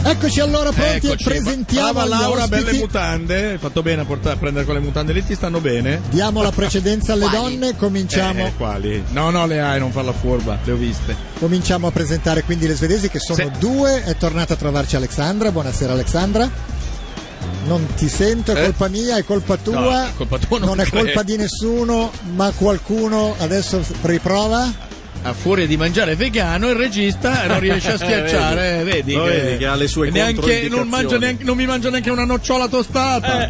Eccoci allora pronti e presentiamo Brava Laura, ospiti. belle mutande, hai fatto bene a prendere quelle mutande lì, ti stanno bene. Diamo la precedenza alle donne, cominciamo. Quali? No, le hai, non farla furba, le ho viste. Cominciamo a presentare quindi le svedesi che sono due. È tornata a trovarci Alexandra. Buonasera Alexandra. Non ti sento, è colpa mia, è colpa tua. No, è colpa tua, non è colpa di nessuno, ma qualcuno adesso riprova. A furia di mangiare vegano il regista non riesce a schiacciare, vedi che ha le sue controindicazioni. Non mi mangia neanche una nocciola tostata.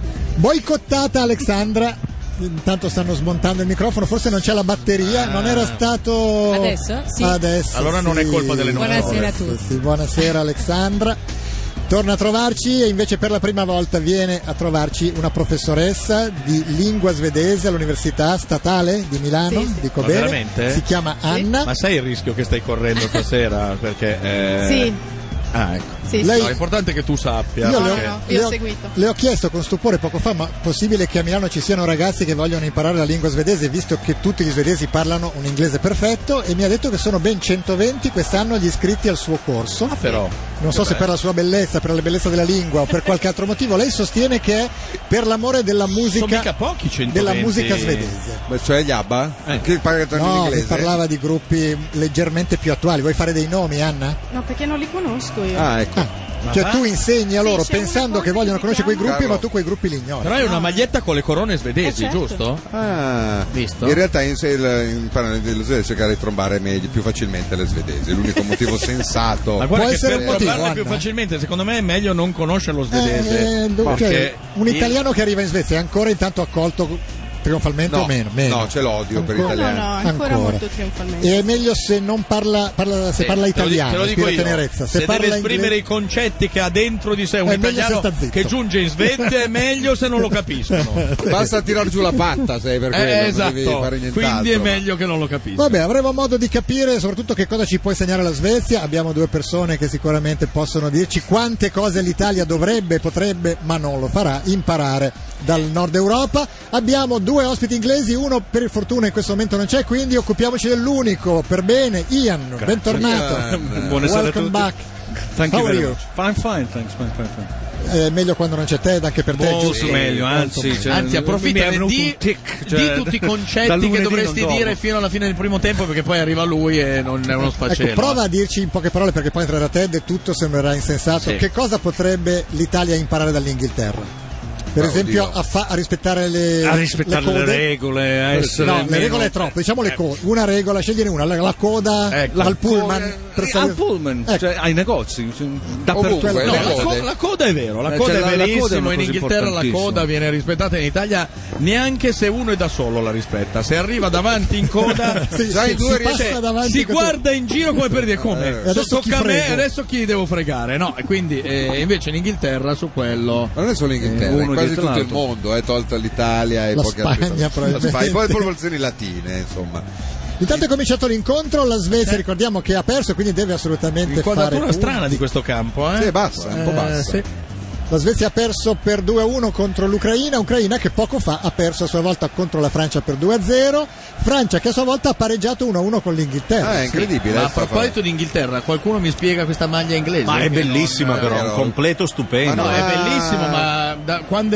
Boicottata Alexandra. Intanto stanno smontando il microfono, forse non c'è la batteria, non era stato adesso? Sì. Adesso allora non è colpa delle nocciole. Buonasera a tutti. Sì, buonasera Alexandra. Torna a trovarci e invece per la prima volta viene a trovarci una professoressa di lingua svedese all'Università Statale di Milano, Sì. dico bene. Veramente? Si chiama Anna. Ma sai il rischio che stai correndo stasera? Perché Sì. Ah, ecco. Sì, Lei- No, è importante che tu sappia. Io perché- io ho seguito. le ho chiesto con stupore poco fa, ma possibile che a Milano ci siano ragazzi che vogliono imparare la lingua svedese, visto che tutti gli svedesi parlano un inglese perfetto, e mi ha detto che sono ben 120 quest'anno gli iscritti al suo corso. Ah, però. Non so se per la sua bellezza, per la bellezza della lingua o per qualche altro motivo. Lei sostiene che è per l'amore della Sono musica, mica pochi 120. della musica svedese. Cioè gli ABBA? Che parlano in No, mi inglese? parlava di gruppi leggermente più attuali. Vuoi fare dei nomi, Anna? No, perché non li conosco io. Ah, ecco. Cioè tu insegni a loro Sì, c'è pensando una che cosa vogliono che conoscere si quei gruppi, chiama- ma tu quei gruppi li ignori. Però è una maglietta con le corone svedesi, certo. giusto? Ah, Visto? in realtà imparano dello svedese cercare di trombare meglio, più facilmente le svedesi. È l'unico motivo sensato. Ma guarda Può che essere per un motivo, parlarne più Anna. facilmente, secondo me è meglio non conoscere lo svedese. Cioè, un italiano che arriva in Svezia è ancora intanto accolto trionfalmente No, o meno? Meno. no, c'è l'odio per gli Ancora- No, italiani. no, ancora molto trionfalmente. E è meglio se non parla se parla italiano, te lo dico ispira io. tenerezza. Se parla deve esprimere inglese- i concetti che ha dentro di sé un È meglio italiano se sta zitto. che giunge in Svezia, è meglio se non lo capiscono. Basta tirare giù la patta, sei per quello, non devi fare Esatto, nient'altro. quindi è meglio che non lo capisca. Vabbè, avremo modo di capire soprattutto che cosa ci può insegnare la Svezia. Abbiamo due persone che sicuramente possono dirci quante cose l'Italia dovrebbe, potrebbe, ma non lo farà, imparare dal nord Europa. Abbiamo due ospiti inglesi, uno per fortuna in questo momento non c'è, quindi occupiamoci dell'unico per bene. Ian, bentornato. Buonasera a Welcome tutti. back. Thank How you are very you? much. Fine, thanks. Fine. È meglio quando non c'è Ted, anche per te è Molto giusto? meglio, Molto anzi, meglio. cioè, Anzi, mi approfitta è venuto di un tic, cioè, di tutti i da concetti lunedì che non dovresti dormo. dire fino alla fine del primo tempo, perché poi arriva lui e non è uno sfacelo. Ecco, prova a dirci in poche parole, perché poi entrerà Ted e tutto sembrerà insensato. Sì. Che cosa potrebbe l'Italia imparare dall'Inghilterra? Per esempio a rispettare le le regole, a essere No, le meno- regole è troppo, diciamo le code. Una regola, scegliene una, la coda Ecco. al pullman. Per al salire- pullman, Ecco. cioè ai negozi, cioè, dappertutto. Ovunque, No, le la, code. la coda è vero, la Cioè, coda è la coda è verissimo. una In cosa Inghilterra la importantissima. coda viene rispettata, in Italia neanche se uno è da solo la rispetta. Se arriva davanti in coda, Sì, sai, sì, due si passa riesce- davanti si così. guarda in giro come per dire come adesso tocca a chi me, frego? adesso chi devo fregare, no? E quindi invece in Inghilterra su quello Ma non è solo l'Inghilterra, è uno quasi dietro tutto il l'altro. mondo, tolta l'Italia e La poche altre Spagna, cose. La Spagna, probabilmente. poi popolazioni latine, insomma. Intanto è cominciato l'incontro, la Svezia ricordiamo che ha perso, quindi deve assolutamente fare inquadratura punti. strana di questo campo, Sì, bassa, un po' bassa. Sì. La Svezia ha perso per 2-1 contro l'Ucraina, Ucraina che poco fa ha perso a sua volta contro la Francia per 2-0, Francia che a sua volta ha pareggiato 1-1 con l'Inghilterra. Ah, è incredibile. Ma a sta proposito di Inghilterra, qualcuno mi spiega questa maglia inglese? Ma è Che bellissima non- però, no. un completo stupendo. No, Ma è no. bellissimo, ma quando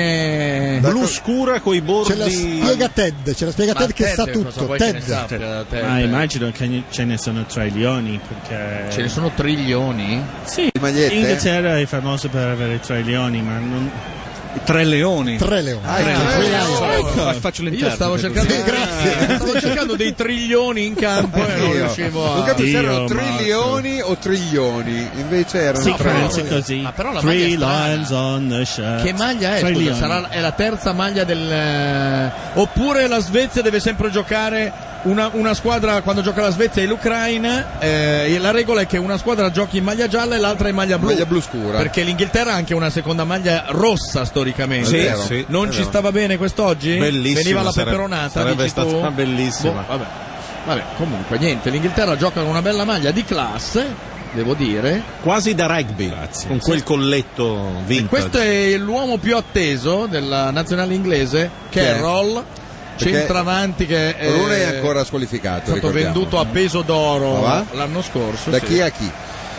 è... Blu scura coi Ce la bordi. spiega Ted, Ma che sa Ted, cosa tutto. vuoi che ne Ted. sappia, Ted? Immagino che ce ne sono trilioni perché Ce ne sono trilioni? sì, magliette? Inghilterra è famosa per avere trilioni, ma non... Tre leoni. Tre leoni. Faccio Io l'interno. stavo cercando, grazie. stavo cercando dei trilioni in campo e non riuscivo Non a... capisco se erano Dio, trilioni o triglioni, invece erano Sì, tre. pensi così. Ah, però la Three maglia è strana. lions on the shirt. Che maglia è? Scusa, Trilioni. è la terza maglia del... Oppure la Svezia deve sempre giocare una squadra, quando gioca la Svezia e l'Ucraina, la regola è che una squadra giochi in maglia gialla e l'altra in maglia blu. Maglia blu scura. Perché l'Inghilterra ha anche una seconda maglia rossa storicamente. Sì, vero. sì. Non è ci vero. stava bene quest'oggi? Bellissima, Veniva la sarebbe- peperonata, sarebbe dici tu? stata bellissima. Boh, vabbè, comunque niente, l'Inghilterra gioca con una bella maglia di classe, devo dire. Quasi da rugby, con quel colletto E vintage. questo è l'uomo più atteso della nazionale inglese, Carroll, centravanti che Rooney è ancora squalificato. stato ricordiamo. venduto a peso d'oro Ma va? l'anno scorso. Da sì. chi a chi?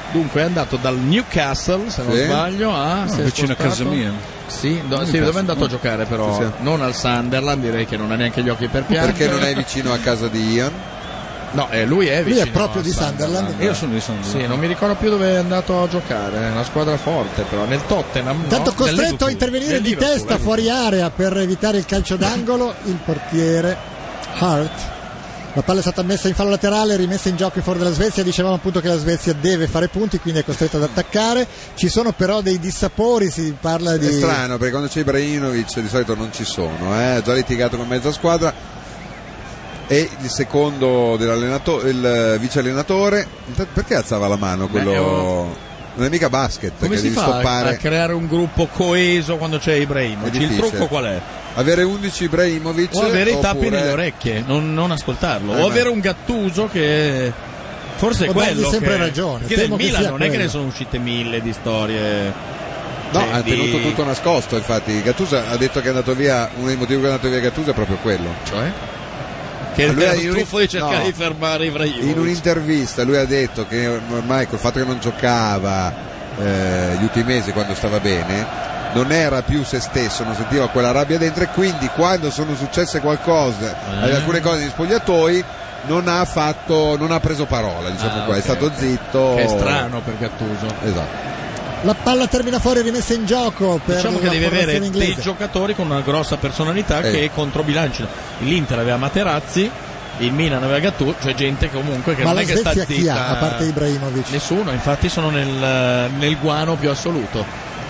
Dunque è andato dal Newcastle, se non sbaglio, vicino a casa mia. Sì, dove è andato a giocare però? Sì. Non al Sunderland, direi che non ha neanche gli occhi per piangere. Perché non è vicino a casa di Ian? No, lui è vicino. Lui è proprio di Sunderland. Io sono di Sunderland. Sì, non mi ricordo più dove è andato a giocare, è una squadra forte però, nel Tottenham. Tanto no? costretto a intervenire Nel di Liverpool, testa fuori area per evitare il calcio d'angolo il portiere Hart. La palla è stata messa in fallo laterale, rimessa in gioco in favore della Svezia. Dicevamo appunto che la Svezia deve fare punti, quindi è costretta ad attaccare. Ci sono però dei dissapori, si parla di... È strano perché quando c'è Ibrahimovic di solito non ci sono, ha già litigato con mezza squadra. E il secondo dell'allenatore, il vice allenatore, perché alzava la mano quello? Non è mica basket. Come che si devi fa stoppare. a creare un gruppo coeso quando c'è Ibrahimovic? Il trucco qual è? Avere 11 Ibrahimovic O avere i tappi oppure... nelle orecchie, non ascoltarlo, o avere un Gattuso che forse è O dargli quello sempre che... ragione. Perché nel Temo che Milan sia non è che quello. ne sono uscite 1000 di storie. No, ha tenuto tutto nascosto, infatti Gattuso ha detto che è andato via, uno dei motivi che è andato via Gattuso è proprio quello. Cioè? Che Lui era in un- stufo di cercare no. di fermare Ibrahimovic. In un'intervista lui ha detto che ormai col fatto che non giocava gli ultimi mesi quando stava bene non era più se stesso, non sentiva quella rabbia dentro, e quindi quando sono successe qualcosa alcune cose negli spogliatoi non ha preso parola, diciamo qua, ok, è stato ok. zitto. Che è strano per Gattuso. Esatto. La palla termina fuori, rimessa in gioco per Diciamo che la devi avere formazione dei inglese. giocatori con una grossa personalità che controbilancino. L'Inter aveva Materazzi, il Milan aveva Gattuso, cioè gente comunque che Ma non la è che sta Svezia chi zitta. ha, a parte Ibrahimovic? Nessuno, infatti sono nel guano più assoluto.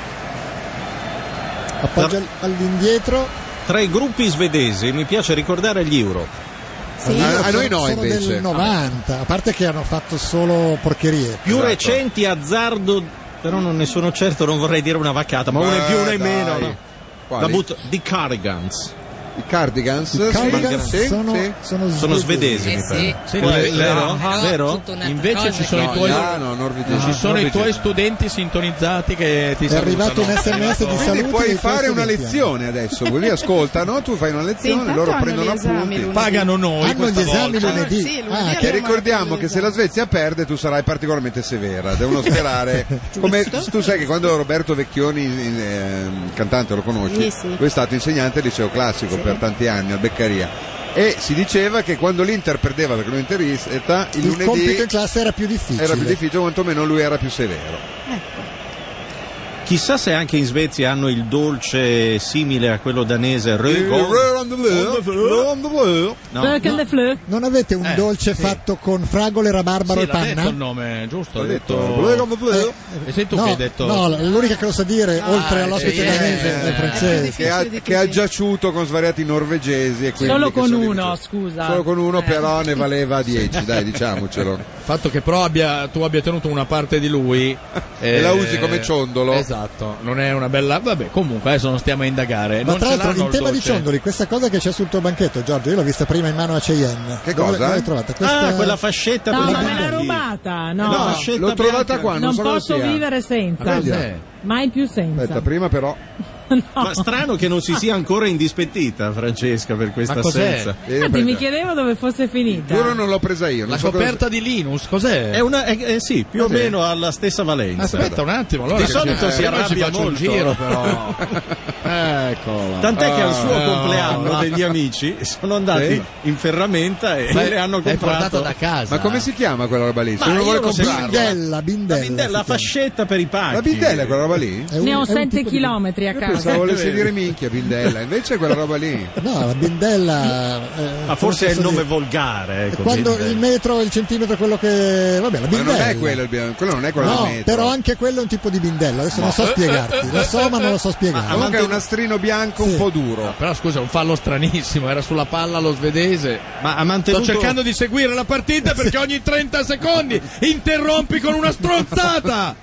Appoggia all'indietro. Tra i gruppi svedesi mi piace ricordare gli Euro. A noi no, sono invece. del 90, a parte che hanno fatto solo porcherie. Più Esatto. recenti, azzardo, però non ne sono certo, non vorrei dire una vaccata, ma una in più, una in meno. No? Quali? La butto di Cardigans. I Cardigans, I Cardigans sì, sono, sì. Sono svedesi, mi pare. Sì, Vero? Vero? Invece ci sono i tuoi norvegesi. ci sono i tuoi studenti sintonizzati che ti È arrivato un salutano. SMS di Quindi saluti puoi dei tuoi fare una studenti. lezione adesso, quelli ascoltano, tu fai una lezione, intanto loro hanno prendono gli esami appunti. lunedì. Pagano noi Hanno gli questa esami volta. lunedì. Sì, lunedì Ah, abbiamo E ricordiamo mandato che gli se la Svezia perde tu sarai particolarmente severa, devono sperare. Come tu sai che quando Roberto Vecchioni, cantante, lo conosci, Sì. lui è stato insegnante al liceo classico per tanti anni al Beccaria, e si diceva che quando l'Inter perdeva, perché lui è interista, il Il compito lunedì in classe era più difficile. era più difficile, quantomeno lui era più severo. Chissà se anche in Svezia hanno il dolce simile a quello danese No. Non avete un dolce fatto con fragole, rabarbaro Sì, e l'ha detto il panna? nome, giusto? Ha detto- E sei tu No, che hai detto? no, l'unica che lo sa dire, oltre all'ospite sì, danese, è francese. che ha giaciuto con svariati norvegesi e quelli Solo che con sono uno, lì. scusa. Solo con uno, però ne valeva 10, dai, diciamocelo. Il fatto che però tu abbia tenuto una parte di lui E la usi come ciondolo. Esatto, non è una bella. Vabbè, comunque adesso non stiamo a indagare. Ma Non tra ce l'altro, l'hanno in il tema di dolce. ciondoli, questa cosa che c'è sul tuo banchetto, Giorgio, io l'ho vista prima in mano a Cheyenne. Che Dove cosa? l'hai trovata? Questa... Quella fascetta No, per ma i me l'ha bianchi. rubata, No, no. fascetta L'ho trovata bianca. qua, non Non so cosa posso sia. vivere senza. Cos'è? Mai più senza. Aspetta, prima però. Ma strano che non si sia ancora indispettita, Francesca, per questa Ma cos'è? assenza. Infatti mi chiedevo dove fosse finita. Giuro non l'ho presa io. Non La so coperta di Linus, cos'è? È una, sì, più o Cos'è? meno ha la stessa valenza. Aspetta un attimo, allora Di solito si prima ci arrabbia faccio un molto. giro però. Eccola. Tant'è che al suo compleanno degli amici sono andati Sì? in ferramenta e le hanno L'hai portata comprato da casa. Ma come si chiama quella roba lì? Se Ma uno io vuole lo so. comprarla. Bindella, bindella. la fascetta per i pacchi. La bindella è quella roba lì? È un- Ne ho è un 7 tipo di- chilometri a casa. Pensavo volesse dire minchia bindella, invece è quella roba lì. No, la bindella. Ma forse è il nome volgare. volgare. Ecco, Quando bindella. il metro, il centimetro, quello che. Vabbè, la Ma bindella. non è quello non è quello No, del metro. però anche quello è un tipo di bindella. Adesso non so spiegarti. Lo so, ma non lo so spiegare. Comunque è un nastrino bianco un Sì. po' duro. Però scusa, un fallo stranissimo, era sulla palla lo svedese. Ma ha Sto mantenuto cercando di seguire la partita perché ogni 30 secondi interrompi con una stronzata.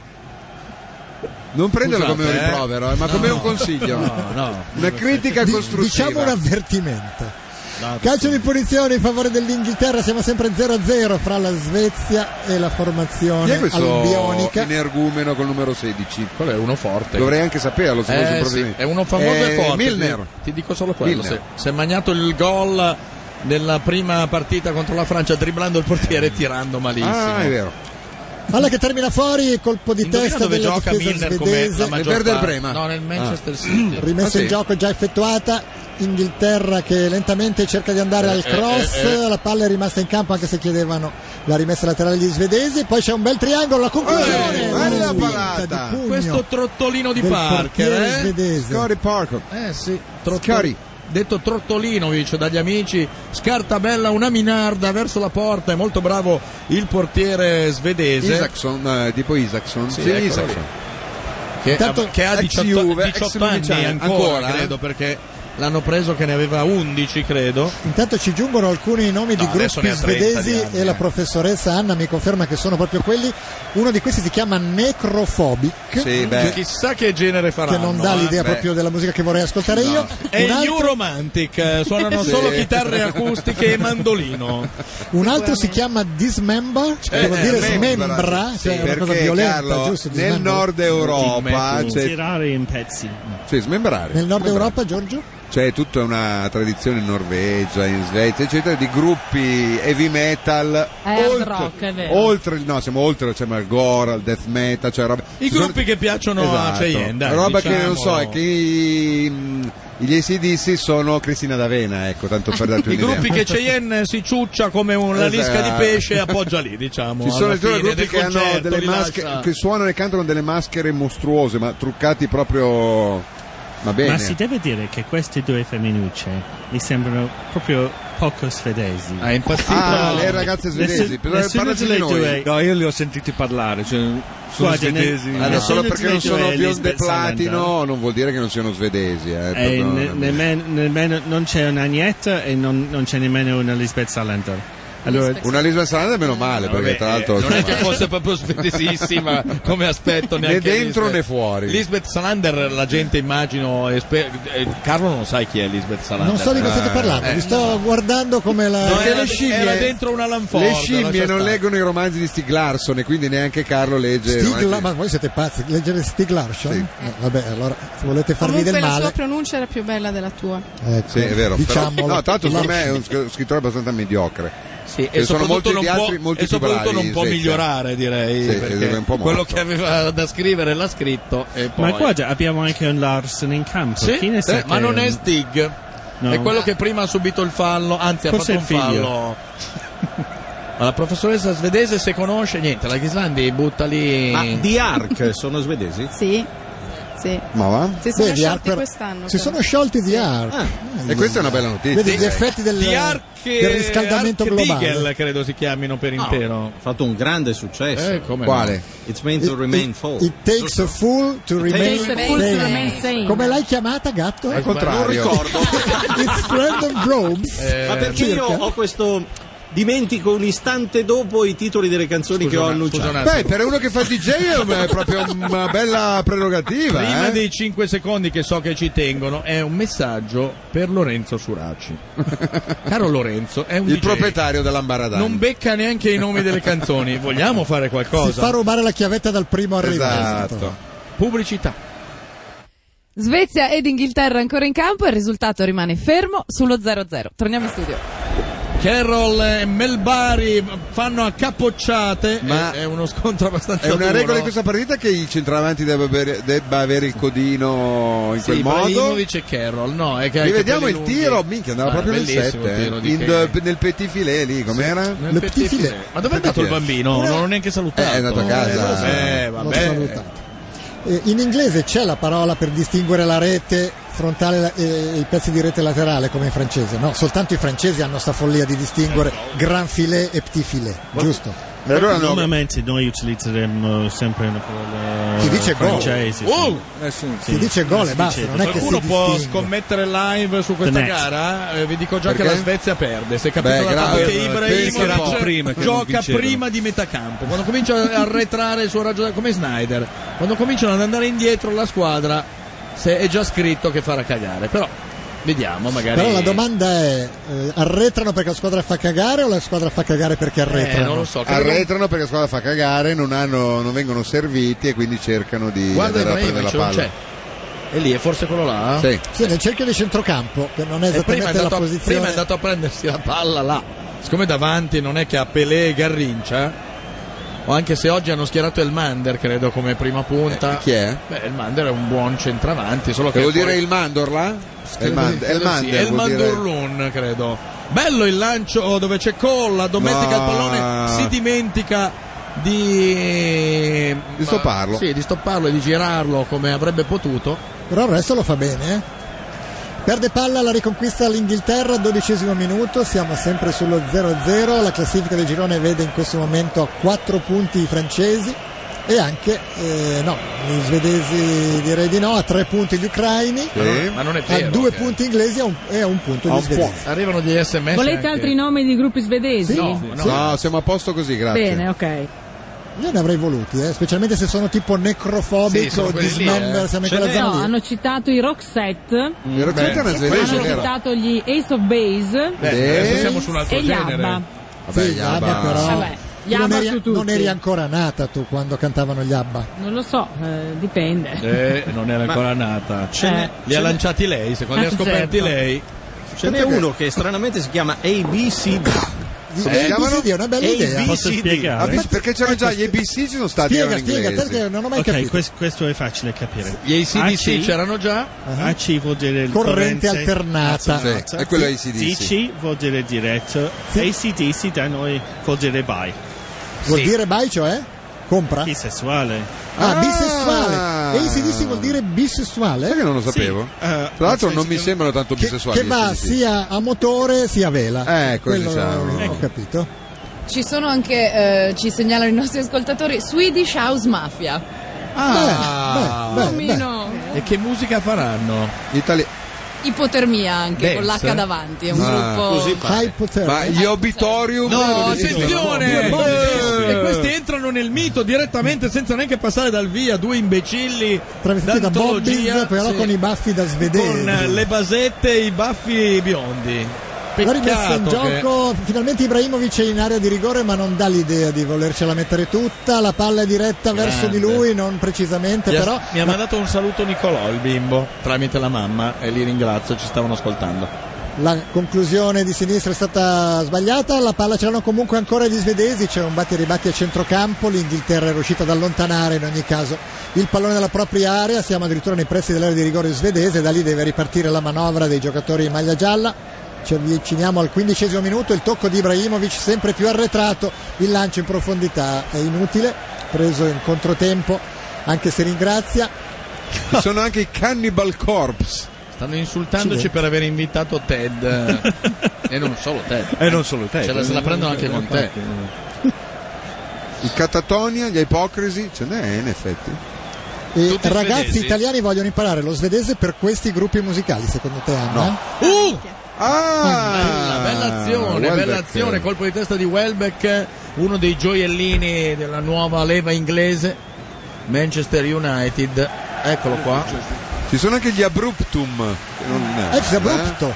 Non prenderlo Scusate, come un rimprovero, ma come un consiglio. No. Una critica costruttiva. Diciamo un avvertimento. Calcio di punizione in favore dell'Inghilterra, siamo sempre 0-0 fra la Svezia e la Chi è formazione questo albionica. energumeno col numero 16? Quello è uno forte. Dovrei anche saperlo se fosse Sì, provvedimento. è uno famoso e forte. Milner. Ti dico solo quello. Milner. Si è magnato il gol nella prima partita contro la Francia dribblando il portiere e tirando malissimo. Ah, è vero. Palla che termina fuori, colpo di Indovina testa dove della gioca difesa Milner come svedese. la maggior Werder parte. Brema. No, nel Manchester City. Rimessa sì. in gioco già effettuata. Inghilterra che lentamente cerca di andare al cross, la palla è rimasta in campo anche se chiedevano la rimessa laterale degli svedesi. Poi c'è un bel triangolo, la conclusione, bella una spinta parata. di pugno Questo trottolino di del Parker, portiere svedese. Scotty Parker. Sì, Scotty. detto Trottolinovic dagli amici, scarta bella una minarda verso la porta, è molto bravo il portiere svedese. Isaacson, tipo Isaacson. Sì, Sì, eccolo Isaacson. che ha ex 18, Juve, 18 ex anni Luciano. ancora, Ancora, credo, perché l'hanno preso che ne aveva 11, credo. Intanto ci giungono alcuni nomi di adesso gruppi ne ha 30 svedesi di anni, e la professoressa Anna mi conferma che sono proprio quelli. Uno di questi si chiama Necrophobic, Sì, beh. Chissà che genere faranno. che non dà l'idea beh. proprio della musica che vorrei ascoltare io. È Un il New altro, Romantic, suonano solo chitarre acustiche e mandolino. un altro si chiama Dismember, devo dire smembra, sì, cioè è una cosa perché, violenta, Carlo, giusto? nel Dismember. nord Europa c'è, Tirare in pezzi. sì, smembrare. Nel nord Europa, Giorgio? C'è tutta una tradizione in Norvegia, in Svezia, eccetera, di gruppi heavy metal hard rock, è vero. oltre, no, siamo oltre, c'è il gore, il death metal, cioè roba, I ci sono- gruppi che piacciono a Esatto. Cheyenne, dai, roba che non so, diciamolo. è che gli AC/DC sono Cristina D'Avena, ecco, tanto per darti I un'idea. gruppi che Cheyenne si ciuccia come una lisca di Esatto. pesce e appoggia lì, diciamo. Ci sono alla addirittura fine gruppi del che hanno concerto, delle li maschere, lascia- che suonano e cantano delle maschere mostruose, ma truccati proprio. Va bene. Ma si deve dire che queste due femminucce mi sembrano proprio poco svedesi. Ah, è impazzito. Ah, le ragazze svedesi, Nessuna parlaci di delle noi. due. No, io li ho sentiti parlare, cioè, sono Guarda, svedesi. ne- Adesso no. solo perché non sono Lisbeth bionde Salander. platino non vuol dire che non siano svedesi. Nemmeno non c'è una Agnetta e non c'è nemmeno una Lisbeth Salander. Allora, Una Lisbeth Salander meno male, perché Vabbè, tra l'altro non è che fosse proprio svedesissima come aspetto, né neanche dentro Lisbeth. né fuori. Lisbeth Salander, la gente immagino Carlo non sai chi è Lisbeth Salander. Non so di cosa state parlando, vi sto guardando come la... No, Perché era, le scimmie- era dentro una Lanford. Le scimmie lascia non stare. leggono i romanzi di Stieg Larsson e quindi neanche Carlo legge. i romanzi- Ma voi siete pazzi, leggere Stieg Larsson? Sì. Vabbè, allora se volete farmi Comunque del la sua male, pronuncia era più bella della tua. ecco, Sì, è vero. diciamolo. Però, no, tra l'altro secondo me è Larsson. un scrittore abbastanza mediocre. Sì, Ce ne sono molti non di può, altri molti e più soprattutto bravi non in può Svezia. migliorare, direi, Sì, perché è un po' quello morto. che aveva da scrivere l'ha scritto e poi... ma guarda, abbiamo anche un Larsen in campo. Sì, Chi ne sa ma che- non è Stig, No. è quello che prima ha subito il fallo, anzi Forse ha fatto il un figlio. fallo. Ma la professoressa svedese se conosce niente, la Ghislandi butta lì. Ma di Ark sono svedesi? Sì, sì. Ma va? Si sono Vedi, sciolti Ark- quest'anno. si però. sono sciolti di Ark. E questa è una bella notizia. Vedi gli effetti del riscaldamento globale. Archdigel credo si chiamino per intero. Ha fatto un grande successo. Come Quale? It's meant to remain full. It takes a fool to remain takes a fool to sane. remain sane. Come l'hai chiamata, gatto? Al contrario. Non ricordo. It's random Probes. Ma perché io circa. ho questo. Dimentico un istante dopo i titoli delle canzoni che ho annunciato. Beh, per uno che fa DJ è proprio una bella prerogativa. Prima dei 5 secondi che so che ci tengono è un messaggio per Lorenzo Suraci. Caro Lorenzo, è un Il DJ. proprietario dell'Ambaradan. Non becca neanche i nomi delle canzoni. Vogliamo fare Si qualcosa? fa rubare la chiavetta dal primo arrivato. Esatto. Pubblicità. Svezia ed Inghilterra ancora in campo e il risultato rimane fermo sullo 0-0. Torniamo in studio. Carroll e Melbari fanno a capocciate. Ma è uno scontro abbastanza È una duro. regola di questa partita che il centravanti debba avere il codino in Sì, quel modo. Ibrahimovic e Carroll, no, è che Rivediamo il capelli tiro, lunghi. minchia, andava Ah, proprio nel bellissimo 7, tiro di Kane. nel petit filet lì, com'era? Nel Le petit petit filet. filet. Ma dove è andato il bambino? Non l'ho neanche salutato. È andato a casa. L'ho Vabbè. salutato. In inglese c'è la parola per distinguere la rete frontale e i pezzi di rete laterale come in francese, no? Soltanto i francesi hanno sta follia di distinguere grand filet e petit filet, giusto? E allora no, Normalmente noi utilizzeremo sempre una parola Si dice gol. francese. Oh! Si dice gol e basta, non è che si Qualcuno può distingue. scommettere live su questa The next. gara? Vi dico già Perché? che la Svezia perde. Se capito Beh, la grazie. che Ibrahimovic Pensa un po'. Prima che non gioca vincevano. prima di metà campo. Quando comincia a arretrare il suo raggio come Snyder, quando cominciano ad andare indietro la squadra, se è già scritto che farà cagare. Però vediamo, magari. Però la domanda è, arretrano perché la squadra fa cagare o la squadra fa cagare perché arretrano? non lo so. credo che- arretrano perché la squadra fa cagare, non vengono serviti e quindi cercano di Guarda andare a prendere la Ibrahimovic, non palla. c'è. E lì è forse quello là? Sì. Sì, nel cerchio di centrocampo, che non è E prima è, esattamente la andato posizione. prima è andato a prendersi la palla là. Siccome davanti non è che ha Pelé e Garrincia, anche se oggi hanno schierato Elmander, credo, come prima punta. Chi è? Beh, Elmander è un buon centravanti, solo che Vuol poi... dire il Mandorla? Elmandurlun, credo. Bello il lancio dove c'è Colla, domestica il pallone, si dimentica di stopparlo. Sì, di stopparlo e di girarlo come avrebbe potuto. Però il resto lo fa bene, Perde palla, la riconquista l'Inghilterra, 12° minuto, siamo sempre sullo 0-0, la classifica del girone vede in questo momento a 4 punti i francesi e anche, gli svedesi direi di no, a 3 punti gli ucraini, ma non è vero, a 2 punti inglesi e a 1 punto gli svedesi. Arrivano gli SMS. Volete anche... altri nomi di gruppi svedesi? Sì. No, siamo a posto così, grazie. Bene, ok. Io ne avrei voluti, specialmente se sono tipo necrofobico o dismember, siamo in quella zona lì. Hanno citato i Roxette, I Roxette è una svedese, hanno vero? citato gli Ace of Base Adesso siamo su un altro e gli genere. ABBA. Vabbè, Sì, gli ABBA però. Vabbè, gli ABBA su tutti. Non eri ancora nata tu quando cantavano gli ABBA. Non lo so, dipende. Non era ancora nata. Li ha lanciati lei, secondo li ha scoperti certo. lei. Ce n'è uno che stranamente si chiama ABCD. ABCD è una bella idea. Posso spiegare? Perché c'erano già gli ABC, ci sono stati Spiega, in inglese. perché non ho mai Ok, capito. questo è facile capire. Gli ACDC AC c'erano già. AC vuol dire il Corrente alternata. Sì, è quello ACDC. DC vuol dire diretto. ACDC da noi vuol dire bi. Vuol dire bai, cioè? Compra? Bisessuale. Bisessuale. ACDC vuol dire bisessuale? Sai che non lo sapevo? Tra l'altro non mi sembrano tanto bisessuali. Che va ACDC. sia a motore sia a vela. Ecco, Quello diciamo. ho capito. Ci sono anche, ci segnalano i nostri ascoltatori, Swedish House Mafia. Beh. E che musica faranno? Ipotermia anche, con l'H davanti, è un gruppo... Ma gli Obitorium? No, attenzione! E questi entrano nel mito direttamente senza neanche passare dal via, due imbecilli travestiti da Bobbies, però con i baffi da svedesi. Con le basette e i baffi biondi. L'ha rimessa in Peccato gioco, finalmente Ibrahimovic è in area di rigore ma non dà l'idea di volercela mettere tutta, la palla è diretta verso di lui, non precisamente però. Mi ha mandato un saluto Nicolò, il bimbo, tramite la mamma, e li ringrazio, ci stavano ascoltando. La conclusione di sinistra è stata sbagliata, la palla ce l'hanno comunque ancora gli svedesi, c'è un batti e ribatti a centrocampo, l'Inghilterra è riuscita ad allontanare in ogni caso il pallone dalla propria area, siamo addirittura nei pressi dell'area di rigore svedese, da lì deve ripartire la manovra dei giocatori in maglia gialla. Ci avviciniamo al 15° minuto, il tocco di Ibrahimovic sempre più arretrato, il lancio in profondità è inutile, preso in controtempo, anche se ringrazia. Ci sono anche i Cannibal Corpse. Stanno insultandoci per aver invitato Ted. E non solo Ted. Se la prendono anche con te. I Catatonia, gli Ipocrisi, ce n'è in effetti. E Tutti ragazzi svedesi. italiani vogliono imparare lo svedese per questi gruppi musicali, secondo te, Anna? Bella azione, colpo di testa di Welbeck, uno dei gioiellini della nuova leva inglese, Manchester United. Eccolo qua. Ci sono anche gli Abruptum. Ex abrupto.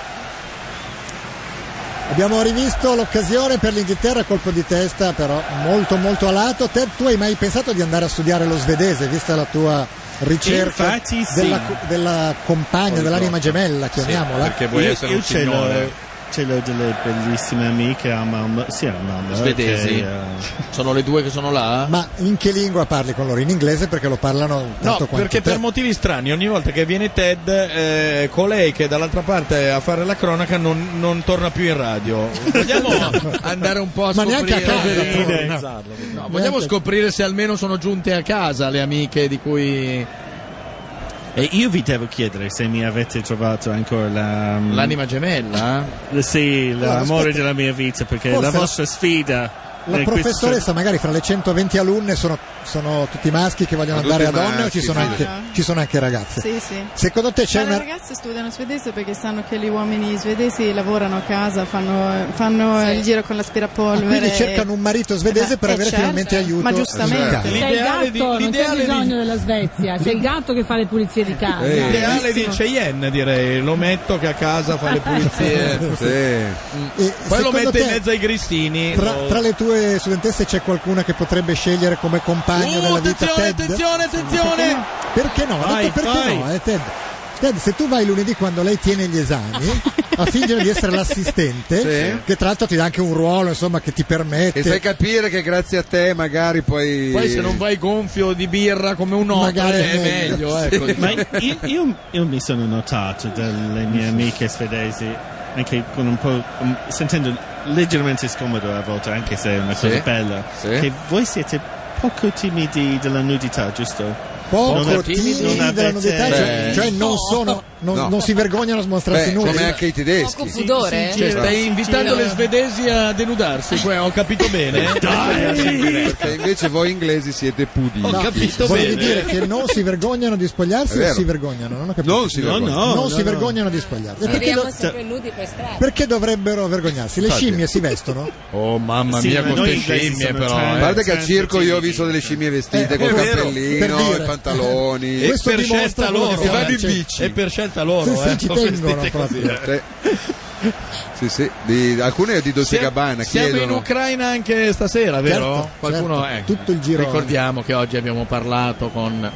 Abbiamo rivisto l'occasione per l'Inghilterra, colpo di testa però molto molto a lato. Ted, tu hai mai pensato di andare a studiare lo svedese, vista la tua ricerca Infatti, sì. della compagna, dell'anima gemella, chiamiamola? Perché vuoi essere un signore. Ce l'ho delle bellissime amiche a Malmö, Svedesi. Sono le due che sono là? Ma in che lingua parli con loro? In inglese, perché lo parlano tanto quanto perché te. per motivi strani ogni volta che viene Ted colei che è dall'altra parte a fare la cronaca non torna più in radio. Vogliamo andare un po' a Ma scoprire neanche a casa no, vogliamo scoprire se almeno sono giunte a casa le amiche di cui... E io vi devo chiedere se mi avete trovato ancora l'anima gemella? Sì, l'amore aspetta. della mia vita, perché Forse la vostra sfida. La professoressa, magari fra le 120 alunne sono tutti maschi che vogliono andare a donne, o ci sono anche ragazze? Sì. Secondo te c'è Le ragazze studiano svedese perché sanno che gli uomini svedesi lavorano a casa, fanno il giro con l'aspirapolvere. Quindi cercano un marito svedese per avere finalmente aiuto. Ma giustamente. C'è il gatto, non c'è bisogno della Svezia, c'è il gatto che fa le pulizie di casa. L'ideale di Cheyenne, direi, lo metto che a casa fa le pulizie. Poi lo mette in mezzo ai grissini. Tra le tue studentesse c'è qualcuna che potrebbe scegliere come compagno della vita Ted? Attenzione! Perché no? Vai. No, Ted? Ted, se tu vai lunedì quando lei tiene gli esami a fingere di essere l'assistente, Sì. che tra l'altro ti dà anche un ruolo, insomma, che ti permette. E sai capire che grazie a te magari Poi se non vai gonfio di birra come un otto Magari è è meglio, meglio. ecco. Ma io mi sono notato dalle mie amiche svedesi, anche con un po', sentendo leggermente scomodo a volte, anche se è una cosa bella, che voi siete poco timidi della nudità, giusto? Poco timidi della nudità, cioè non si vergognano a mostrarsi nudi. come anche i tedeschi. Poco pudore? Cioè, stai invitando le svedesi a denudarsi, ho capito bene? Perché invece voi inglesi siete pudini. Ho capito Volevi bene. dire che non si vergognano di spogliarsi È o vero. si vergognano? Non ho capito. Non si vergognano. Non si vergognano di spogliarsi. E Speriamo sempre nudi per strada. perché dovrebbero vergognarsi? Le Infatti. scimmie si vestono? Oh mamma Sì, mia, ma con noi queste inglesi scimmie sono però. tanti. A parte che al Sempre circo io ho timidi. visto delle scimmie vestite È col vero, cappellino, per dire. i pantaloni. E Questo per dimostra scelta quello loro, che fanno, vanno in cioè. bici. E per scelta loro, Sì, sì, ci sono tengono vestite così, proprio. Sì, alcune di Dolce Gabbana Siamo in chiedono. Ucraina anche stasera, vero? Certo, Qualcuno certo. Tutto il giro. Ricordiamo che oggi abbiamo parlato con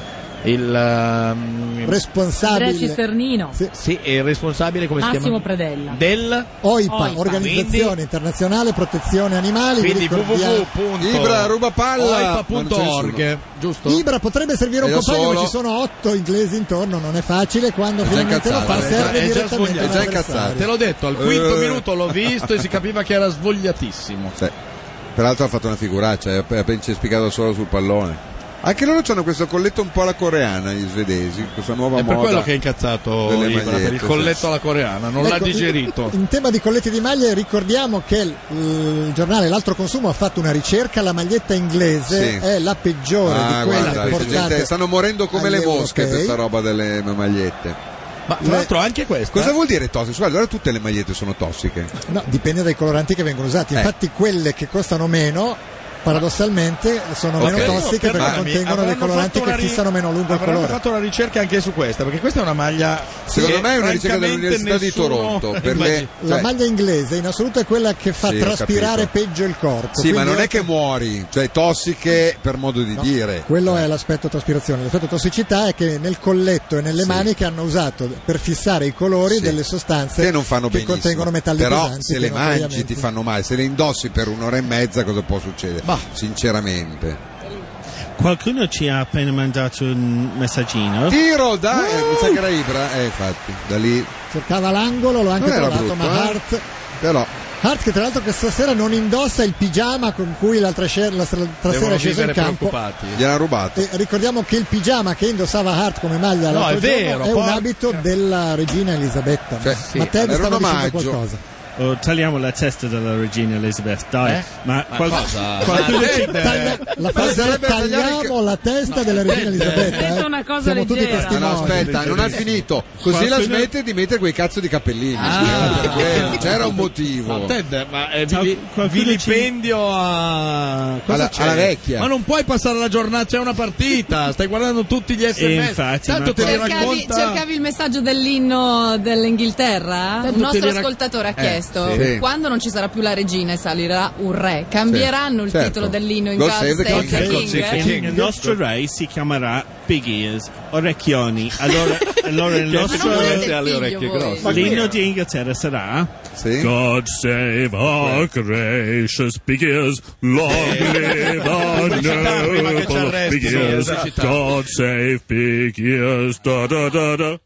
il Responsabile. Andrea Cisternino. Sì. il responsabile, come si Massimo chiama? Predella. Del OIPA, Organizzazione Internazionale Protezione Animali. vi quindi ricordiamo. Ibra ruba palla. www.oipa.org, giusto? Ibra potrebbe servire un E da compagno, solo. ma ci sono 8 inglesi intorno, non è facile. Quando già finalmente lo fa, incazzato, serve è già direttamente svogliato, un è già avversario. incazzato. Te l'ho detto, al quinto minuto l'ho visto e si capiva che era svogliatissimo. Sì. Peraltro ha fatto una figuraccia, ha incespicato solo sul pallone. Anche loro hanno questo colletto un po' alla coreana, gli svedesi, questa nuova È per moda. quello che è incazzato delle Ibra, per magliette, il colletto sì. alla coreana, non l'ha Ecco, digerito. In tema di colletti di maglie ricordiamo che il giornale L'Altro Consumo ha fatto una ricerca, la maglietta inglese Sì. è la peggiore di quelle guarda, gente, portate stanno morendo come le agli mosche per europei. sta roba delle magliette. Ma tra l'altro anche questa. Cosa vuol dire tossico? Guarda, allora tutte le magliette sono tossiche. No, dipende dai coloranti che vengono usati. Infatti quelle che costano meno paradossalmente sono meno tossiche perché perdonami, contengono dei avranno coloranti fatto che fissano meno a lungo il avranno colore. fatto una ricerca anche su questa, perché questa è una maglia. Secondo che me è una ricerca francamente dell'Università di nessuno Toronto. Per le, La cioè, maglia inglese in assoluto è quella che fa Sì, ho traspirare capito. peggio il corpo. sì, ma Quindi non è che muori, cioè tossiche per modo di dire. quello è l'aspetto traspirazione. L'aspetto tossicità è che nel colletto e nelle maniche hanno usato per fissare i colori Sì. delle sostanze Che non fanno che benissimo. contengono metalli Però pesanti. se che le mangi notoriamente- ti fanno male, se le indossi per un'ora e mezza cosa può succedere? Bah. Sinceramente. Qualcuno ci ha appena mandato un messaggino. Tiro, dai, mi sa che era Ibra, infatti, da lì. cercava l'angolo, l'ho anche Non era trovato, brutto, ma Hart Però che tra l'altro questa sera non indossa il pigiama con cui l'altra sera è Devono sceso in vivere campo. preoccupati. gliel'ha rubato. E ricordiamo che il pigiama che indossava Hart come maglia No, l'altro è giorno vero, è un porca- abito della regina Elisabetta. Cioè, ma Ted era un stava dicendo omaggio. qualcosa. Tagliamo la testa della regina Elizabeth, dai. Ma cosa? qualcuno ci... La frase è sarebbe tagliamo tagliare- la testa della regina Elisabetta. È una cosa Siamo tutti leggera. testimoni. No, aspetta, non ha finito. Così la Qualcuno- smette di mettere quei cazzo di cappellini. scusa, per quello. C'era un motivo. No, Ted, ma qualcuno vilipendio a Alla- c'è? alla vecchia. Ma non puoi passare la giornata, c'è una partita, stai guardando tutti gli SMS. infatti, Tanto ma te li Cercavi, racconta. il messaggio dell'inno dell'Inghilterra? Tanto Un nostro te li ascoltatore ha chiesto: sì. quando non ci sarà più la regina e salirà un re, cambieranno il certo. titolo dell'inno in God God Save the Save the King. King? Il nostro re si chiamerà Big Ears, orecchioni. Allora il Ma non nostro volete il alle figlio orecchie voi? grosse. l'inno di Inghilterra sarà Sì? God save our gracious big ears, long live our Pubblicità prima che ci noble arresti, big ears, pubblicità. God save big ears, da da da da.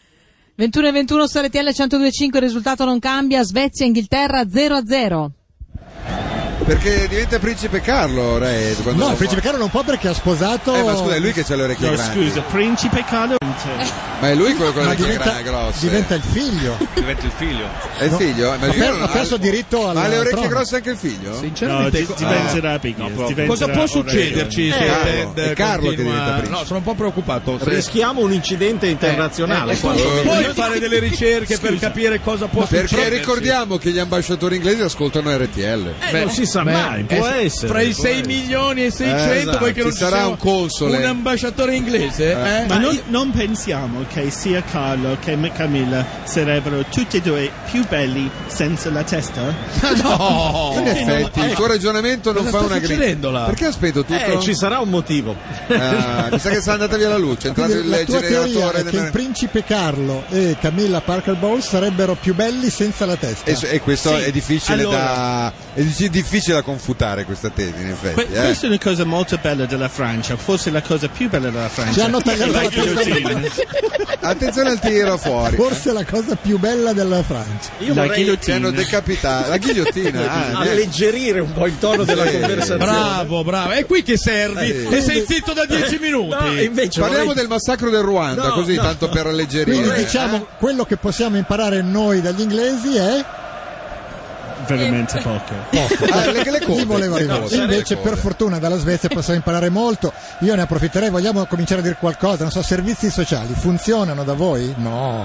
21-21 su RTL 102.5, il risultato non cambia, Svezia-Inghilterra 0-0. Perché diventa principe Carlo, re. quando No, lo il principe Carlo non può perché ha sposato. Ma scusa, è lui che ha le orecchie no, grandi. scusa, Principe Carlo. Ma è lui quello con le Ma orecchie diventa, grosse. diventa il figlio. Diventa il figlio. È il figlio? Ma io non- Ha perso diritto al Ma ha le orecchie trono. grosse anche il figlio? No, Sinceramente, diventerà Big Ears. cosa diventerà può succederci se Carlo. Ted È Carlo che continua- diventa principe. No, sono un po' preoccupato. Se... Rischiamo un incidente internazionale. quando- Puoi fare delle ricerche per capire cosa può Perché succedere? ricordiamo che gli ambasciatori inglesi ascoltano RTL. non si sa mai, può essere. Fra i 6 milioni e 600 poi che non ci sarà un console, un ambasciatore inglese. Ma non pensiamo che sia Carlo che Camilla sarebbero tutti e due più belli senza la testa? No, in effetti il tuo ragionamento non fa una grida. Perché aspetto tutto? Ci sarà un motivo. Mi sa che sta andata via la luce, è entrato il generatore. Che il principe Carlo e Camilla Parker Bowles sarebbero più belli senza la testa. E questo è difficile difficile da confutare, questa tesi, in effetti. Questa è una cosa molto bella della Francia, forse la cosa più bella della Francia. Ci hanno tagliato la ghigliottina. Attenzione al tiro fuori. Forse la cosa più bella della Francia. La ghigliottina. Ci hanno decapitato la ghigliottina. Alleggerire un po' il tono della conversazione. Bravo, è qui che servi e sei zitto da 10 minuti. No, invece parliamo del massacro del Ruanda, così tanto per alleggerire. Quindi diciamo quello che possiamo imparare noi dagli inglesi è veramente poco. Chi voleva arrivare? Invece per fortuna dalla Svezia possiamo imparare molto. Io ne approfitterei. Vogliamo cominciare a dire qualcosa? Non so, servizi sociali funzionano da voi? No.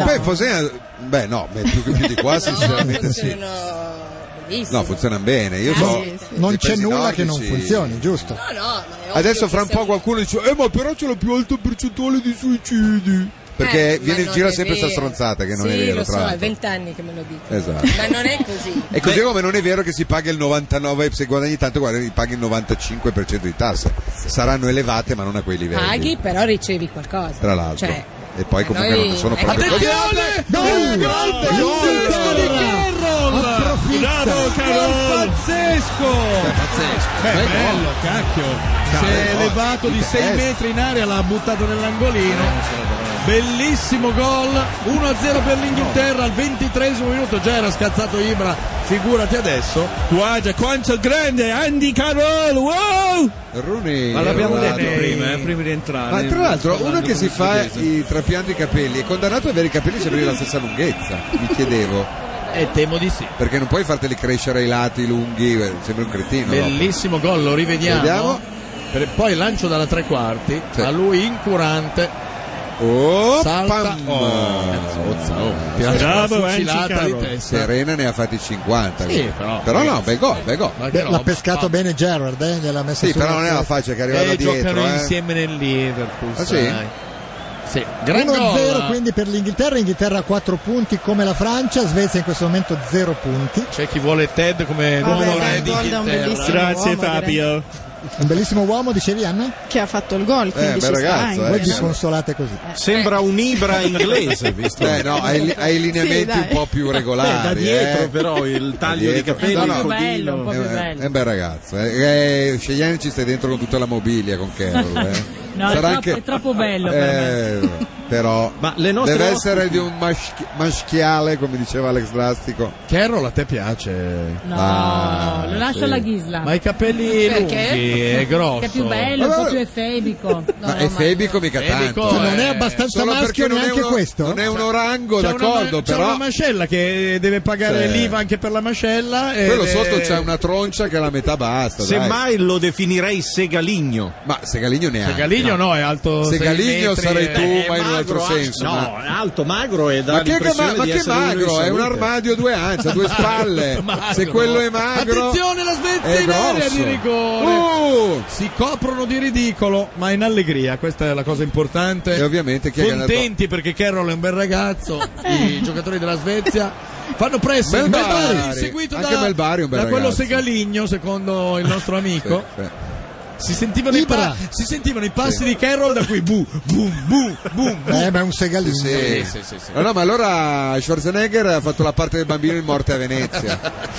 Più di qua sinceramente sì. No, funzionano bene. Io non c'è nulla che non funzioni, giusto? No, adesso fra un po' qualcuno dice ma però c'è la più alta percentuale di suicidi. Perché gira sempre questa stronzata che non è vero. Lo so, è 20 anni che me lo dico. Esatto. Ma non è così. E così come non è vero che si paga il 99%, se guadagni tanto paghi il 95% di tasse. Saranno elevate ma non a quei livelli. Paghi, però ricevi qualcosa. Tra l'altro. E poi comunque non sono proprio attenzione! Gol di Carroll! Bravo Carroll! Pazzesco! Bello, cacchio! Si è elevato di 6 metri in aria, l'ha buttato nell'angolino. Bellissimo gol, 1-0 per l'Inghilterra al 23esimo minuto, già era scazzato Ibra, figurati adesso. Guarda quanto grande Andy Carroll, wow! Rooney, ma l'abbiamo detto prima di entrare. Ma tra l'altro uno che si fa i trapianti i capelli è condannato ad avere i capelli sempre della stessa lunghezza, mi chiedevo. Temo di sì. Perché non puoi farteli crescere ai lati lunghi, sembra un cretino. Bellissimo gol, lo rivediamo. Poi lancio dalla tre quarti, a lui incurante. Salta, Serena ne ha fatti 50. Sì, però no, bel gol. L'ha pescato bene Gerrard, gliel'ha messo sì, però non è la faccia che arriva da dietro. Giocano insieme nel Liverpool. Sì, 1-0 quindi per Inghilterra ha 4 punti come la Francia, Svezia in questo momento 0 punti. C'è chi vuole Ted come nuovo re d'Inghilterra. Grazie Fabio. Un bellissimo uomo, dicevi Anna? Che ha fatto il gol, quindi bel ragazzo, voi vi consolate così. Sembra un Ibra inglese, visto? Hai i lineamenti un po' più regolari. Da dietro però il taglio di capelli un po' bello. È un bel ragazzo. Scegliani ci stai dentro con tutta la mobilia con Carroll. No, è troppo bello per me. Però deve essere di un maschiale, come diceva Alex Drastico. Carroll a te piace? No, lo lascio alla Ghisla. Ma i capelli lunghi, è grosso. Che è più bello, un po' più efebico. Ma efebico mica tanto. Non è abbastanza maschio neanche questo? Non è un orango, d'accordo, però. C'è una mascella che deve pagare l'IVA anche per la mascella. Quello sotto c'è una troncia che la metà basta. Semmai lo definirei segaligno. Ma segaligno neanche. Segaligno no, è alto. Segaligno sarai tu, ma in un altro senso. No, è alto, magro e dà l'impressione ma di che magro? È un armadio a 2 anse, a 2 spalle. Se quello è magro. Attenzione, la Svezia in area di rigore. Si coprono di ridicolo, ma in allegria. Questa è la cosa importante. E ovviamente chi contenti perché Carroll è un bel ragazzo. I giocatori della Svezia fanno pressing. Melbari, seguito anche Melbari è un bel da quello ragazzo. Segaligno, secondo il nostro amico. Si sentivano i passi di Carroll da qui, boom. Ma è un Segaligno. Sì. No, ma allora Schwarzenegger ha fatto la parte del bambino in Morte a Venezia.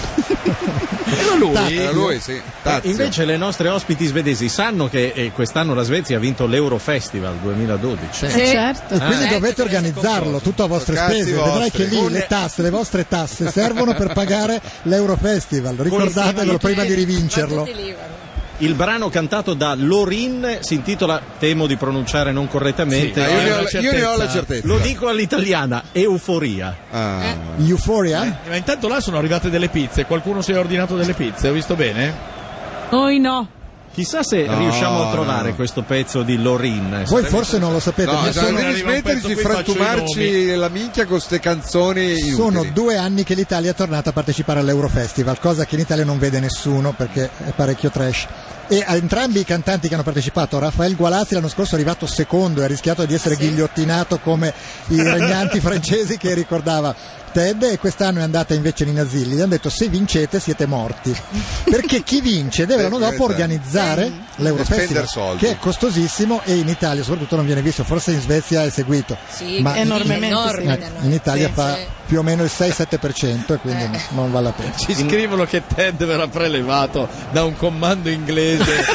Era lui, sì. Invece le nostre ospiti svedesi sanno che quest'anno la Svezia ha vinto l'Eurofestival 2012. Certo. E quindi dovete organizzarlo tutto a vostre spese. Vedrai che lì le vostre tasse servono per pagare l'Eurofestival. Ricordatevelo prima di rivincerlo. Il brano cantato da Lorin si intitola, temo di pronunciare non correttamente, io ne ho la certezza. Lo dico all'italiana, Euforia. Euphoria? Ma intanto là sono arrivate delle pizze, qualcuno si è ordinato delle pizze, ho visto bene? Noi no. Chissà se riusciamo a trovare questo pezzo di Lorin. Voi forse non lo sapete. No, devi smettere di frantumarci la minchia con ste canzoni inutili. Sono 2 anni che l'Italia è tornata a partecipare all'Eurofestival, cosa che in Italia non vede nessuno perché è parecchio trash. E a entrambi i cantanti che hanno partecipato, Rafael Gualazzi l'anno scorso è arrivato secondo e ha rischiato di essere ghigliottinato come i regnanti francesi che ricordava Ted, e quest'anno è andata invece Nina Zilli. Gli hanno detto: se vincete siete morti, perché chi vince deve l'anno dopo organizzare l'Eurofestival, che è costosissimo e in Italia soprattutto non viene visto, forse in Svezia è seguito, ma enormemente in Italia fa più o meno il 6-7% e quindi non vale la pena. Ci scrivono che Ted verrà prelevato da un comando inglese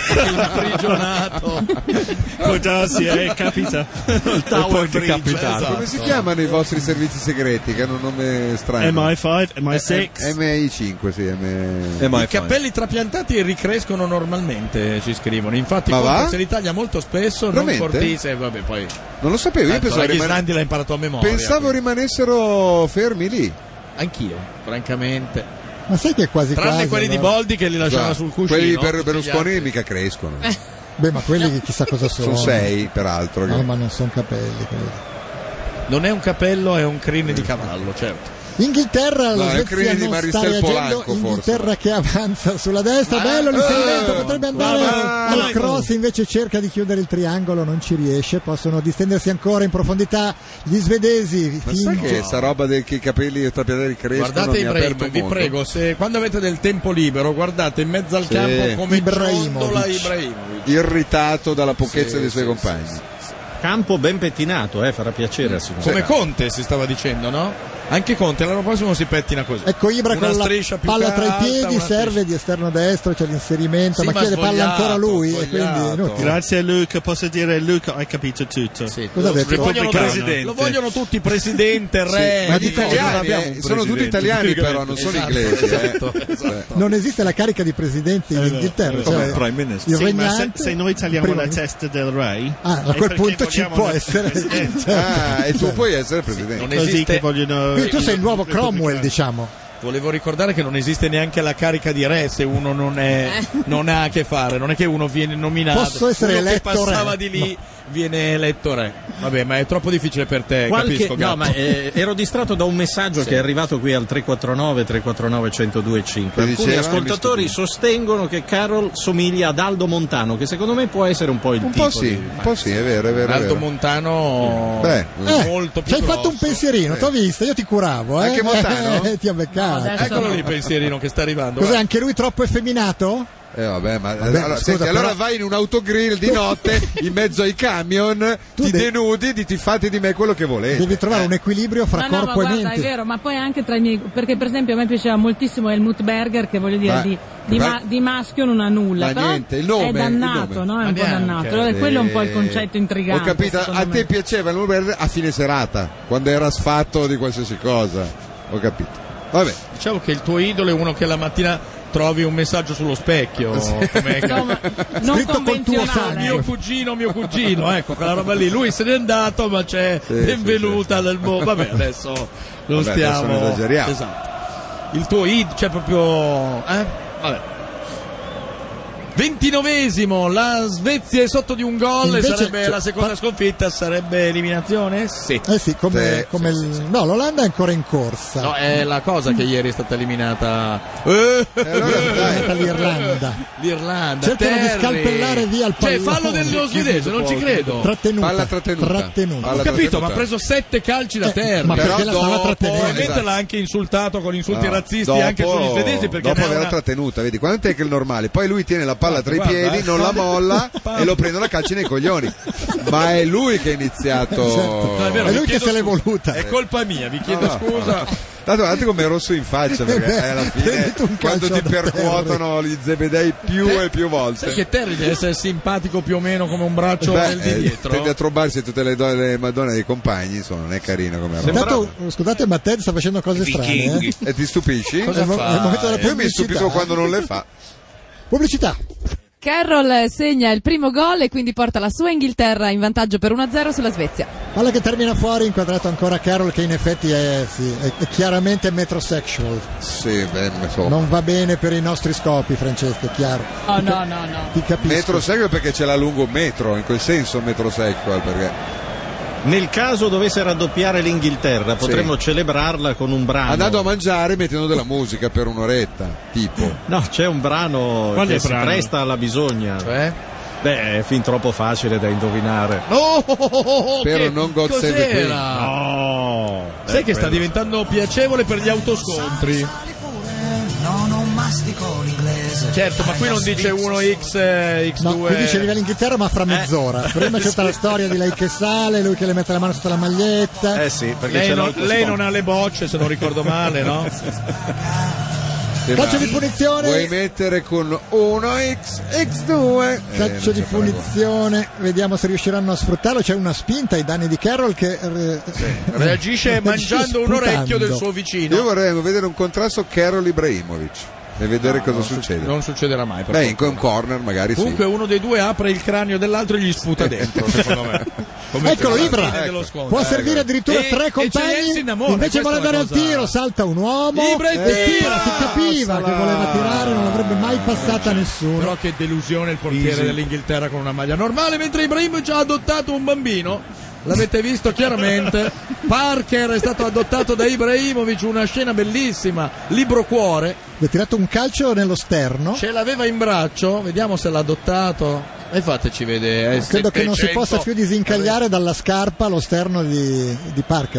imprigionato. Può darsi, capita. Il Tower Bridge, capitato. esatto. Come si chiamano i vostri servizi segreti che hanno un nome strano? MI5, MI6, MI5, sì, MI5. I capelli trapiantati ricrescono normalmente, ci scrivono. Infatti se l'Italia molto spesso non Cortise, vabbè, poi non lo sapevo, io pensavo Ghisnandi l'ha imparato a memoria. Pensavo rimanessero fermi lì. Anch'io, francamente. Ma sai che è quasi tranne quelli di Boldi che li lasciava sul cuscino. Quelli per Berlusconi mica crescono. Beh, ma quelli chissà cosa sono. Sono 6 peraltro. No, ma non sono capelli quelli. Non è un capello, è un crine di cavallo, certo. Inghilterra, la Svezia non sta reagendo. Inghilterra che avanza sulla destra, bello l'inserimento, potrebbe andare al cross, invece cerca di chiudere il triangolo, non ci riesce. Possono distendersi ancora in profondità gli svedesi. Ma sai che sta roba che i capelli trapiantati crescono? Guardate Ibrahimovic, vi prego, se quando avete del tempo libero guardate in mezzo al campo come Ibrahimovic, irritato dalla pochezza dei suoi compagni. Campo ben pettinato, farà piacere a come Conte si stava dicendo, no? Anche Conte l'anno prossimo si pettina così. Ecco Ibra con la palla tra i piedi, serve di esterno destro, c'è l'inserimento, ma chiede palla ancora lui e quindi grazie a Luca, posso dire Luca, hai capito tutto. Sì. Cosa ha detto? Lo vogliono tutti, presidente, re. Ma di italiani, sono tutti italiani però, non sono inglesi. Esatto. Non esiste la carica di presidente in Inghilterra, cioè il regnante. Se noi tagliamo la testa del re, a quel punto ci può essere. E tu puoi essere presidente. Non esiste. Quindi tu sei il nuovo Cromwell, diciamo. Volevo ricordare che non esiste neanche la carica di re se uno non ha a che fare, non è che uno viene nominato, posso essere uno eletto che passava re. Di lì viene eletto re. Vabbè, ma è troppo difficile per te, capisco. No, ma ero distratto da un messaggio che è arrivato qui al 349 1025. Alcuni ascoltatori sostengono che Carol somiglia ad Aldo Montano, che secondo me può essere un po' il tipo. Un po' sì, è vero. Aldo Montano molto più ci hai fatto un pensierino, t'ho visto, io ti curavo. Anche Montano? Ti ha beccato. Eccolo lì il pensierino che sta arrivando. Cos'è, anche lui troppo effeminato? Allora vai in un autogrill di notte in mezzo ai camion, ti denudi, ti fate di me quello che volete. Devi trovare un equilibrio fra corpo e mente. È vero, ma poi anche tra i miei, perché per esempio a me piaceva moltissimo Helmut Berger, che voglio dire di maschio non ha nulla, però niente, il nome, è dannato, no? È un po' dannato. Allora, quello è un po' il concetto intrigante. Ho capito, a te piaceva Helmut Berger a fine serata, quando era sfatto di qualsiasi cosa. Ho capito. Vabbè. Diciamo che il tuo idolo è uno che la mattina trovi un messaggio sullo specchio, non convenzionale. Mio cugino, ecco, quella roba lì. Lui se n'è andato, ma c'è benvenuta nel mondo. Vabbè, adesso lo stiamo. Adesso esageriamo. Esatto. Il tuo c'è proprio. Vabbè. 29esimo, la Svezia è sotto di un gol. Invece, e sarebbe la seconda sconfitta, sarebbe eliminazione? Sì. Come l'Olanda è ancora in corsa. No, è la cosa che ieri è stata eliminata. L'Irlanda. Cercano di scalpellare via il pallone. Fallo dello svedese, non ci credo. Palla trattenuta. Ho capito, ma ha preso 7 calci da terra. Ma perché la stava trattenendo? Probabilmente l'ha anche insultato con insulti razzisti anche sugli svedesi, perché dopo averla trattenuta, vedi, quando è che è il normale, poi lui tiene la palla tra i piedi, non la molla e lo prendono a calci nei coglioni. Ma è lui che ha iniziato. È lui che se l'è voluta. È colpa mia, vi chiedo scusa. Tanto guardate come è rosso in faccia, perché alla fine quando ti percuotono gli zebedei più e più volte. Sai che Terry deve essere simpatico più o meno come un braccio di dietro. Tende a trombarsi tutte le madonne dei compagni, insomma, non è carino come roba. Scusate, ma Ted sta facendo cose strane. E ti stupisci? Cosa fa? Io mi stupisco quando non le fa. Pubblicità. Carroll segna il primo gol e quindi porta la sua Inghilterra in vantaggio per 1-0 sulla Svezia. Palla che termina fuori, inquadrato ancora Carroll, che in effetti è chiaramente metrosexual. Sì, beh, so. Non va bene per i nostri scopi, Francesca, è chiaro. Oh, no. Ti capisco. Metrosexual perché ce l'ha lungo un metro, in quel senso metrosexual, perché... Nel caso dovesse raddoppiare l'Inghilterra, potremmo celebrarla con un brano. Andando a mangiare mettendo della musica per un'oretta, tipo. No, c'è un brano che si presta alla bisogna. Cioè? Beh, è fin troppo facile da indovinare. No! Però non God Save the Queen. No! Sai che sta diventando piacevole per gli autoscontri. Certo, ma qui non dice 1x, x2. No, qui dice viva l'Inghilterra, ma fra mezz'ora. Prima c'è tutta la storia di lei che sale, lui che le mette la mano sotto la maglietta. Sì, perché lei non ha le bocce, se non ricordo male, no? Calcio di punizione. Vuoi mettere con 1x, x2. Calcio di punizione, vediamo se riusciranno a sfruttarlo. C'è una spinta ai danni di Carroll che reagisce mangiando un orecchio del suo vicino. Io vorrei vedere un contrasto Carroll-Ibrahimovic e vedere cosa succede. Non succederà mai. Beh, in un corner magari comunque uno dei due apre il cranio dell'altro e gli sputa dentro, secondo me. Eccolo Ibra, può servire addirittura tre compagni, invece vuole andare al tiro, salta un uomo e tira, si capiva che voleva tirare, non l'avrebbe mai passata nessuno. Però che delusione il portiere dell'Inghilterra con una maglia normale, mentre Ibrahimovic ha adottato un bambino. L'avete visto chiaramente. Parker è stato adottato da Ibrahimovic, una scena bellissima, libro cuore. Gli ha tirato un calcio nello sterno. Ce l'aveva in braccio, vediamo se l'ha adottato. E fateci vedere. Credo che non si possa più disincagliare dalla scarpa lo sterno di Parker.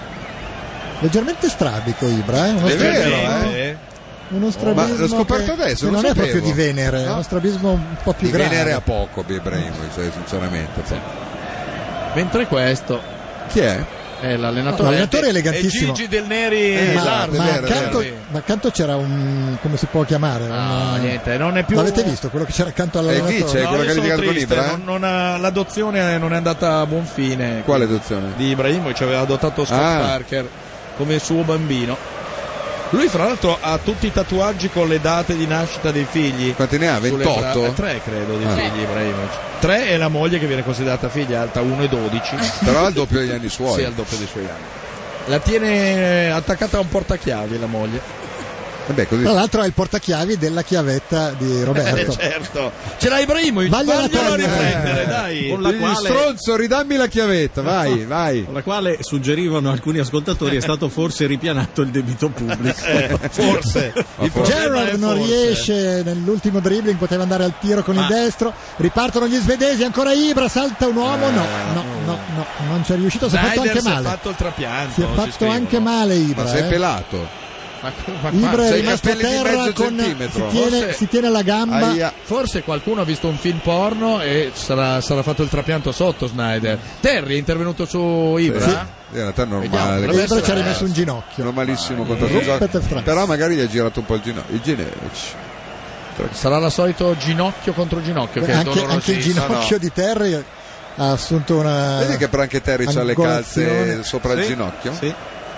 Leggermente strabico Ibra, È vero, uno strabismo ma l'ho scoperto adesso, che non sapevo. È proprio di Venere, è uno strabismo un po' più grave. Di Venere a poco Ibrahimovic, sinceramente. Sì. Mentre questo chi è? È l'allenatore. L'allenatore è elegantissimo. Gigi Del Neri. Ma accanto c'era un, come si può chiamare? No, niente, non è più. L'avete visto quello che c'era accanto all'allenatore? C'è quello che ha litigato con Ibra? L'adozione non è andata a buon fine. Quale adozione? Di Ibrahimovic, aveva adottato Scott Parker come suo bambino. Lui fra l'altro ha tutti i tatuaggi con le date di nascita dei figli. Quanti ne ha? 28? 3 credo di figli Ibrahimovic. 3 è la moglie che viene considerata figlia, alta 1,12. Però al doppio degli anni suoi. Sì, al doppio dei suoi anni. La tiene attaccata a un portachiavi la moglie. Vabbè, così. Tra l'altro è il portachiavi della chiavetta di Roberto. Certo. Ce l'ha Ibrahimovic, vaglielo a riprendere, dai. Con la quale... Stronzo, ridammi la chiavetta, vai. Con la quale suggerivano alcuni ascoltatori è stato forse ripianato il debito pubblico. Forse. Gerrard non riesce nell'ultimo dribbling, poteva andare al tiro con il destro. Ripartono gli svedesi, ancora Ibra, salta un uomo. No, non c'è riuscito, si è fatto anche male. Si è fatto il trapianto. Si è fatto anche male Ibra. Ma sei pelato. Ibra è rimasto a terra si tiene la gamba. Forse qualcuno ha visto un film porno e sarà fatto il trapianto sotto Snyder. Terry è intervenuto su Ibra? Sì. In realtà è normale. Ibra ci ha rimesso un ginocchio. Normalissimo contro il gioco. Però magari gli ha girato un po' il ginocchio. Sarà la solito ginocchio contro ginocchio che anche il ginocchio di Terry ha assunto una. Vedi che però anche Terry c'ha le calze sopra il ginocchio? Sì.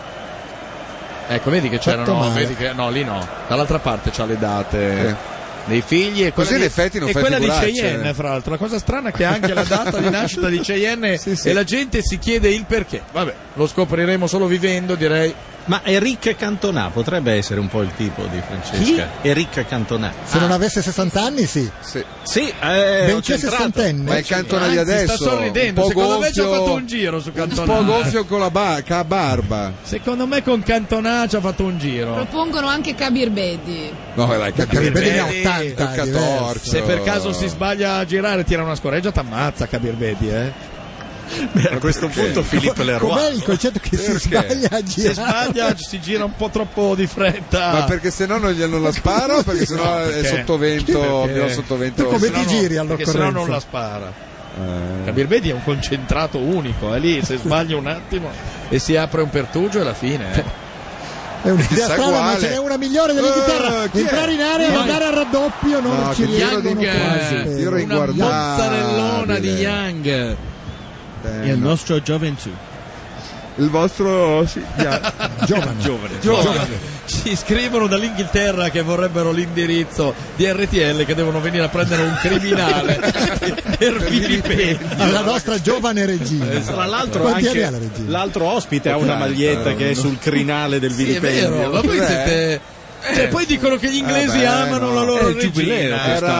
Ecco, vedi che c'erano, lì no, dall'altra parte c'ha le date dei figli e così in effetti non e fai quella di figuracce. Cheyenne, fra l'altro. La cosa strana è che ha anche la data di nascita di Cheyenne e la gente si chiede il perché. Vabbè, lo scopriremo solo vivendo, direi. Ma Eric Cantona potrebbe essere un po' il tipo di Francesca. Chi? Eric Cantona. Se non avesse 60 anni, sì. Sì, benché sessantenne. Ma il Cantona di adesso sta sorridendo. Secondo me ci ha fatto un giro su Cantona. Un po' gonfio con la barba. Secondo me con Cantona ci ha fatto un giro. Propongono anche Kabir Bedi. No, dai, Kabir Bedi ne ha 80. Se per caso si sbaglia a girare, tira una scorreggia, t'ammazza Kabir Bedi, Beh, a questo punto Philippe Leroy. Com'è il concetto che si sbaglia a girare? Se sbaglia si gira un po' troppo di fretta. Ma perché se no non glielo la spara o perché se no è sottovento? Tu come ti giri all'occorrenza? Perché se no non la spara. Kabir Bedi è un concentrato unico, è lì, se sbaglia un attimo e si apre un pertugio è la fine. È un'idea strana, ma ce n'è una migliore dell'Inghilterra. Entrare in area e andare al raddoppio, non ci riescono quasi. Una mozzarellona di Young. Il nostro gioventù. Il vostro giovane. Ci scrivono dall'Inghilterra che vorrebbero l'indirizzo di RTL, che devono venire a prendere un criminale per vilipendio alla nostra giovane regina. Tra l'altro anche l'altro ospite ha una maglietta che è sul crinale del vilipendio. È vero, ma voi siete... Cioè, poi dicono che gli inglesi amano la loro regina.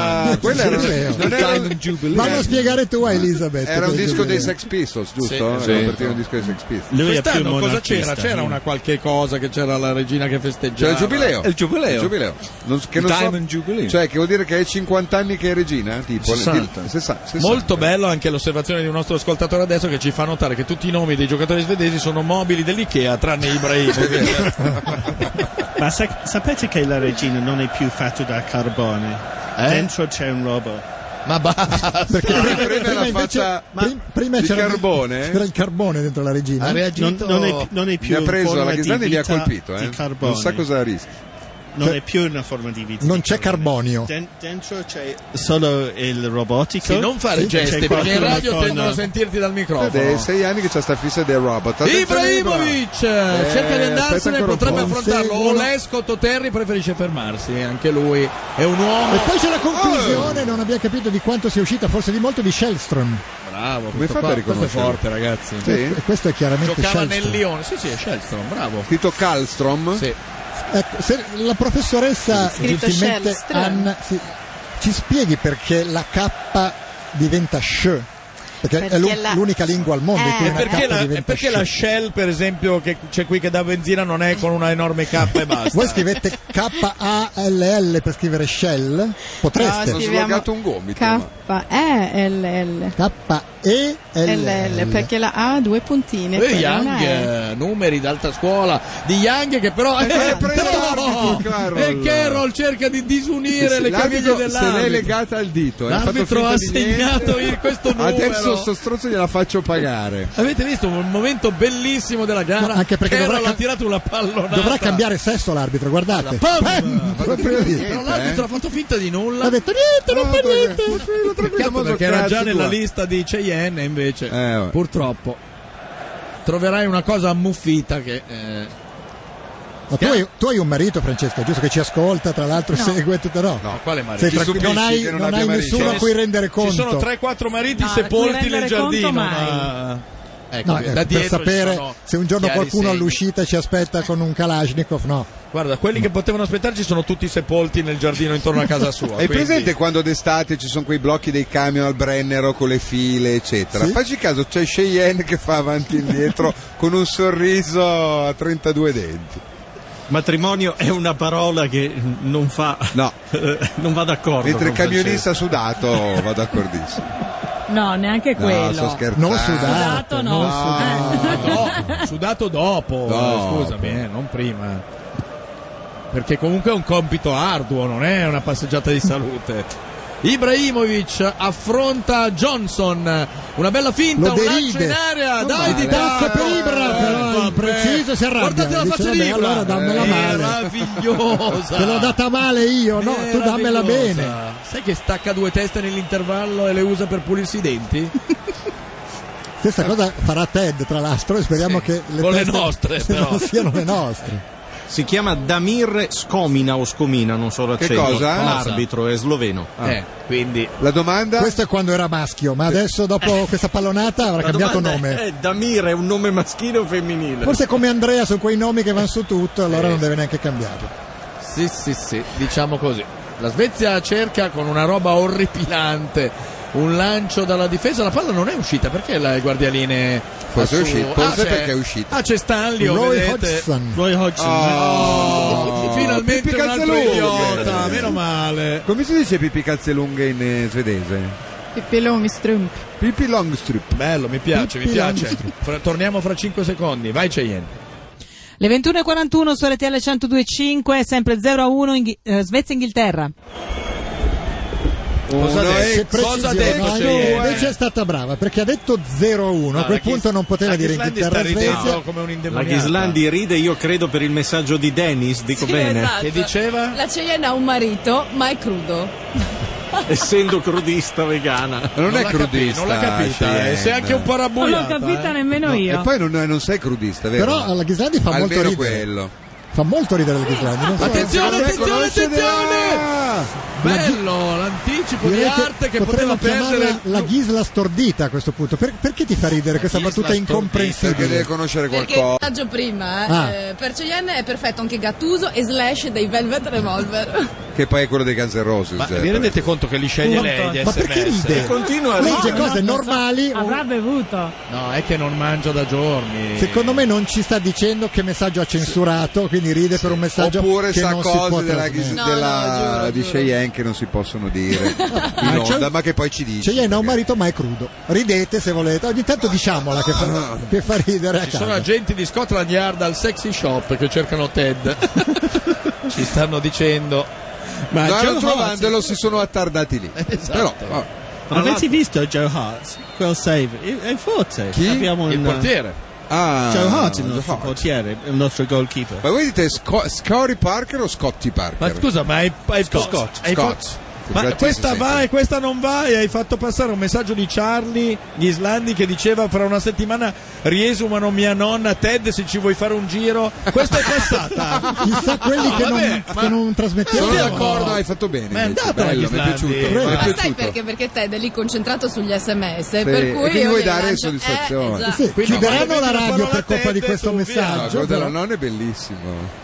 Vanno a spiegare tu a Elisabeth. Era un disco dei Sex Pistols, giusto? Sì. Era un disco dei Sex Pistols. Quest'anno cosa c'era? C'era una qualche cosa che c'era la regina che festeggiava. C'era il giubileo. Il giubileo. Diamond Jubilee. Cioè, che vuol dire che hai 50 anni che è regina? Tipo 60. Molto bello anche l'osservazione di un nostro ascoltatore adesso, che ci fa notare che tutti i nomi dei giocatori svedesi sono mobili dell'Ikea, tranne Ibrahimovic. Ma sapete che la regina non è più fatta da carbone? Dentro c'è un robot. Ma basta, perché prima c'era carbone? C'era il carbone dentro la regina. Non è più mi ha preso forma la Ghislandi di mi ha vita colpito, di carbone. non sa cosa rischia. Non è più una forma di vita. Non c'è carbonio. Dentro c'è solo il robotico. Sì, non fare gesti, perché in radio tendono a sentirti dal microfono. 6 anni che c'è sta fissa del robot. Ibrahimovic cerca di andarsene, potrebbe affrontarlo. Sì, Olesco Toterri preferisce fermarsi, anche lui è un uomo. E poi c'è la conclusione, non abbiamo capito di quanto sia uscita, forse di molto, di Shellstrom. Bravo, questo è forte, ragazzi. Sì. E questo è chiaramente giocava Shellstrom. nel Lione. Sì, è Shellstrom, bravo. Scritto Karlstrom. Sì. Ecco, se la professoressa gentilmente Anna ci spieghi perché la K diventa sh, perché è l'unica lingua al mondo in cui una K diventa perché la Shell, per esempio, che c'è qui che dà benzina, non è con una enorme K e basta. Voi scrivete K-A-L-L per scrivere Shell? Potreste. Ho svolgato un gomito. K-E-L-L. K-E-L-L. Perché la A ha 2 puntine. Young, numeri d'alta scuola di Young, che però e Carroll cerca di disunire le caviglie dell'arbitro. Se l'è legata al dito. L'arbitro ha segnato questo numero. Adesso sto stronzo gliela faccio pagare. Avete visto un momento bellissimo della gara? No, anche perché ha tirato una pallonata. Dovrà cambiare sesso l'arbitro, guardate. Però l'arbitro ha fatto finta di nulla. Ha detto niente, non fa niente. Perché era già nella lista di Cheyenne, invece purtroppo troverai una cosa ammuffita che ma tu hai un marito, Francesca, giusto, che ci ascolta, tra l'altro segue tutto, no? No, quale marito? Non hai nessuno a cui rendere conto. Ci sono 3-4 mariti sepolti nel giardino. Ecco, da per sapere se un giorno qualcuno all'uscita ci aspetta con un Kalashnikov, no. Guarda, quelli che potevano aspettarci sono tutti sepolti nel giardino intorno a casa sua. Hai presente quando d'estate ci sono quei blocchi dei camion al Brennero con le file, eccetera? Sì? Facci caso, c'è Cheyenne che fa avanti e indietro con un sorriso a 32 denti. Matrimonio è una parola che non fa. No. Non va d'accordo. Mentre il camionista sudato va d'accordissimo. No, neanche quello. No, sto scherzando. Non sudato, no. Sudato dopo. Scusami, non prima. Perché comunque è un compito arduo, non è una passeggiata di salute. Ibrahimovic affronta Johnson, una bella finta, un lancio in area, dai di tacco per Ibra, però preciso, si arrabbia. Guardate la faccia di Ibra, allora dammela male. Meravigliosa. Te l'ho data male io, no, tu dammela bene. Sai che stacca 2 teste nell'intervallo e le usa per pulirsi i denti? Stessa cosa farà Ted, tra l'altro, e speriamo che le nostre però non siano le nostre. Si chiama Damir Skomina o Scomina, non so l'accento. Che cosa? L'arbitro è sloveno. Quindi la domanda? Questo è quando era maschio, ma adesso dopo questa pallonata avrà cambiato nome. Damir è un nome maschile o femminile? Forse come Andrea sono quei nomi che vanno su tutto, allora non deve neanche cambiarlo. Sì, diciamo così. La Svezia cerca con una roba orripilante un lancio dalla difesa, la palla non è uscita, perché le guardialine forse è uscita, perché è uscita. C'è Stanley, Roy Hodgson. Finalmente un altro idiota, meno male. Come si dice pipì calze lunghe in svedese? Pippi Longstrump. Pippi Longstrump. Bello, mi piace. Torniamo fra 5 secondi, vai Cheyenne. Le 21:41 su RTL 102.5, sempre 0-1 Svezia-Inghilterra. Cosa ha detto? Invece è stata brava perché ha detto 0-1. A quel punto non poteva dire Inghilterra-Svezia. La Ghislandi ride, io credo, per il messaggio di Dennis, dico bene. Esatto. Che diceva? La Cheyenne ha un marito, ma è crudo. Essendo crudista vegana. Non è crudista. Non l'ha capita. Sei anche un po' rabbuiata. Non l'ho capita nemmeno io. E poi non sei crudista, vero? Però alla Ghislandi fa almeno molto ridere. Quello. Fa molto ridere il Ghislandi. Attenzione! Bello, l'anticipo di arte che poteva perdere la Ghisla stordita a questo punto. Perché ti fa ridere questa battuta incomprensibile? Perché deve conoscere qualcosa. Perché il messaggio prima per Cheyenne è perfetto anche Gattuso e Slash dei Velvet Revolver. Che poi è quello dei Guns N' Roses. Ma vi rendete conto che li sceglie lei di ma perché ride? Continua a legge cose normali. Avrà bevuto. No, è che non mangia da giorni. Secondo me non ci sta dicendo che messaggio ha censurato, quindi ride per un messaggio oppure che sa non si può cose trasmettere. di Cheyenne che non si possono dire in onda, ma che poi ci dice. Cheyenne ha un marito ma è crudo. Ridete se volete, ogni tanto diciamola che fa ridere a Ci casa. sono agenti di Scotland Yard al Sexy Shop che cercano Ted. Ci stanno dicendo. Ma trovandolo si sono attardati lì. Esatto. Però, avete visto Joe Hart? Quel save è forte. Chi? Abbiamo Il portiere. Joe Hart, il nostro portiere, il nostro goalkeeper. Ma voi dite Scotty Parker o Scotty Parker? Ma scusa, ma hai Scott. Ma questa va e questa non va, e hai fatto passare un messaggio di Charlie Ghislandi che diceva fra una settimana riesumano mia nonna Ted se ci vuoi fare un giro. Questa è passata. Chissà quelli che non trasmettiamo. Sono d'accordo, hai fatto bene. Ma è andato mi è piaciuto. Ma sai perché Ted è lì concentrato sugli SMS, per cui quindi vuoi dare lancio... soddisfazione. Chiuderanno la radio per colpa di questo messaggio. No, della nonna è bellissimo.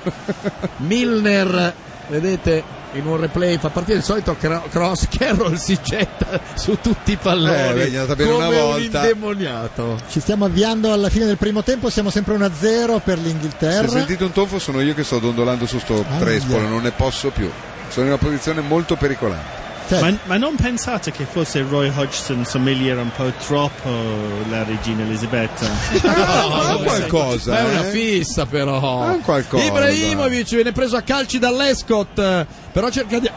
Milner, vedete, in un replay fa partire il solito cross. Carroll si getta su tutti i palloni gli è andata bene come una volta. un indemoniato. Ci stiamo avviando alla fine del primo tempo, siamo sempre 1-0 per l'Inghilterra. Se sentite un tonfo sono io che sto dondolando su sto trespolo, non ne posso più, sono in una posizione molto pericolante. Ma non pensate che forse Roy Hodgson somiglia un po' troppo alla regina Elisabetta? Ma qualcosa. È una fissa però. È qualcosa. Ibrahimovic viene preso a calci dall'Escott, però cerca di...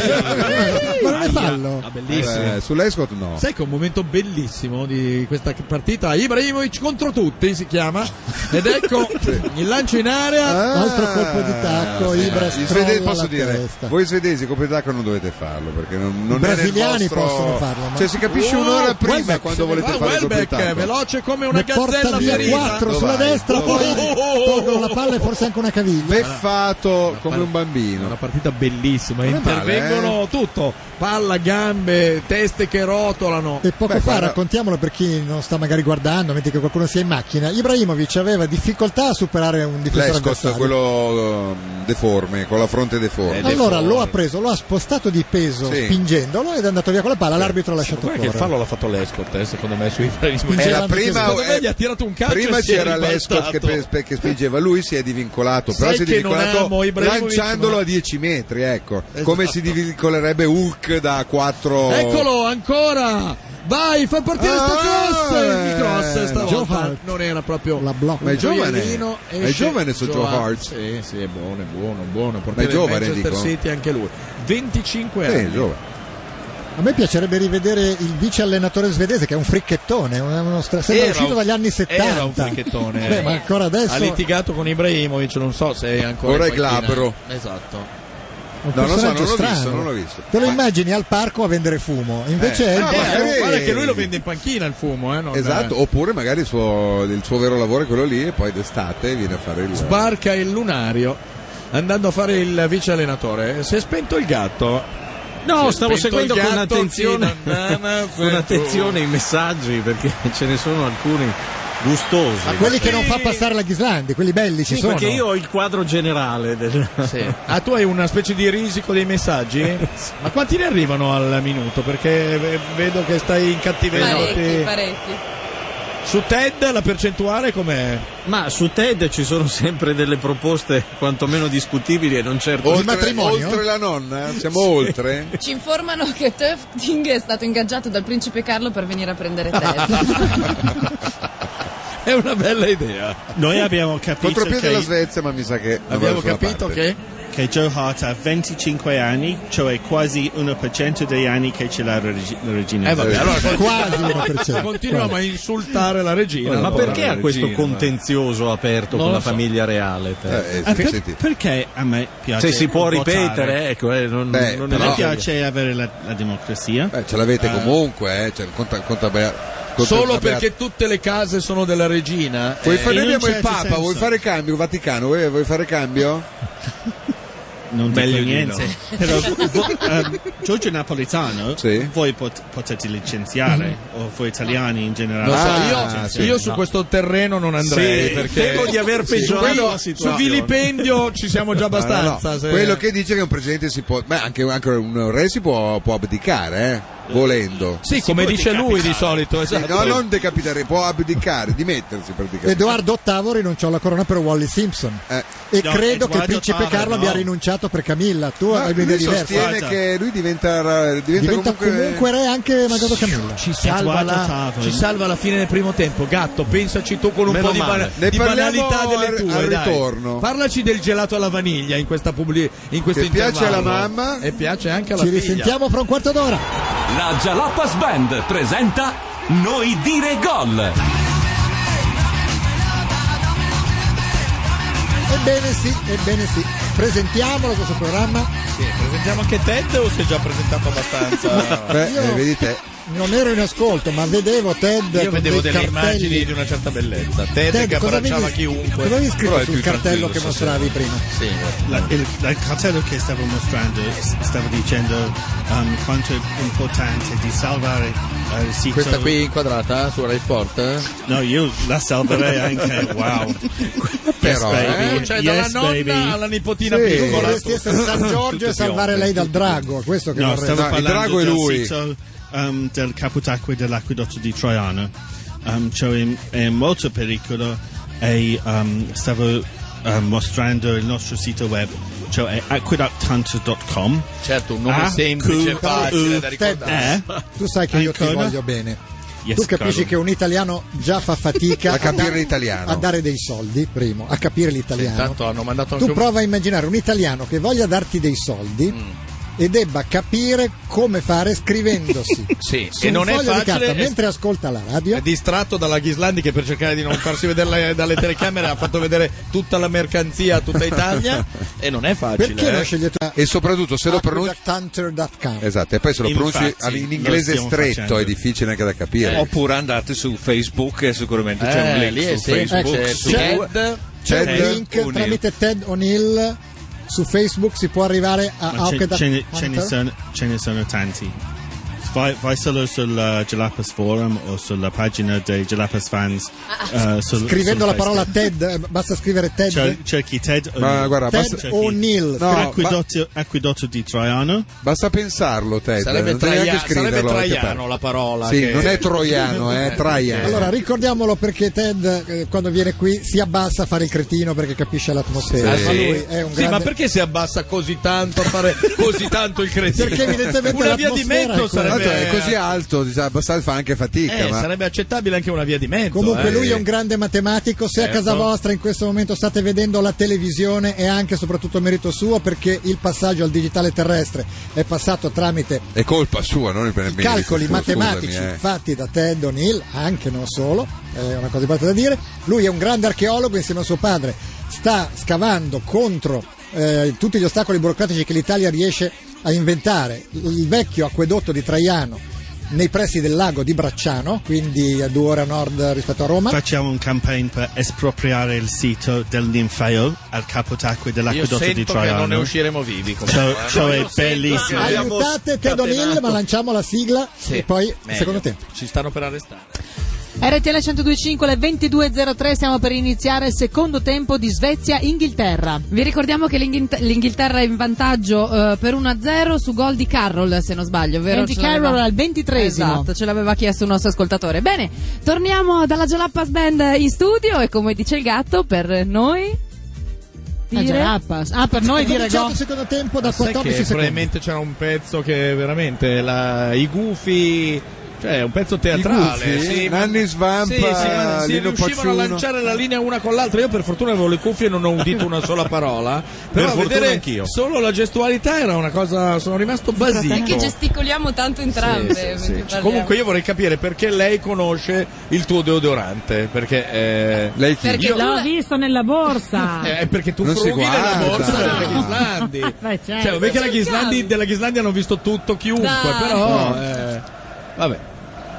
Ma non è fallo. Bellissimo. Sull'Escott no. Sai che è un momento bellissimo di questa partita, Ibrahimovic contro tutti si chiama, ed ecco il lancio in area, altro colpo di tacco. Ibra svedesi, posso la dire, testa. voi svedesi colpi di tacco non dovete farlo perché non i brasiliani è nel vostro... possono farlo, ma... cioè si capisce un'ora prima Welbeck, quando volete fare il colpo di tacco. veloce come una ne porta gazzella via ferita. 4 sulla destra, poi tolgono la palla e forse anche una caviglia. Beffato come un bambino. Una partita bellissima, non intervengono tutto, palla, gambe, teste che rotolano. E poco fa, raccontiamolo per chi non sta magari guardando, mentre che qualcuno sia in macchina, Ibrahimovic aveva difficoltà a superare un difensore avversario. Quello deforme, con la fronte deforme. Allora lo ha preso, lo ha spostato di peso spingendolo ed è andato via con la palla, l'arbitro ha lasciato correre. Che il fallo l'ha fatto l'Escort, secondo me sui secondo me gli ha tirato un calcio. Prima c'era l'Escort che spingeva, lui si è divincolato, però si è divincolato lanciandolo a 10 metri, ecco, come si divincolerebbe Hulk da 4. Eccolo ancora, vai, fa partire sto cross. Il cross stavolta non era proprio la blocca. Ma è giovane su Joe Hart. Sì, è buono. Ma è giovane, Manchester City anche lui, 25 anni. È giovane. A me piacerebbe rivedere il vice allenatore svedese che è un fricchettone, sembra uscito dagli anni 70. Era un fricchettone. Ma ancora adesso ha litigato con Ibrahimovic, non so se è ancora. Ora è glabro. Esatto. Non l'ho visto. Te lo immagini al parco a vendere fumo, invece è guarda che lui lo vende in panchina il fumo, esatto, oppure magari il suo vero lavoro è quello lì e poi d'estate viene a fare il sbarca il lunario andando a fare il vice allenatore. Si è spento il gatto. No, stavo seguendo con attenzione i messaggi perché ce ne sono alcuni gustosi. Ma quelli che non fa passare la Ghislandi, quelli belli ci sono. Perché io ho il quadro generale tu hai una specie di risico dei messaggi? Ma quanti ne arrivano al minuto? Perché vedo che stai incattivendo parecchi. Su Ted la percentuale com'è? Ma su Ted ci sono sempre delle proposte quantomeno discutibili e non certo di matrimonio. Oltre la nonna, siamo oltre. Ci informano che Tufting è stato ingaggiato dal principe Carlo per venire a prendere Ted. È una bella idea. Noi abbiamo capito Contropiede che della Svezia, ma mi sa che abbiamo capito che Joe Hart ha 25 anni, cioè quasi 1% degli anni che ce l'ha la regina. Allora, quasi 1%. Continuiamo a insultare la regina. Ma perché ha questo contenzioso aperto con la famiglia reale? Perché a me piace. Se si può votare. ripetere, ecco, non a me piace avere la democrazia. Ce l'avete comunque, conta Solo perché tutte le case sono della regina. Noi abbiamo il Papa, vuoi fare cambio? Vaticano, vuoi fare cambio? Non meglio niente. Però Giorgio Napolitano voi potete licenziare, o voi italiani in generale. Io su questo terreno non andrei, perché temo di aver peggiorato la situazione. Su vilipendio ci siamo già abbastanza. No. Quello che dice che un presidente si può, anche un re si può abdicare, volendo. Sì, come dice lui di solito. Esatto. No, non decapitare, può abdicare, dimettersi praticamente. Edoardo VIII rinunciò alla corona per Wally Simpson e credo che il principe Carlo abbia rinunciato per Camilla. Tu hai un'idea diversa. Sostiene che lui diventa comunque re anche malgrado Camilla. Ci salva la fine del primo tempo. Gatto, pensaci tu con un po' di banalità delle tue. Al ritorno. Parlaci del gelato alla vaniglia in questo intervallo. Piace alla mamma e piace anche alla figlia. Ci risentiamo fra un quarto d'ora. La Jalapas Band presenta Noi dire gol. Ebbene sì, presentiamolo questo programma. Sì, presentiamo anche Ted o si è già presentato abbastanza? Vedi te. Non ero in ascolto, ma vedevo Ted. Io vedevo delle cartelli. immagini di una certa bellezza. Ted che abbracciava chiunque. Cosa avevi scritto sul cartello che mostravi prima? Sì, il cartello che stavo mostrando stava dicendo quanto è importante di salvare il sito. Questa qui inquadrata su Rai Sport? No, io la salverei anche. Wow. Però, baby. Cioè dalla nonna baby. alla nipotina piccola. Dovresti essere San Giorgio e salvare lei dal drago. Questo che vorrei. Stavo il drago è lui. Sito, del capotacque dell'acquedotto di Traiano, cioè è molto pericolo, e stavo mostrando il nostro sito web, cioè aqueducthunter.com. Certo, un nome semplice e facile da ricordare. Tu sai che io ti voglio bene. Tu capisci che un italiano già fa fatica a capire l'italiano, a dare dei soldi, primo, a capire l'italiano. Intanto hanno mandato anche tu prova a immaginare un italiano che voglia darti dei soldi e debba capire come fare scrivendosi sì, su che non un è foglio di facile, carta mentre ascolta la radio. È distratto dalla Ghislandi che per cercare di non farsi vedere dalle telecamere ha fatto vedere tutta la mercanzia a tutta Italia e non è facile. Perché non scegliete e soprattutto se lo pronunci esatto, e poi se lo pronunci in inglese stretto è difficile anche da capire. Oppure andate su Facebook e sicuramente c'è un link lì su Facebook. C'è un link tramite Ted O'Neill. Su Facebook si può arrivare a ce ne sono tanti. Vai solo sul Jalapas Forum o sulla pagina dei Jalapas fans. Scrivendo la parola Ted, basta scrivere Ted. Cerchi Ted O'Neill. Acquedotto di Traiano. Basta pensarlo, Ted. Sarebbe Traiano la parola. Sì, non è troiano, è Traiano. Allora ricordiamolo, perché Ted quando viene qui si abbassa a fare il cretino perché capisce l'atmosfera. Sì. Ma lui è un grande... ma perché si abbassa così tanto a fare così tanto il cretino? Perché evidentemente una via di mezzo sarebbe. È così alto, abbassare fa anche fatica. Ma sarebbe accettabile anche una via di mezzo. Comunque lui è un grande matematico. Se a casa vostra in questo momento state vedendo la televisione, è anche e soprattutto merito suo, perché il passaggio al digitale terrestre è passato tramite è colpa sua, non il calcoli matematici fatti da Ted O'Neill, anche non solo, è una cosa importante da dire. Lui è un grande archeologo, insieme a suo padre sta scavando contro tutti gli ostacoli burocratici che l'Italia riesce a inventare. Il vecchio acquedotto di Traiano nei pressi del lago di Bracciano, quindi a 2 ore a nord rispetto a Roma. Facciamo un campaign per espropriare il sito del ninfeo al capotacque dell'acquedotto di Traiano. Io che non ne usciremo vivi. Cioè è bellissimo. Aiutate Ted O'Neill, ma lanciamo la sigla e poi secondo tempo. Ci stanno per arrestare. RTL 102.5, le 22.03, stiamo per iniziare il secondo tempo di Svezia-Inghilterra. Vi ricordiamo che l'Inghilterra è in vantaggio per 1-0 su gol di Carroll, se non sbaglio, vero? Andy Carroll al 23esimo. Esatto, ce l'aveva chiesto un nostro ascoltatore. Bene, torniamo dalla Jalapas Band in studio e come dice il gatto, per noi... per noi dire gol. Secondo tempo da 14 secondi. Probabilmente c'era un pezzo che veramente i gufi, cioè un pezzo teatrale, sì, Nanni Svampa, si riuscivano a lanciare la linea una con l'altra. Io per fortuna avevo le cuffie e non ho udito una sola parola, però per vedere anch'io. Solo la gestualità era una cosa, sono rimasto basito. Perché gesticoliamo tanto entrambe. Sì. Comunque io vorrei capire perché lei conosce il tuo deodorante, perché lei chi? Perché l'ho visto nella borsa. Perché tu non frughi nella borsa guarda. della Ghislandi. Certo. Cioè, perché della Ghislandi hanno visto tutto chiunque, Dai. però vabbè.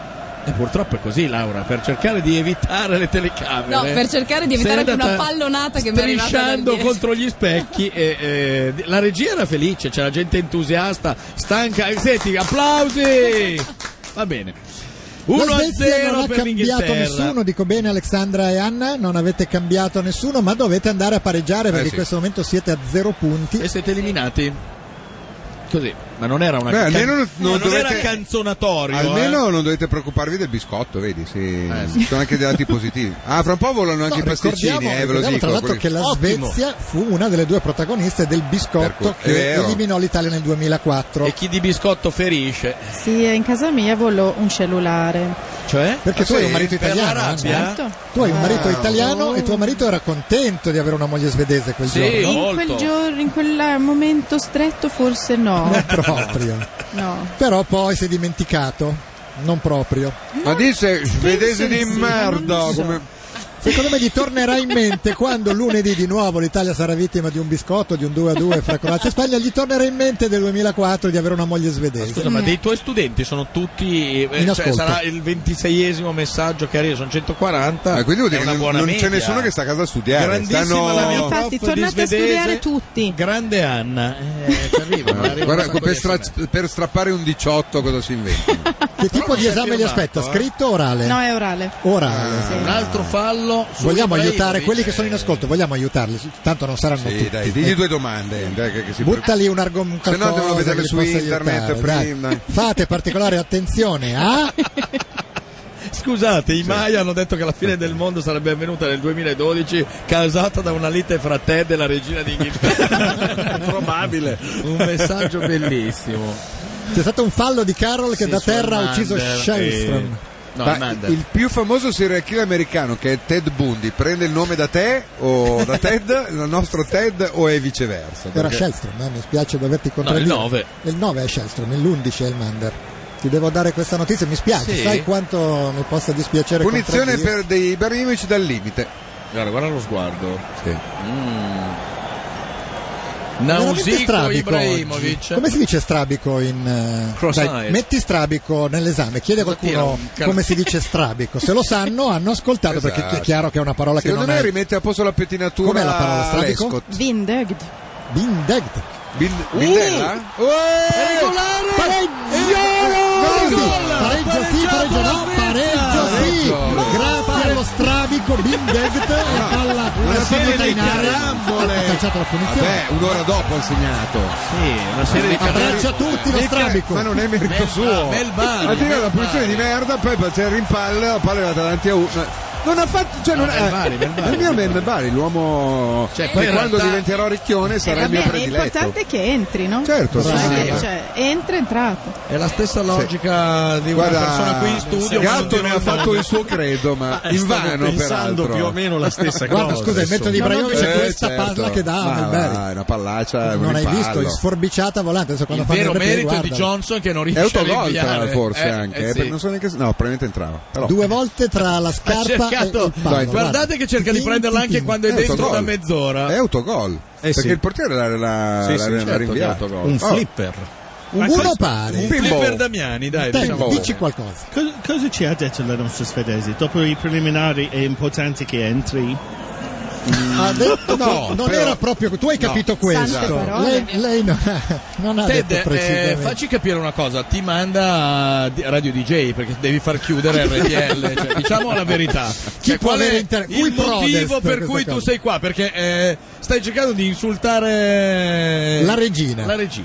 Purtroppo è così, Laura, per cercare di evitare le telecamere. No, per cercare di evitare anche una pallonata che mi è arrivata strisciando contro gli specchi la regia era felice, c'era gente entusiasta, stanca. Senti, applausi! Va bene. 1-0 non ha per cambiato l'Inghilterra. nessuno, dico bene Alexandra e Anna, non avete cambiato nessuno, ma dovete andare a pareggiare perché in questo momento siete a 0 punti. E siete eliminati. Così, ma non era una non era canzonatorio. Almeno non dovete preoccuparvi del biscotto, vedi? Ci sono anche dei lati positivi. Fra un po' volano anche i pasticcini, ve lo dico. Tra l'altro che la Svezia fu una delle due protagoniste del biscotto che eliminò l'Italia nel 2004. E chi di biscotto ferisce? Sì, in casa mia volò un cellulare. Cioè? Perché tu hai un marito italiano, certo. Tu hai un marito italiano e tuo marito era contento di avere una moglie svedese quel giorno. In quel momento stretto forse no. Non proprio. No. Però poi si è dimenticato. Non proprio. Ma disse svedese di merda. Secondo me gli tornerà in mente quando lunedì di nuovo l'Italia sarà vittima di un biscotto, di un 2-2 fra Croazia e Spagna, gli tornerà in mente del 2004 di avere una moglie svedese. Scusa, ma dei tuoi studenti sono tutti sarà il 26esimo messaggio che arriva, sono 140. Quindi vuol dire una buona non media. c'è nessuno che sta a casa a studiare. Grandissima la mia infatti tornate a studiare tutti. Grande Anna. Guarda, per strappare un 18 cosa si inventa? Che tipo di esame li aspetta? Scritto o orale? No, è orale. Orale. Sì. Un altro fallo. Vogliamo aiutare quelli che sono in ascolto, vogliamo aiutarli, tanto non saranno tutti. Dai, digli 2 domande. Butta lì un argomento. Se no devono vederle su internet prima. Fate particolare attenzione a. Scusate, i Maya hanno detto che la fine del mondo sarebbe avvenuta nel 2012 causata da una lite fra Ted e la regina d'Inghilterra. È probabile. Un messaggio bellissimo. C'è stato un fallo di Carroll che da terra ha ucciso Shellstrom. Il più famoso serial killer americano, che è Ted Bundy, prende il nome da te o da Ted, dal nostro Ted, o è viceversa? Era Shellstrom, mi spiace doverti contraddire. No, il 9. Il 9 è Shellstrom, l'11 è il Mander. Ti devo dare questa notizia, mi spiace, sì. Sai quanto mi possa dispiacere. Punizione per dei Ibrahimovic dal limite. Guarda lo sguardo. Sì. Nausico Ibrahimovic. Come si dice strabico in dai, metti strabico nell'esame, chiede a qualcuno come si dice strabico. Se lo sanno, hanno ascoltato, perché è chiaro che è una parola che non è. Secondo me rimette a posto la pettinatura. Com'è la parola strabico? Bindegd. Bindella? Pareggio sì. Grazie allo strabico Bindegd, palla una serie di carambole. Ha calciato la punizione. Vabbè, un'ora dopo ha segnato. Sì, una serie di carambole. Abbraccia tutti lo strabico. Ma non è merito suo. Ha tirato la punizione di merda, poi c'è il rimpallo, la palla è andata davanti a uno. Non ha fatto, cioè non è il mio Bari, l'uomo, cioè, che quando diventerò ricchione sarà il mio prediletto. L'importante è che entri, no? Certo, entrato. È la stessa logica di una persona qui in studio. Gatto ne ha fatto il suo credo, ma invano peraltro. Più o meno la stessa cosa. Guarda, scusa, il metodo di Ibrahimovic è questa palla che dà nel Bari. È una pallaccia, non hai visto, è sforbiciata volante. Adesso quando il vero merito è di Johnson che non riesce a rinviare. Forse anche, non so neanche, no, probabilmente entrava. 2 volte tra la scarpa e il palo. Guardate che cerca di prenderla anche quando è dentro da mezz'ora. È autogol. Perché il portiere l'ha rinviato. Un flipper. Uno pari. Un flipper Damiani, dai. Dici qualcosa. Cosa ci ha detto la nostra svedese? Dopo i preliminari è importante che entri? Ha detto non era proprio. Tu hai capito questo. Lei non ha detto precisamente. Facci capire una cosa, ti manda a Radio DJ perché devi far chiudere RTL, cioè, diciamo la verità. Qual è il motivo per cui tu sei qua? Perché stai cercando di insultare la regina.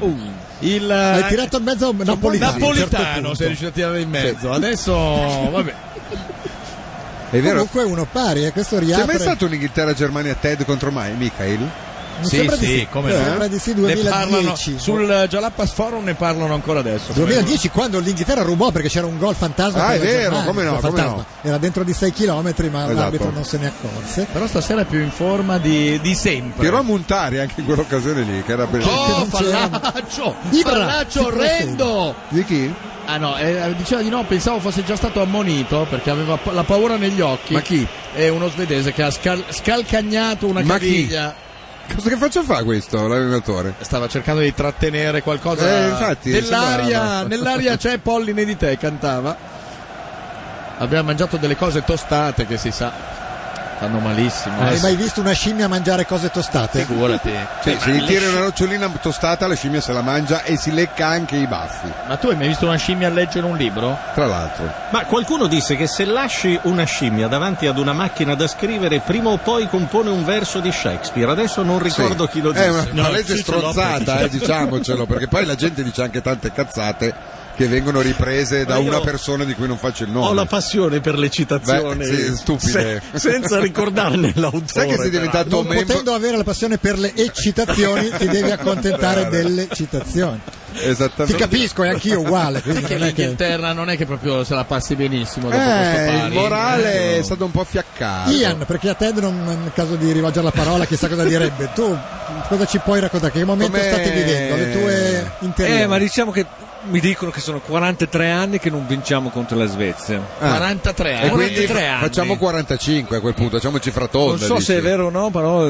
Hai tirato in mezzo Napolitano, sei riuscito a tirare in mezzo. Adesso vabbè. È vero. Comunque uno pari, questo riapre. C'è mai stato un'Inghilterra-Germania Ted contro Michael? Sì, come no. Sembra di sì, 2010. Sul Jalapas Forum ne parlano ancora adesso. 2010 quando l'Inghilterra rubò perché c'era un gol fantasma. È vero, come no. Era dentro di 6 km ma l'arbitro non se ne accorse. Però stasera è più in forma di sempre. Tirò a Montari anche in quell'occasione lì, che era bellissimo. Fallaccio orrendo! Di chi? Ah no, diceva di no, pensavo fosse già stato ammonito perché aveva la paura negli occhi. Ma chi? È uno svedese che ha scalcagnato una caviglia. Cosa che faccia fa questo l'allenatore? Stava cercando di trattenere qualcosa infatti, nell'aria c'è Polline di te, cantava. abbiamo mangiato delle cose tostate che si sa fanno malissimo. Hai mai visto una scimmia mangiare cose tostate? Figurati. Sì, se gli tira una nocciolina tostata la scimmia se la mangia e si lecca anche i baffi. Ma tu hai mai visto una scimmia leggere un libro? Tra l'altro. Ma qualcuno disse che se lasci una scimmia davanti ad una macchina da scrivere prima o poi compone un verso di Shakespeare. Adesso non ricordo chi lo disse. È una palese stronzata, diciamocelo, perché poi la gente dice anche tante cazzate che vengono riprese da una persona di cui non faccio il nome. Ho la passione per le citazioni. Sì, stupide. Senza ricordarne l'autore. Sai che sei diventato non potendo avere la passione per le eccitazioni ti devi accontentare delle citazioni. Esattamente. Ti capisco, e anch'io uguale. Perché l'Inghilterra non è che proprio se la passi benissimo dopo questo pari. Il morale è stato un po' fiaccato. Ian, perché a Ted nel caso di rivolgere la parola chissà cosa direbbe. Tu cosa ci puoi raccontare? Che momento state vivendo? Le tue interiori? Ma diciamo che mi dicono che sono 43 anni che non vinciamo contro la Svezia. 43 anni. E quindi 43 anni. facciamo 45 a quel punto, facciamoci fratonda. Non so se è vero o no, però.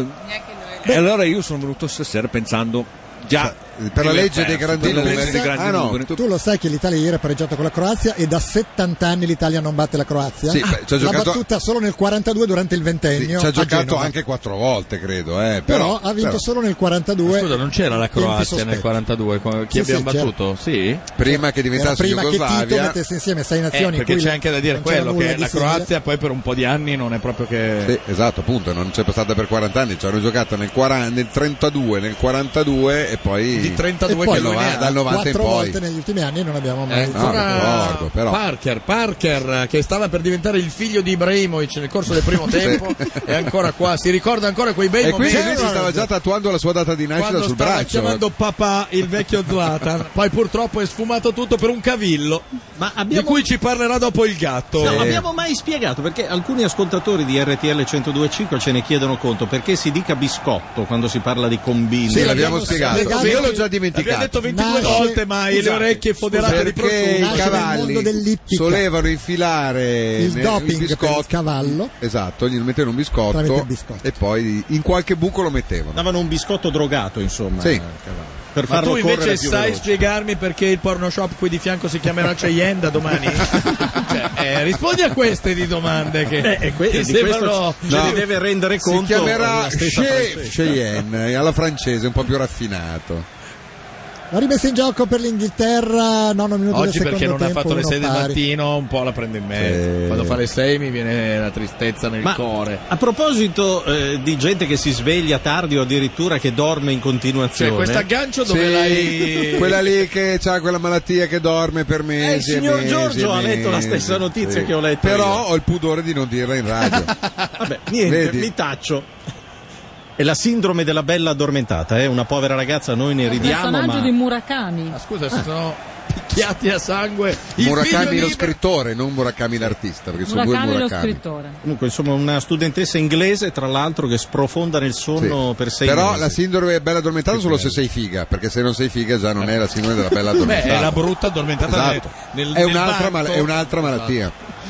E allora io sono venuto stasera pensando già per la legge dei grandi numeri. Tu lo sai che l'Italia ieri ha pareggiato con la Croazia e da 70 anni l'Italia non batte la Croazia? Sì, ci ha l'ha battuta solo nel 42 durante il ventennio. Ci ha giocato Genova. anche 4 volte, credo. Però ha vinto solo nel 42. Scusa, non c'era la Croazia nel 42? Chi abbiamo battuto? Sì? Prima che diventasse Jugoslavia. Prima che Tito mettesse insieme 6 nazioni. Perché c'è anche da dire quello che la Croazia simile. poi per un po' di anni non è proprio che. Sì, esatto, appunto, non c'è passata per 40 anni. Ci hanno giocato nel 32, nel 42 e poi. Di 32 che dal 90 in poi. 4 volte negli ultimi anni non abbiamo mai ricordo, però. Parker che stava per diventare il figlio di Ibrahimovic nel corso del primo tempo è ancora qua, si ricorda ancora quei bei momenti. E quindi lui si stava già tatuando la sua data di nascita quando sul stava braccio. chiamando papà il vecchio Zlatan. Poi purtroppo è sfumato tutto per un cavillo di cui ci parlerà dopo il gatto. Non abbiamo mai spiegato perché alcuni ascoltatori di RTL 102.5 ce ne chiedono conto perché si dica biscotto quando si parla di combini. Sì, l'abbiamo spiegato. Io l'ho già dimenticato. Abbiamo detto 22 volte, ma le orecchie foderate di prosciutto. Perché i cavalli solevano infilare il doping biscotto. per il cavallo. Esatto, gli mettevano un biscotto e poi in qualche buco lo mettevano. Davano un biscotto drogato, insomma. Sì. Per ma farlo tu invece sai veloce. spiegarmi perché il porno shop qui di fianco si chiamerà Cheyenne da domani? Rispondi a queste di domande che sembrano ce ne deve rendere conto. Si chiamerà Cheyenne alla francese, un po' più raffinato. La rimessa in gioco per l'Inghilterra, 9 minuti oggi del secondo perché non tempo, ha fatto le 6 del pari. mattino, un po' la prendo in mezzo. Quando fa le 6 mi viene la tristezza nel cuore. A proposito di gente che si sveglia tardi o addirittura che dorme in continuazione, cioè questo aggancio dove l'hai. Quella lì che ha quella malattia che dorme per mesi. Il signor mesi, Giorgio ha letto la stessa notizia che ho letto. Però io. ho il pudore di non dirla in radio. Vabbè, niente, mi taccio. È la sindrome della bella addormentata, una povera ragazza, noi ne ridiamo. Il personaggio di Murakami. Ma scusa, si sono picchiati a sangue. Murakami lo scrittore, non Murakami l'artista, perché sono due Murakami. Lo scrittore. Comunque, insomma, una studentessa inglese, tra l'altro, che sprofonda nel sonno per 6 Però mesi. la sindrome bella addormentata solo se sei figa, perché se non sei figa già non è la sindrome della bella addormentata. Beh, è la brutta addormentata esatto. nel è un'altra banco. È un'altra malattia.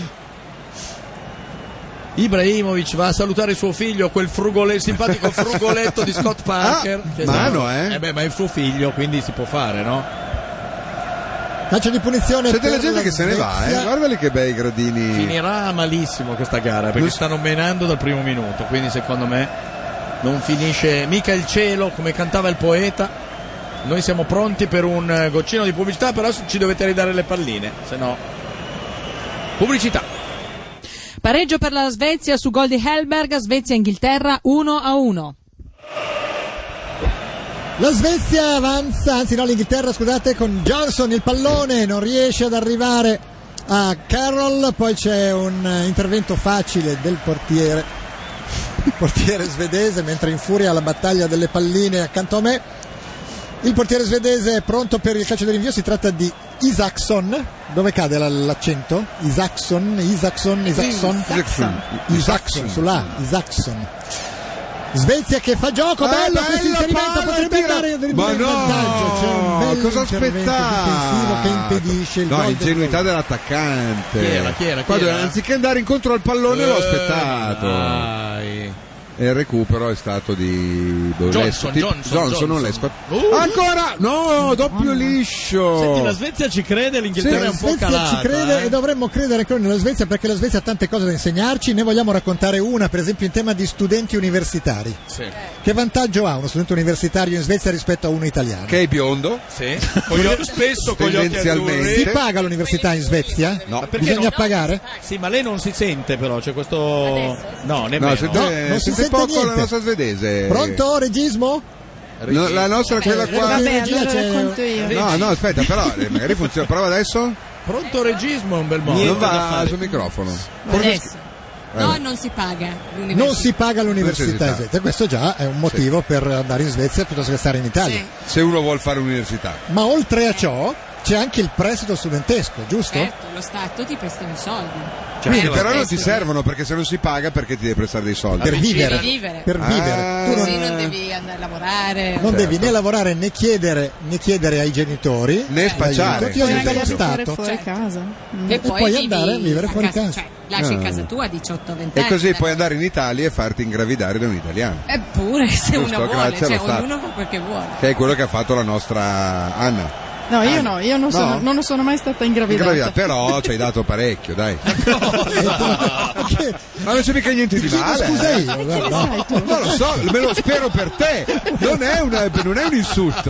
Ibrahimovic va a salutare suo figlio, quel simpatico frugoletto di Scott Parker. Ma è il suo figlio, quindi si può fare, no? Calcio di punizione. C'è della gente che se ne va, guardali che bei gradini. Finirà malissimo questa gara perché stanno menando dal primo minuto, quindi secondo me non finisce mica il cielo come cantava il poeta. Noi siamo pronti per un goccino di pubblicità, però ci dovete ridare le palline, se no pubblicità. Pareggio per la Svezia su gol di Hellberg, Svezia-Inghilterra 1-1. La Svezia avanza, anzi no, l'Inghilterra, scusate, con Johnson il pallone, non riesce ad arrivare a Carroll, poi c'è un intervento facile del portiere svedese, mentre infuria la battaglia delle palline accanto a me. Il portiere svedese è pronto per il calcio di rinvio, si tratta di Isaksson. Dove cade l'accento? Isaksson, sulla Isaksson. Svezia che fa gioco, bello questo inserimento, potrebbe andare in vantaggio. C'è un bel cosa intervento difensivo che impedisce il gol. Ingenuità dell'attaccante. Chi era? Quando anziché andare incontro al pallone l'ho aspettato. e il recupero è stato di Johnson, non Lescott. Ancora no, doppio liscio. Senti, la Svezia ci crede, l'Inghilterra è un po' calata. La Svezia ci crede e dovremmo credere ancora nella Svezia, perché la Svezia ha tante cose da insegnarci. Ne vogliamo raccontare una, per esempio in tema di studenti universitari. Sì. Che vantaggio ha uno studente universitario in Svezia rispetto a uno italiano? Che è biondo. Sì. Spesso con gli occhi azzurri. Si paga l'università in Svezia? No. Bisogna pagare? Sì, ma lei non si sente, però c'è questo no, nemmeno. Non si sente poco niente. la nostra svedese. Pronto, regismo? No, la nostra quella qua. Vabbè, allora racconto io. No, aspetta, però magari funziona. Prova adesso. Pronto regismo è un bel modo. Non va sul microfono. Adesso. No, non si paga l'università. Non si paga l'università in Svezia. Questo già è un motivo per andare in Svezia piuttosto che stare in Italia. Sì. Se uno vuol fare l'università. Ma oltre a ciò c'è anche il prestito studentesco, giusto? Certo, lo Stato ti presta i soldi. Quindi, però non ti servono, perché se non si paga perché ti devi prestare dei soldi? Per vivere. Per vivere. Tu non devi andare a lavorare. Non devi né lavorare né chiedere ai genitori né spacciare. Ti aiuta lo Stato. Fuori casa. E poi andare a vivere fuori casa. Cioè, lasci casa tua a 18-20 anni. E così puoi andare in Italia e farti ingravidare da un italiano. Eppure, se Giusto, uno vuole, grazie allo Stato. ognuno fa quel che vuole. Che è quello che ha fatto la nostra Anna. No, io non sono mai stata ingravidata. Però ci hai dato parecchio, dai. Ma non c'è mica niente di male. Scusa io. Non lo so, me lo spero per te. Non è un insulto.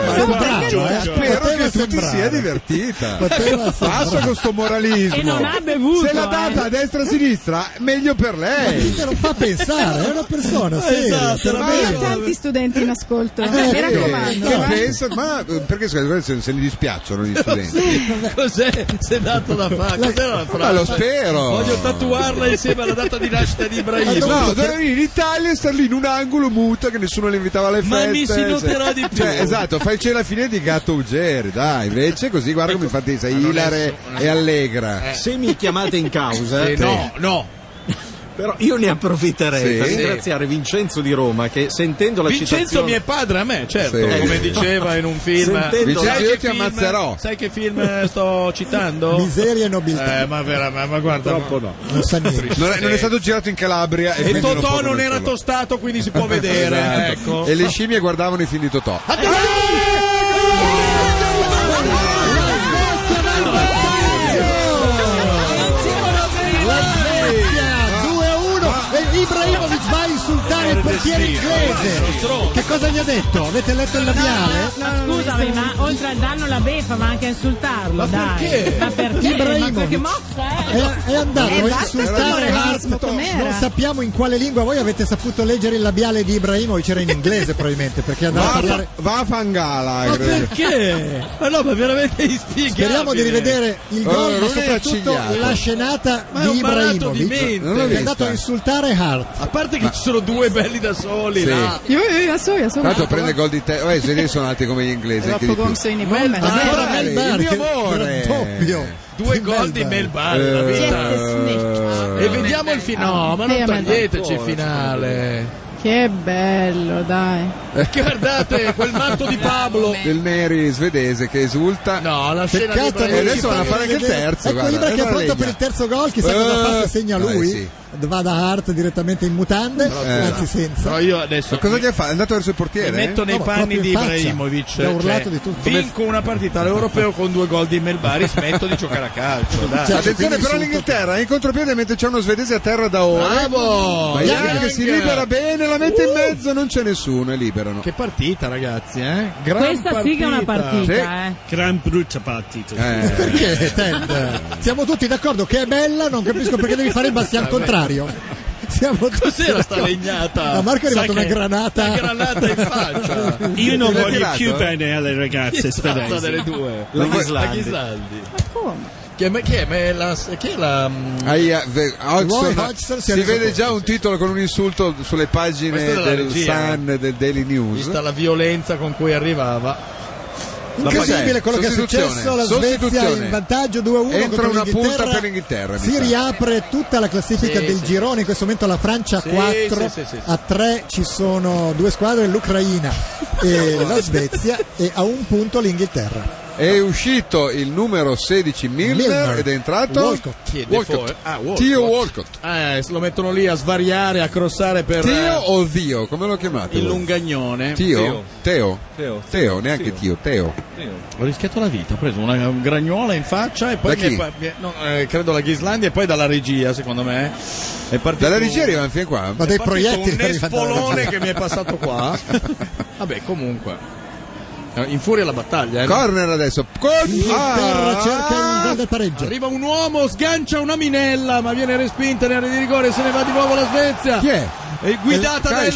Spero che tu ti sia divertita. Basta con sto moralismo. E non ha bevuto. Se l'ha data a destra e a sinistra, meglio per lei. Te lo fa pensare, è una persona seria. Ho tanti studenti in ascolto. Mi raccomando. Che pensa? Ma perché se ne dispiacciono gli studenti? Cos'è? Si è dato da fare. Cos'era la frase? Ma lo spero. Voglio tatuarla insieme alla data di nascita di Ibrahim. No, dovevi venire in Italia e star lì in un angolo muta che nessuno le invitava alle feste. Ma mi si noterà di più. Esatto, fai la fine di Gatto Ugeri, dai, invece così guarda come infatti sei ilare e allegra. Se mi chiamate in causa, no. Però io ne approfitterei per ringraziare Vincenzo di Roma, che sentendo la Vincenzo citazione... mio padre, a me, certo, come diceva in un film. Vincenzo, io ti ammazzerò. Sai che film sto citando? Miseria e nobiltà. Ma guarda, troppo no. Non sa niente. Non è stato girato in Calabria. E Totò non era tostato, quindi si può vedere. Esatto. Ecco. E le scimmie guardavano i film di Totò. Ibrahimovic va a insultare il portiere inglese. Che cosa gli ha detto? Avete letto il labiale? Scusami, ma oltre al danno la beffa, ma anche a insultarlo, ma dai. Perché? Ma perché? Ibrahimovic Ma che mossa è andato a insultare Hart. Non sappiamo in quale lingua. Voi avete saputo leggere il labiale di Ibrahimovic? Era in inglese probabilmente, perché è andato a parlare. Va a Fangala. Ma perché? Ma no, ma veramente inspiegabile. Speriamo di rivedere il gol, ma soprattutto la scenata di Ibrahimovic, che è andato a insultare Hart. A parte che ci sono due belli da soli. Sì. Io sono. Tanto prende gol di te. I svedesi sono alti come gli inglesi. Il mio amore. Doppio. Due gol di Melbar. E vediamo il finale. No, ma non taglieteci il finale. Che bello, dai. Guardate quel matto di Pablo del Neri svedese che esulta. No, la scena Peccato di e adesso vanno a fare anche il terzo. Ecco Ibra che è pronto per il terzo gol. Chissà cosa fa, se segna lui. Sì. Va da Hart direttamente in mutande, anzi senza. Però io adesso ma cosa gli ha fatto? È andato verso il portiere? Mi metto nei panni di Ibrahimovic. Ha urlato di tutto. Vinco una partita all'Europeo con 2 gol di Melbari, smetto di giocare a calcio. Dai. Attenzione però l'Inghilterra in contropiede mentre c'è uno svedese a terra da ora. Bravo! Ma che si libera bene, la mette in mezzo, non c'è nessuno e liberano. Che partita, ragazzi, Gran Questa partita. sì che è una partita, Sì. Gran brutta partita. Perché Ted? Siamo tutti d'accordo che è bella, non capisco perché devi fare il bastian contrario. Siamo Cos'era sta legnata? A Marco è arrivata una granata. Una granata in faccia. Io non voglio più bene alle ragazze svedesi. Delle due. La Ghislandi. Ma come? Chi è la Hodgson, si vede già un titolo con un insulto sulle pagine del Sun e del Daily News. Vista la violenza con cui arrivava. Incredibile quello che è successo, la Svezia in vantaggio 2-1 entra contro una l'Inghilterra. punta per l'Inghilterra. Si riapre tutta la classifica del girone, in questo momento la Francia 4, a 3 ci sono 2 squadre, l'Ucraina e la Svezia, e a un punto l'Inghilterra. È uscito il numero 16 Milner ed è entrato Walcott. Theo Walcott. Se lo mettono lì a svariare, a crossare per Theo o Zio, come lo chiamate? Il lungagnone. Teo, neanche Teo. Ho rischiato la vita, ho preso una gragnuola in faccia e poi credo la Ghislandia e poi dalla regia, secondo me. È partito dalla regia arrivano fin qua. Ma dei proiettili un espolone che mi è passato qua. Vabbè, comunque. Infuria la battaglia. Corner adesso. Inghilterra cerca il gol del pareggio. Arriva un uomo, sgancia una minella, ma viene respinta nell'area di rigore. Se ne va di nuovo la Svezia. Chi è? È guidata da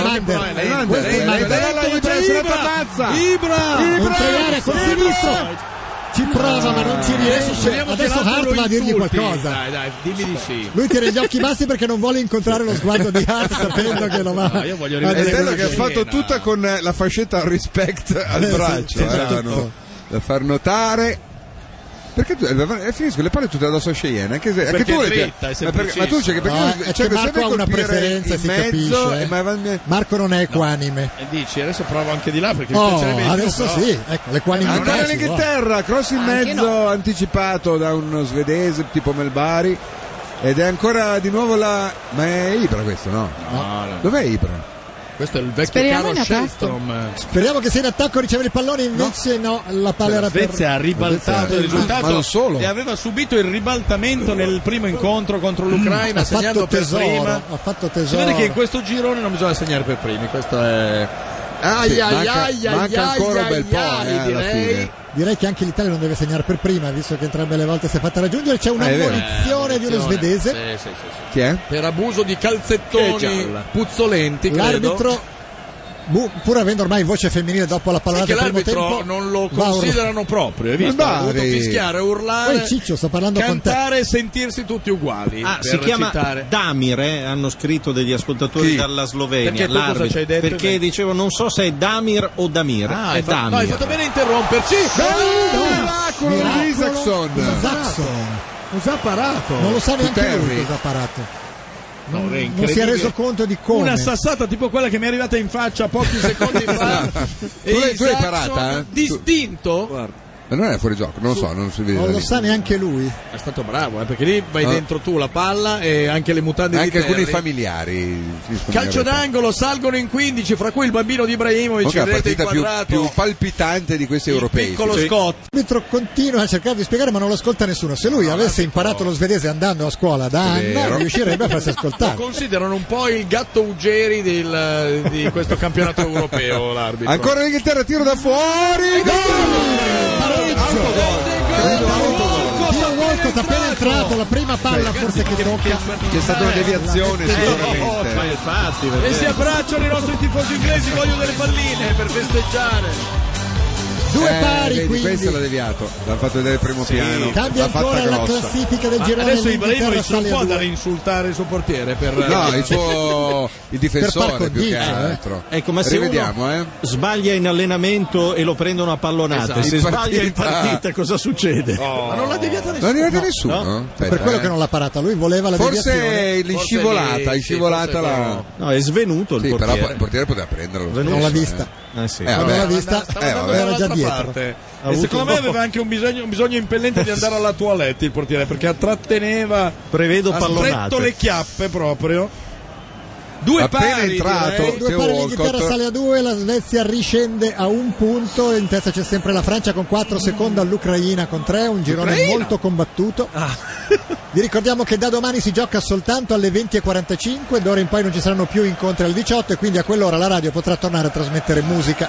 Ibra. Entrare col sinistro. Ci prova ma non ci riesce. Adesso Hart va a dirgli qualcosa. Dai, dimmi di sì. Lui tiene gli occhi bassi perché non vuole incontrare lo sguardo di Hart sapendo che lo va. Io voglio è bello che ha fatto tutta con la fascetta respect al braccio da far notare. Perché finisco le palle tutte addosso a Cheyenne anche tu ma tu c'è che Marco ha una preferenza, si capisce. Marco non è equanime. E dici adesso provo anche di là perché mi piacerebbe adesso più, sì, ecco l'equanimità. Ancora in Inghilterra, cross in mezzo anticipato da uno svedese tipo Melbari ed è ancora di nuovo ma è Ibra questo, no? Dov'è Ibra? Questo è il vecchio caro Shellstrom. Speriamo che sia in attacco a ricevere il pallone, invece no, la palla era per... Svezia ha ribaltato il risultato, ma non solo. E aveva subito il ribaltamento nel primo incontro contro l'Ucraina, segnando per prima. Ha fatto tesoro. Si vede che in questo girone non bisogna segnare per primi, questo è... manca ancora un bel po' alla fine. Direi che anche l'Italia non deve segnare per prima, visto che entrambe le volte si è fatta raggiungere. C'è un'ammonizione di uno svedese. Sì. Chi è? Per abuso di calzettoni puzzolenti, l'arbitro, pur avendo ormai voce femminile dopo la pallata del primo tempo, non lo considerano proprio. Hai visto? Ha dovuto fischiare, urlare. Poi Ciccio, sto parlando cantare con te. E sentirsi tutti uguali. Si chiama Damir, hanno scritto degli ascoltatori dalla Slovenia. Perché dicevo non so se è Damir o Damir. È Damir. Hai fatto bene a interromperci. Miracolo di Isaacson. Cosa ha parato? Non lo sa neanche lui cosa ha parato. Non si è reso conto di come. Una sassata tipo quella che mi è arrivata in faccia pochi secondi fa. Tu l'hai parata? Distinto. Guarda. Ma non è fuori gioco, non lo so, non si vede. Non lo sa neanche lui. È stato bravo, perché lì vai dentro tu la palla e anche le mutande di anche Terry. Alcuni familiari. Calcio d'angolo, salgono in 15, fra cui il bambino di Ibrahimovic, la partita più palpitante di questi europei. Piccolo Scott. L'arbitro continua a cercare di spiegare, ma non lo ascolta nessuno. Se lui avesse imparato lo svedese andando a scuola da anni, riuscirebbe a farsi ascoltare. Lo considerano un po' il gatto Ugeri di questo campionato europeo, l'arbitro. Ancora l'Inghilterra, tiro da fuori, gol! Walcott appena entrato, la prima palla forse che tocca. C'è stata una deviazione sicuramente. E si abbracciano i nostri tifosi inglesi, vogliono delle palline per festeggiare. Due pari, vedi, quindi questo l'ha deviato, l'ha fatto vedere il primo piano. Cambia ancora la classifica del girone. Adesso Ibrahimovic non può andare a insultare il suo portiere il difensore più che altro. Ecco, ma se uno sbaglia in allenamento e lo prendono a pallonate, se sbaglia in partita cosa succede? Ma non l'ha deviata nessuno. Non l'ha deviata nessuno? No? Per quello che non l'ha parata, lui voleva la deviazione. Forse scivolata la... No, è svenuto il portiere. Però il portiere poteva prenderlo. Non l'ha vista. Non l'ha vista, era già dietro. E secondo me aveva anche un bisogno impellente di andare alla toilette il portiere, perché tratteneva, prevedo ha stretto le chiappe proprio. Due pari, entrato, l'Inghilterra sale a 2, la Svezia riscende a 1 punto, in testa c'è sempre la Francia con 4, seconda l'Ucraina con 3, un girone molto combattuto. Vi ricordiamo che da domani si gioca soltanto alle 20:45, d'ora in poi non ci saranno più incontri alle 18 e quindi a quell'ora la radio potrà tornare a trasmettere musica.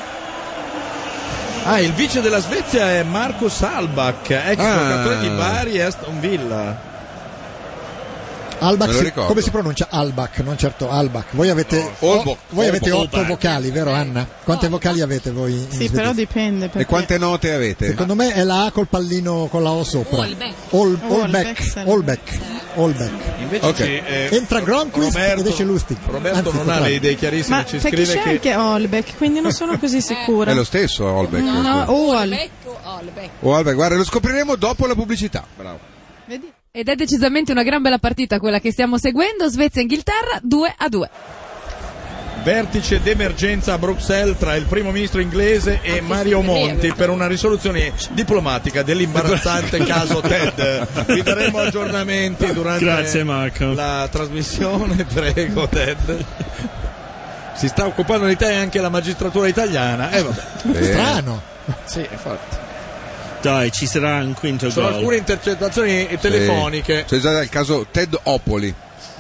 Il vice della Svezia è Marcus Albach, ex giocatore di Bari e Aston Villa. Albach, come si pronuncia Albach, non certo Albach. Voi avete 8 vocali, vero Anna? Quante vocali avete voi in svedese? Però dipende. E quante note avete? Secondo me è la A col pallino con la O sopra. Olbeck. Invece entra Gronquist ed esce Lustig. Roberto non ha le idee chiarissime. Ma ci perché scrive c'è anche Olbeck, quindi non sono così sicura. È lo stesso Olbeck. Olbeck, guarda, lo scopriremo dopo la pubblicità. Bravo. Vedi? Ed è decisamente una gran bella partita quella che stiamo seguendo, Svezia-Inghilterra 2-2. vertice d'emergenza a Bruxelles tra il primo ministro inglese e Mario Monti per una risoluzione diplomatica dell'imbarazzante caso Ted. Vi daremo aggiornamenti durante la trasmissione. Prego, Ted. Si sta occupando di te anche la magistratura italiana. Vabbè. Strano. Sì, infatti. Dai, ci sarà un quinto gol. Sono alcune intercettazioni telefoniche. C'è già il caso Ted Opoli.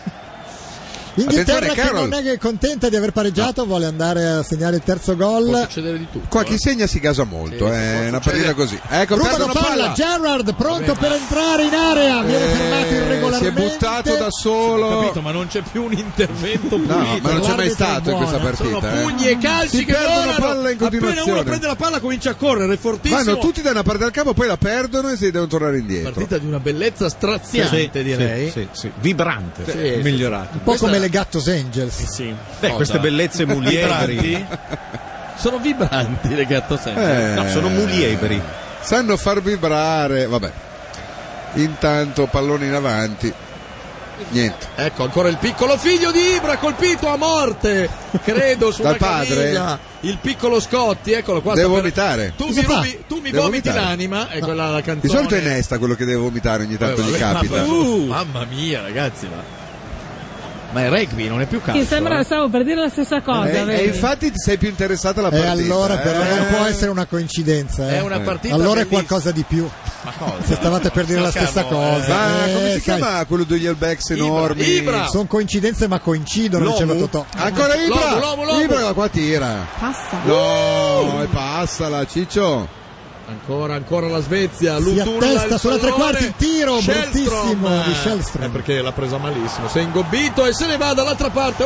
Inghilterra che non è contenta di aver pareggiato, vuole andare a segnare il terzo gol. Può succedere di tutto. Qua chi segna si gasa molto, è una partita così. Ecco, rubano palla, Gerrard pronto per entrare in area, viene fermato irregolarmente. Si è buttato da solo. Ho capito, ma non c'è più un intervento pulito. No, ma non c'è mai stato in questa partita. Sono pugni e calci che perdono palla in continuazione. Appena uno prende la palla comincia a correre, è fortissimo. Vanno tutti da una parte del campo, poi la perdono e si devono tornare indietro. Partita di una bellezza straziante, direi. Sì. Vibrante, migliorato. Un po' come le Gattos Angels. Sì. Queste bellezze mulievri sono vibranti le Gattos Angels. No, sono mulievri. Sanno far vibrare, vabbè. Intanto pallone in avanti. Niente. Ecco ancora il piccolo figlio di Ibra colpito a morte, credo sulla padre. Il piccolo Scotti, eccolo qua. Devo vomitare. Tu mi vomiti l'anima, è quella la canzone. Di solito è Nesta quello che deve vomitare, ogni tanto gli capita. Mamma mia, ragazzi, ma è rugby, non è più calcio. Stavo per dire la stessa cosa. E infatti ti sei più interessata alla partita. Allora però non può essere una coincidenza. È una partita allora bellissima. È qualcosa di più. Ma cosa? Se stavate per dire la stessa cosa. Ma come si chiama quello degli All-Backs enormi? Ibra. Sono coincidenze ma coincidono, diceva Totò. Ancora Ibra. L'uomo. Ibra qua tira. Passa. No, e passala, Ciccio. Ancora la Svezia, si attesta sulla tre quarti, il tiro bruttissimo di Shellstrom, perché l'ha presa malissimo, si è ingobbito e se ne va dall'altra parte.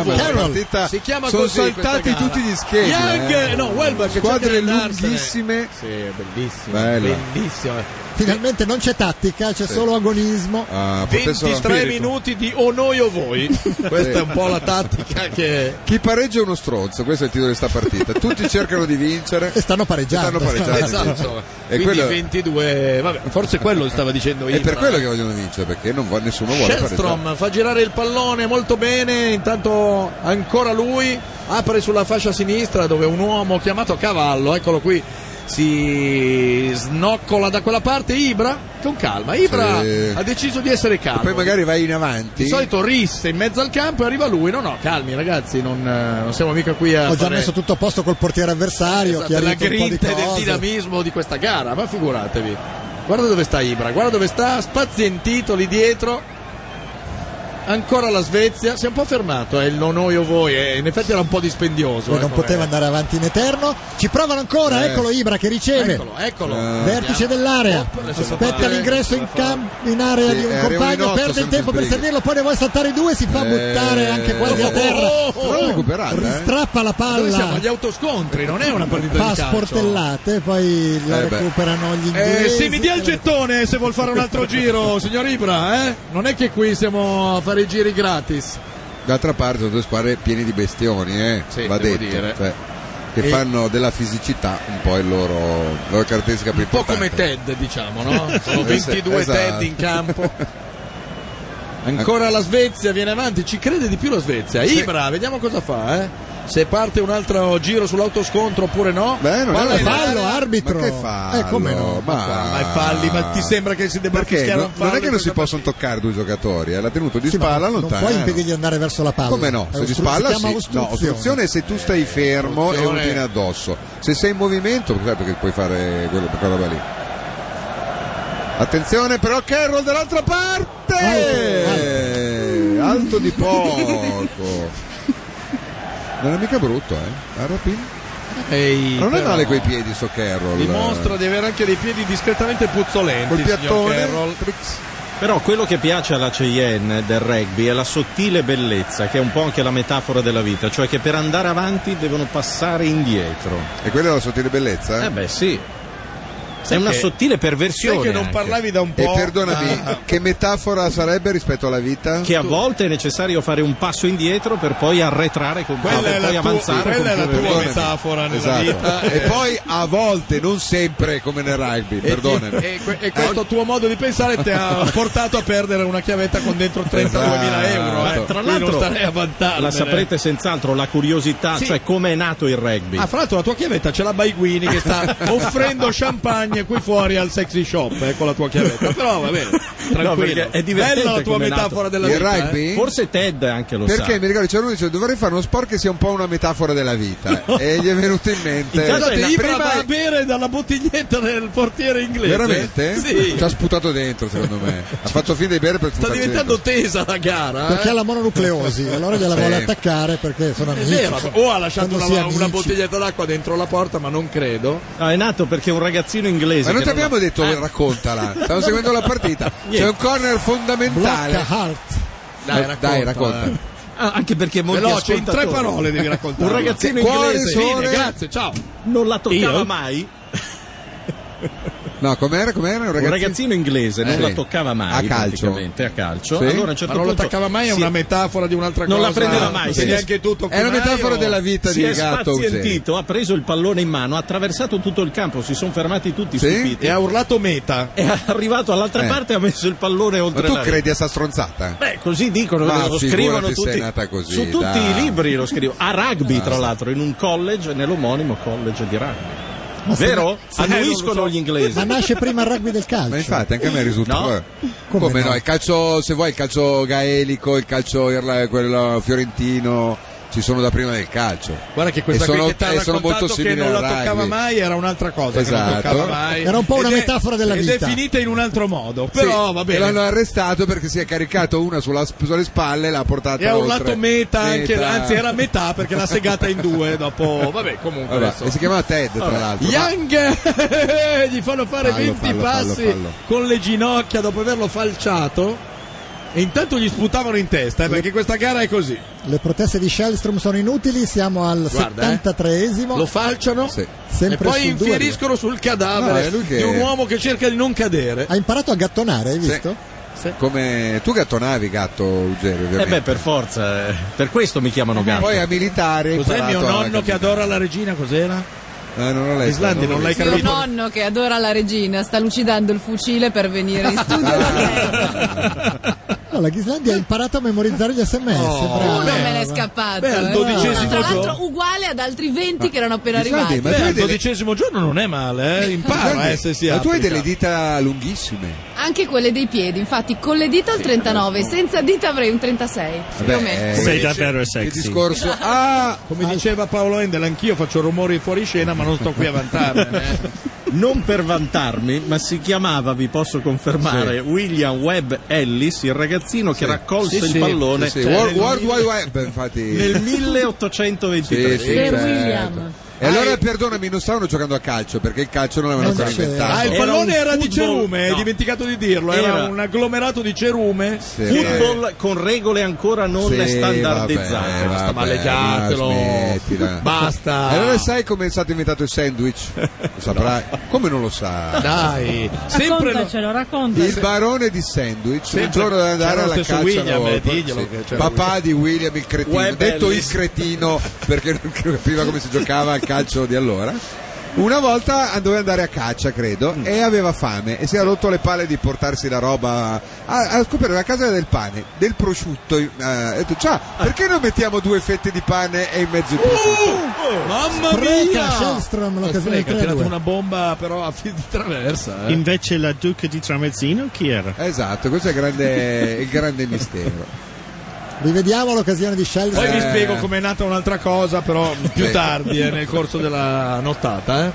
Si chiama sono così, saltati tutti gli schemi. Welbeck, squadre lunghissime. Sì, bellissime. Finalmente non c'è tattica, c'è solo agonismo. 23 minuti di o noi o voi. Questa è un po' la tattica che... Chi pareggia è uno stronzo, questo è il titolo di sta partita. Tutti cercano di vincere e stanno pareggiando. Esatto. E quindi 22, vabbè, forse quello stava dicendo Ibra. È per quello che vogliono vincere, perché nessuno vuole pareggiare. Shellstrom fa girare il pallone molto bene, intanto ancora lui apre sulla fascia sinistra dove un uomo chiamato Cavallo, eccolo qui, si snoccola da quella parte. Ibra con calma, ha deciso di essere calmo, e poi magari vai in avanti. Di solito risse in mezzo al campo e arriva lui. No, calmi ragazzi, non siamo mica qui a ho già messo tutto a posto col portiere avversario. Esatto, la grinta del dinamismo di questa gara, ma figuratevi. Guarda dove sta Ibra, guarda dove sta, spazientito lì dietro. Ancora la Svezia, si è un po' fermato, il non noi o voi, in effetti era un po' dispendioso. Non poteva andare avanti in eterno. Ci provano ancora, eccolo Ibra che riceve. Eccolo. Vertice dell'area. Aspetta l'ingresso in area di un compagno, perde il tempo per servirlo, poi ne vuole saltare due, si fa buttare anche quasi a terra. Ristrappa la palla. Noi siamo agli autoscontri, non è una partita di calcio. Sportellate, poi la recuperano gli inglesi. Sì, mi dia il gettone se vuol fare un altro giro, signor Ibra, Non è che qui siamo a fare i giri gratis. D'altra parte sono due squadre piene di bestioni, sì, va detto, che fanno della fisicità un po' la loro caratteristica più importante. Un po' come Ted, diciamo, no? Sono 22 Ted in campo. Ancora la Svezia viene avanti, ci crede di più la Svezia. Ibra, vediamo cosa fa, se parte un altro giro sull'autoscontro oppure no. Non è fallo, arbitro. Ma che fallo? Come no? Ma falli, ma ti sembra che si debba fischiare un fallo? Non è che non si possono toccare due giocatori, l'ha tenuto di spalla lontano. Non puoi impedirgli di andare verso la palla. Come no? Se di spalla ostruzione è se tu stai fermo e uno tiene addosso. Se sei in movimento, perché puoi fare quella roba lì. Attenzione però Carroll dall'altra parte. Alto di poco. Non è mica brutto, non è male quei piedi, Carroll. Dimostra di avere anche dei piedi discretamente puzzolenti. Col piattone. Però quello che piace alla Cheyenne del rugby è la sottile bellezza, che è un po' anche la metafora della vita, cioè che per andare avanti devono passare indietro. E quella è la sottile bellezza? Sì. È una sottile perversione. Sai che non parlavi da un po'. E perdonami, che metafora sarebbe rispetto alla vita? Che a volte è necessario fare un passo indietro per poi arretrare con più, per poi avanzare. Quella è la tua veloce. metafora nella vita. E poi a volte, non sempre come nel rugby, perdonami. E questo tuo modo di pensare ti ha portato a perdere una chiavetta con dentro 32.000 euro. Tra l'altro, non starei a vantarmene. La saprete senz'altro, la curiosità, cioè come è nato il rugby. Fra l'altro la tua chiavetta c'è la Baiguini che sta offrendo champagne qui fuori al sexy shop con la tua chiavetta. Però va bene, tranquillo. No, è divertente. Bella la tua metafora della vita. Il rugby? Forse Ted anche lo Perché sa. mi ricordo c'era uno che dice dovrei fare uno sport che sia un po' una metafora della vita. E gli è venuto in mente. Ibra va a bere dalla bottiglietta del portiere inglese. Veramente? Sì. Ci ha sputato dentro, secondo me. Ha fatto finta di bere per Sta diventando tesa la gara. Perché ha la mononucleosi, allora gliela vuole attaccare perché sono amici. O ha lasciato Quando una bottiglietta d'acqua dentro la porta, ma non credo. No, è nato perché un ragazzino inglese. Ma non ti abbiamo detto raccontala. Stiamo seguendo la partita. C'è un corner fondamentale. Dai, racconta. Anche perché molti veloce, in ascoltatori. 3 parole devi raccontare. Un ragazzino inglese. Bene, grazie, ciao. Non la toccava mai. No, com'era? Un ragazzino inglese non la toccava mai a calcio. A calcio. Sì? Allora, a un certo ma non punto, la toccava mai, è una metafora di un'altra cosa. Non la prendeva mai. Sei neanche tutto è una metafora della vita di Gatto. Si è spazientito, ha preso il pallone in mano, ha attraversato tutto il campo, si sono fermati tutti stupiti. E ha urlato meta. È arrivato all'altra parte e ha messo il pallone oltre ma tu la credi a sta stronzata? Beh, così dicono, ma lo scrivono tutti. Sei nata così, su tutti dai. i libri lo scrivo. A rugby, tra l'altro, in un college, nell'omonimo college di rugby. Vero? Annuiscono gli inglesi. Ma nasce prima il rugby del calcio. Ma infatti anche a me risulta. No? Come no? Il calcio, se vuoi, il calcio gaelico, il calcio quello fiorentino. Ci sono da prima del calcio. Guarda che questa qui che ti ha raccontato che non la toccava mai era un'altra cosa. Esatto. Che non toccava mai. Era un po' una metafora della vita. Ed è finita in un altro modo. Però va bene. E l'hanno arrestato perché si è caricato una sulle spalle e l'ha portata e ha oltre. urlato meta. Anzi era metà perché l'ha segata in 2 dopo. Vabbè, comunque. Vabbè, e si chiamava Ted, tra l'altro. Young gli fanno fare 20 passi con le ginocchia dopo averlo falciato. E intanto gli sputavano in testa, perché questa gara è così. Le proteste di Shellstrom sono inutili, siamo al 73esimo. Lo falciano e poi infieriscono sul cadavere di un uomo che cerca di non cadere. Ha imparato a gattonare, hai visto? Sì. Come tu gattonavi, Gatto Ruggeri, ovviamente. Per forza, per questo mi chiamano Gatto. Poi a militare. Cos'è mio nonno che adora la regina? Cos'era? Non l'hai Islandi, non l'hai capito. Mio nonno che adora la regina sta lucidando il fucile per venire in studio da me. No, la Ghislandia ha imparato a memorizzare gli sms. Uno me n'è scappato. Beh, al 12° tra l'altro giorno. uguale ad altri 20 che erano appena Ghislandi, arrivati. Al 12° giorno non è male, impara a essersi. Ma tu hai delle dita lunghissime. Anche quelle dei piedi, infatti con le dita al 39, senza dita avrei un 36. Sei davvero Che sexy. discorso. Come diceva Paolo Endel, anch'io faccio rumori fuori scena, ma non sto qui a vantarmene. Non per vantarmi, ma si chiamava, vi posso confermare, William Webb Ellis, il ragazzino che raccolse il pallone World Wide Web, infatti. nel 1823. William. E allora perdonami, non stavano giocando a calcio perché il calcio non l'avevano ancora inventato. Il pallone era di football, cerume, hai dimenticato di dirlo, era un agglomerato di cerume. Football con regole ancora non standardizzate. Basta, ma leggiatelo. Basta. E allora sai come è stato inventato il sandwich? Lo saprai. Come non lo sa? Dai, Raccontacelo, racconta. Il barone di sandwich un giorno deve andare alla caccia William, papà di William il cretino, Webb detto Ellis. il cretino perché non capiva come si giocava al calcio di allora. Una volta doveva andare a caccia, credo, e aveva fame e si era rotto le palle di portarsi la roba a scoprire la casa del pane, del prosciutto. Ha detto, perché non mettiamo 2 fette di pane e in mezzo il prosciutto? Mamma mia! Shellstrom, l'occasione ha tirato una bomba però a fil di traversa. Invece la duca di Tramezzino chi era? Esatto, questo è il grande mistero. Rivediamo l'occasione di Shellstrom. Poi vi spiego com'è nata un'altra cosa, però più tardi, nel corso della nottata.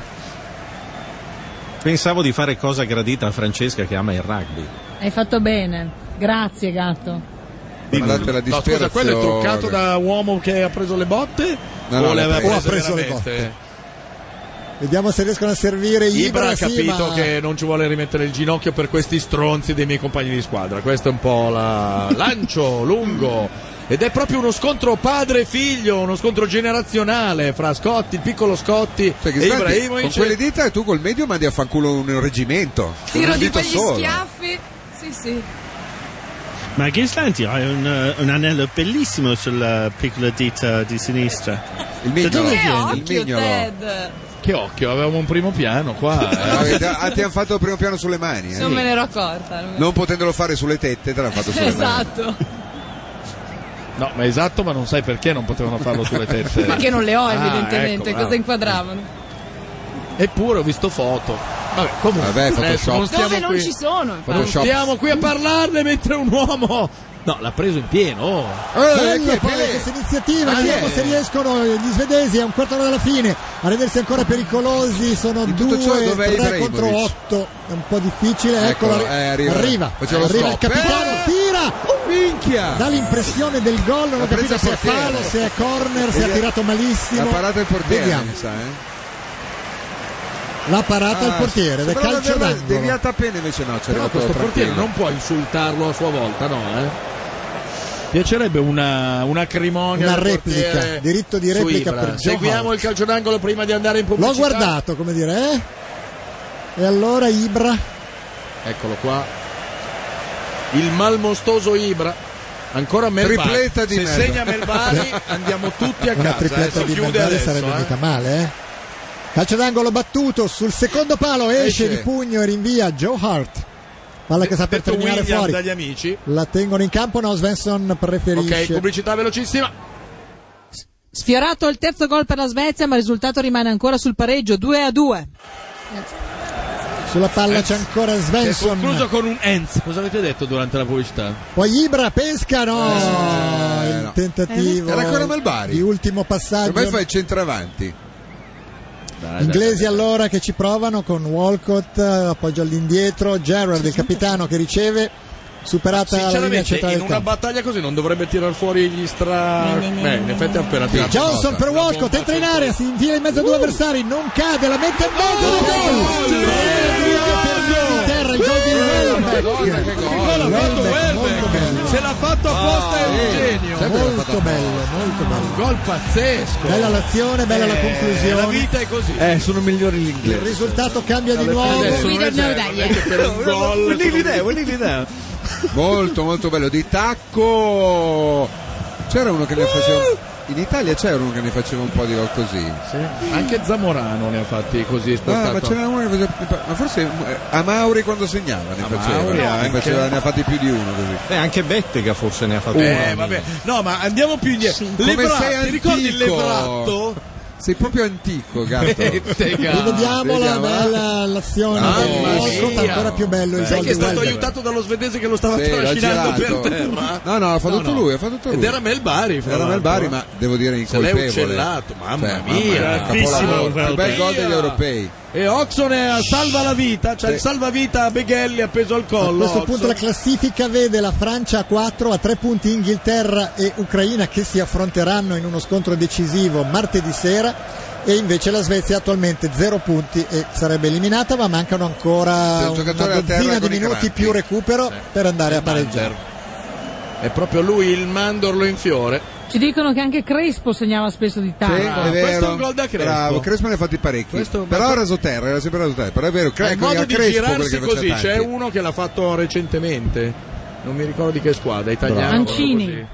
Pensavo di fare cosa gradita a Francesca che ama il rugby. Hai fatto bene. Grazie, Gatto. No, scusa, quello è truccato da uomo che ha preso le botte? No, le aveva ha preso le botte. Vediamo se riescono a servire Ibra ha sì, capito ma... che non ci vuole rimettere il ginocchio per questi stronzi dei miei compagni di squadra. Questo è un po' la lancio lungo ed è proprio uno scontro padre-figlio, uno scontro generazionale fra Scotti, il piccolo Scotti e Ibrahimovic. Con quelle dita tu col medio mandi a fanculo un reggimento. Tiro di quegli schiaffi. Sì. Ma Ghislanti ha un anello bellissimo sulla piccola dita di sinistra. Il mignolo. Che occhio, Ted! Che occhio, avevamo un primo piano qua. Ti hanno fatto il primo piano sulle mani. Non me ne ero accorta. Non potendolo fare sulle tette, te l'hanno fatto sulle mani. Esatto. No, ma esatto, ma non sai perché non potevano farlo sulle tette. Perché non le ho, evidentemente. Ecco, cosa inquadravano? Eppure ho visto foto. Vabbè, comunque dove non ci sono. Non stiamo qui a parlarne mentre un uomo l'ha preso in pieno. Bella questa iniziativa, vediamo se riescono gli svedesi a un quarto d'ora dalla fine a rendersi ancora pericolosi. Sono 2-3 contro 8, è un po' difficile. Eccolo, arriva il capitano, tira, minchia, dà l'impressione del gol, non ho capito se è palo, se è corner, se ha tirato malissimo. La parata il portiere, vediamo. La parata il portiere del calcio d'angolo, deviata appena, invece no, però questo portiere non può insultarlo a sua volta, piacerebbe una acrimonia, una replica, diritto di replica per seguiamo il calcio d'angolo prima di andare in pubblicità. L'ho guardato, come dire, e allora Ibra, eccolo qua, il malmostoso Ibra, ancora Melbari, tripletta di se segna Melbari andiamo tutti a casa. Una tripletta di Melbari sarebbe mica male, Calcio d'angolo battuto sul secondo palo, esce di pugno e rinvia Joe Hart. Palla che sta per terminare William fuori. Dagli amici. La tengono in campo, no, Svensson preferisce. Ok, pubblicità velocissima. Sfiorato il terzo gol per la Svezia, ma il risultato rimane ancora sul pareggio, 2-2. Sulla palla c'è ancora Svensson. È concluso con un Enz. Cosa avete detto durante la pubblicità? Poi Ibra pesca, il tentativo. Era ancora Melbari. Di ultimo passaggio. Per me fa il centravanti. Inglesi allora che ci provano con Walcott, appoggio all'indietro, Gerrard il capitano che riceve, superata la linea centrale in del una campo. battaglia così non dovrebbe tirar fuori gli in effetti ha appena tirato. Johnson per Walcott, entra in area, si infila in mezzo a due avversari, non cade, la mette in mezzo, il gol di Welbeck, se l'ha fatto apposta, è un genio, molto bello, gol pazzesco, bella l'azione, bella la conclusione, la vita è così, sono migliori gli inglesi, il risultato cambia di nuovo, molto bello di tacco. C'era uno che ne faceva, in Italia c'era uno che ne faceva un po' di gol così, anche Zamorano ne ha fatti così, ma c'era uno che faceva, ma forse Amauri quando segnava ne ha fatti più di uno così. Anche Bettega forse ne ha fatto uno. Vabbè. No, ma andiamo più indietro. Ti ricordi Levratto? Sei proprio antico, gatto. Rivediamo la bella l'azione del Walcott, ancora più bello il gol di che è stato Welbeck. aiutato dallo svedese che lo stava trascinando per terra. No, ha fatto tutto lui, Ed era Melbari, ma devo dire incolpevole. Se l'è uccellato, mamma mia, il bel gol degli europei. E Oxon salva la vita, il salvavita a Beghelli appeso al collo. A questo punto la classifica vede la Francia a 4, a 3 punti Inghilterra e Ucraina che si affronteranno in uno scontro decisivo martedì sera, e invece la Svezia attualmente 0 punti e sarebbe eliminata, ma mancano ancora una dozzina di minuti più recupero per andare a pareggiare. È proprio lui il mandorlo in fiore. Ci dicono che anche Crespo segnava spesso di tacco. È vero. Questo è un gol da Crespo. Bravo, Crespo ne ha fatti parecchi. Però era rasoterra, era sempre rasoterra. Però è vero, il modo di girarsi così, c'è uno che l'ha fatto recentemente. Non mi ricordo di che squadra, italiano. Mancini.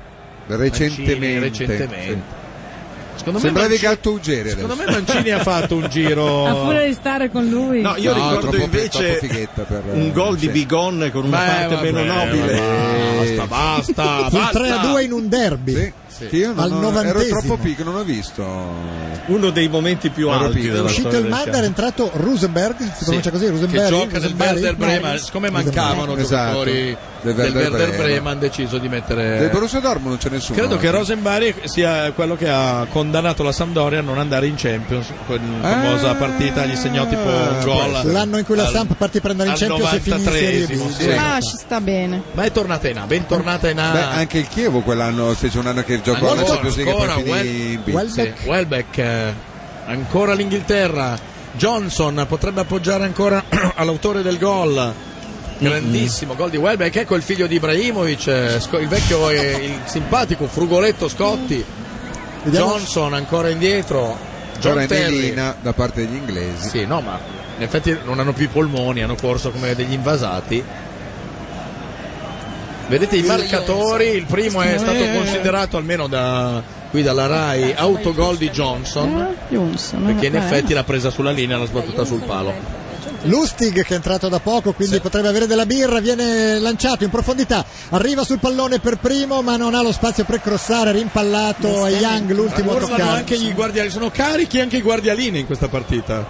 Recentemente. Sembravi Gatto Ugeri. Secondo me Mancini ha fatto un giro. A furia di stare con lui. No, io ricordo invece un gol di Bigon con una parte meno nobile. Basta. Il 3-2 in un derby. Io al 90esimo. Ero troppo piccolo, non ho visto. Uno dei momenti più alti della è uscito il Manda, è entrato Rosenberg, si pronuncia così, Rosenberg, che gioca nel Werder Bremen. Siccome mancavano giocatori del Werder Bremen, hanno deciso di mettere. Del Borussia Dortmund non c'è nessuno. Credo che Rosenberg sia quello che ha condannato la Sampdoria a non andare in Champions. Quella famosa partita, gli segnò tipo un gol. L'anno in cui la Samp partì per andare in Champions e finì in Serie B. Ci sta bene. Ma è tornata in A, bentornata in A. Anche il Chievo quell'anno fece un anno che giocò alla Champions League e poi finì in B. Welbeck, ancora l'Inghilterra. Johnson potrebbe appoggiare ancora all'autore del gol. grandissimo gol di Welbeck. Ecco il figlio di Ibrahimovic, il vecchio il simpatico frugoletto Scotti. Johnson ancora indietro, John Terry da parte degli inglesi. Sì, no, ma in effetti non hanno più i polmoni, hanno corso come degli invasati. Vedete i marcatori, il primo è stato considerato almeno qui dalla Rai autogol di Johnson, perché in effetti l'ha presa sulla linea, l'ha sbattuta sul palo. Lustig che è entrato da poco, quindi potrebbe avere della birra, viene lanciato in profondità, arriva sul pallone per primo ma non ha lo spazio per crossare, rimpallato a Young, l'ultimo toccato. Anche gli guardiani, sono carichi anche i guardialini in questa partita.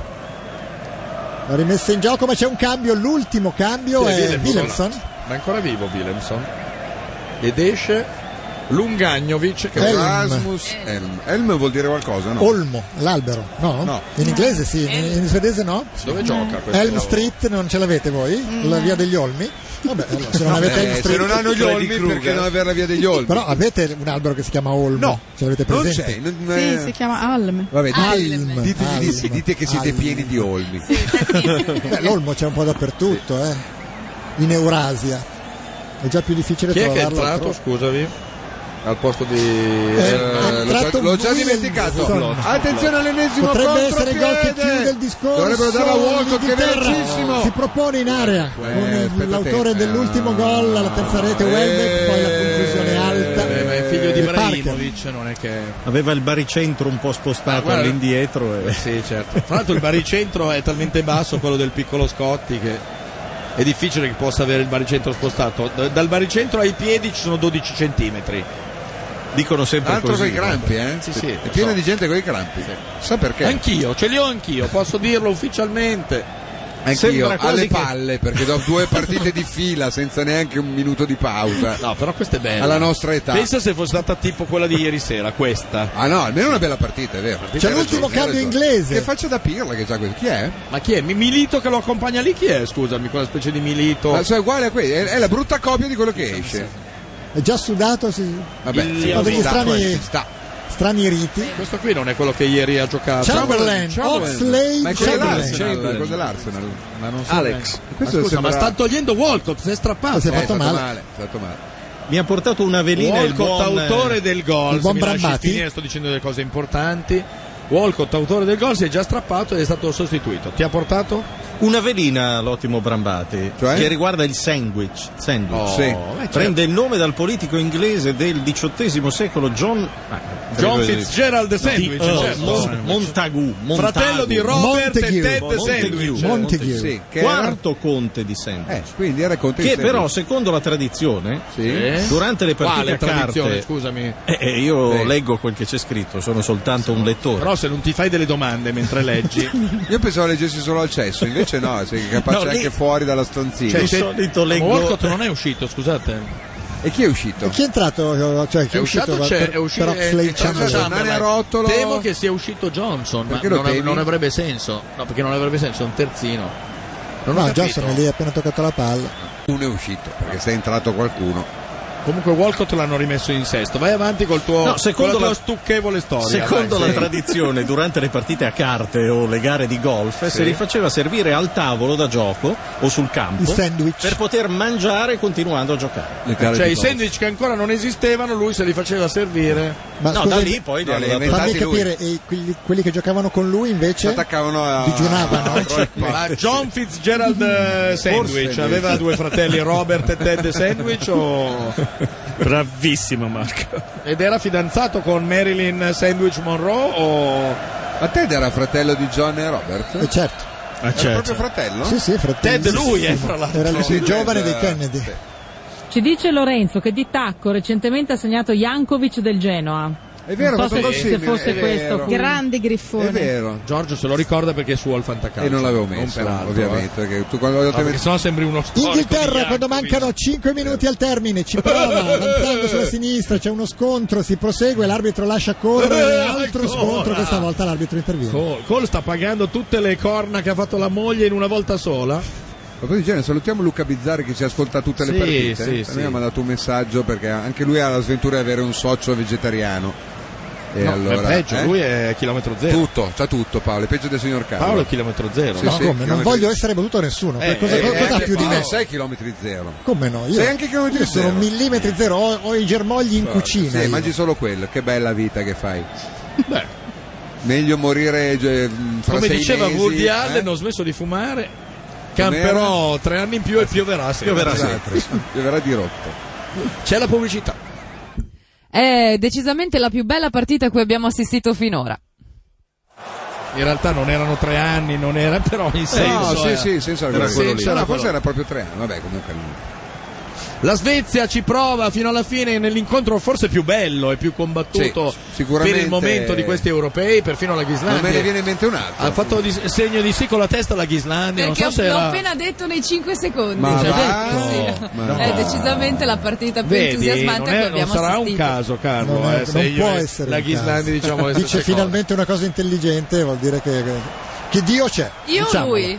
La rimessa in gioco, ma c'è un cambio, l'ultimo cambio è Willemson. Ma è ancora vivo Willemson ed esce Lungagnovic che Rasmus Elm vuol dire qualcosa, no? Olmo, l'albero, no? In inglese sì, in svedese no? Dove gioca questo? Elm Street non ce l'avete voi? La via degli Olmi? Vabbè, allora, se non avete Elm Street, se non hanno gli Olmi, perché non avere la via degli Olmi? Però avete un albero che si chiama Olmo? No, ce l'avete presente? Non c'è, Sì, si chiama Alm. Vabbè, dite che siete pieni di Olmi. L'Olmo c'è un po' dappertutto, in Eurasia. È già più difficile trovarlo. Chi è che è entrato, scusami? Al posto di l'ho già dimenticato. Attenzione all'ennesimo potrebbe essere il gol che chiude il discorso. Dovrebbero darla a Walcott che è velocissimo. Si propone in area con l'autore dell'ultimo gol alla terza rete Welbeck, poi la conclusione alta. È figlio di Ibrahimovic, non è che aveva il baricentro un po' spostato all'indietro sì, certo. Tra l'altro il baricentro è talmente basso, quello del piccolo Scotti, che è difficile che possa avere il baricentro spostato. Dal baricentro ai piedi ci sono 12 centimetri. Dicono sempre altro così. Con i crampi, Sì, è pieno di gente con i crampi. Sa perché? Anch'io, ce li ho anch'io, posso dirlo ufficialmente. Anch'io, alle palle, perché do 2 partite di fila senza neanche un minuto di pausa. No, però questa è bella. Alla nostra età. Pensa se fosse stata tipo quella di ieri sera, questa. Ah no, almeno una bella partita, è vero. C'è l'ultimo cambio inglese. Che faccia da Pirla che già questo. Chi è? Ma chi è? Milito che lo accompagna lì? Chi è? Scusami, quella specie di Milito. Ma è uguale a quelli, è la brutta copia di quello che esce. È già sudato, sì. Vabbè, ha degli strani riti. Questo qui non è quello che ieri ha giocato. Chamberlain, Oxley, ma è quello dell'Arsenal. Ma non so Alex. Ma sta togliendo Walcott, si è strappato. Si è fatto male. Mi ha portato una velina Walcott, il buon autore del gol. Il buon Brambati. Sto dicendo delle cose importanti. Walcott, autore del gol, si è già strappato ed è stato sostituito. Ti ha portato? Una velina l'ottimo Brambati, che riguarda il sandwich. Prende il nome dal politico inglese del XVIII secolo John Fitzgerald Sandwich, Montagu, fratello di Robert e Ted Sandwich. Montague. Sì, quarto conte di Sandwich. Quindi era conte che di però secondo la tradizione durante le partite a carte, scusami, io leggo quel che c'è scritto, sono soltanto un lettore. Però se non ti fai delle domande mentre leggi. Io pensavo leggessi solo al cesso, invece no, sei capace anche fuori dalla stanzina. Di solito leggo. Walcott non è uscito, scusate. E chi è uscito? E chi è entrato? Cioè, chi è uscito? È uscito Chamberlain a rotolo. Temo che sia uscito Johnson, ma non avrebbe senso. No, perché non avrebbe senso, è un terzino. Johnson è lì, ha appena toccato la palla. Uno è uscito, perché se è entrato qualcuno. Comunque Walcott l'hanno rimesso in sesto. Vai avanti col tuo, con la tua stucchevole storia. Secondo la tradizione, durante le partite a carte o le gare di golf, si rifaceva servire al tavolo da gioco o sul campo per poter mangiare continuando a giocare. Cioè i sandwich che ancora non esistevano, lui se li faceva servire. Ma da lì poi li hanno fammi capire, quelli che giocavano con lui invece attaccavano a digiunavano. Ma John Fitzgerald Sandwich aveva 2 fratelli, Robert e Ted Sandwich o... Bravissimo Marco. Ed era fidanzato con Marilyn Sandwich Monroe o... Ma Ted era fratello di John e Robert? Certo. Era proprio fratello? Sì, fratello. Ted lui è fra l'altro. Era il più giovane dei Kennedy. Ci dice Lorenzo che di tacco recentemente ha segnato Jankovic del Genoa. È vero, non so se fosse questo. Grande Griffone. È vero. Giorgio se lo ricorda perché è suo al fantacalcio. E non l'avevo messo, ovviamente. Perché tu quando perché sennò sembri uno storico. Inghilterra quando mancano 5 minuti al termine ci prova, avanzando sulla sinistra, c'è uno scontro, si prosegue, l'arbitro lascia correre, altro scontro, questa volta l'arbitro interviene. Cole sta pagando tutte le corna che ha fatto la moglie in una volta sola. Ma poi di salutiamo Luca Bizzarri che ci ascolta tutte le partite. Noi ha mandato un messaggio perché anche lui ha la sventura di avere un socio vegetariano. E no, allora, è peggio, lui è chilometro zero. Tutto, c'ha tutto Paolo, è peggio del signor Carlo. Paolo è chilometro zero. Sì, no? sì, Come? Non voglio essere battuto a nessuno. Cosa ha più di me? Non sei chilometri zero. Come no? Io sei anche chilometri zero. Sono millimetri zero, ho i germogli in cucina. Sì, mangi solo quello, che bella vita che fai. Beh, meglio morire fra come 6 diceva mesi, Woody Allen, ho smesso di fumare, camperò 3 anni in più e pioverà sempre. Pioverà di rotto. C'è la pubblicità. È decisamente la più bella partita a cui abbiamo assistito finora. In realtà non erano 3 anni, non era, però in senso. No, sì, in senso era quello lì. No, forse era proprio 3 anni, vabbè, comunque. La Svezia ci prova fino alla fine nell'incontro forse più bello e più combattuto per il momento di questi europei, perfino la Ghislandia. Non me ne viene in mente un altro. Ha fatto segno di sì con la testa la Ghislandia. Perché non so se l'ho era... appena detto nei 5 secondi. Ma è decisamente la partita più entusiasmante che abbiamo non sarà assistito. un caso, Carlo. Non può essere la Ghislandia, diciamo, dice finalmente una cosa intelligente, vuol dire che Dio c'è. Io o lui?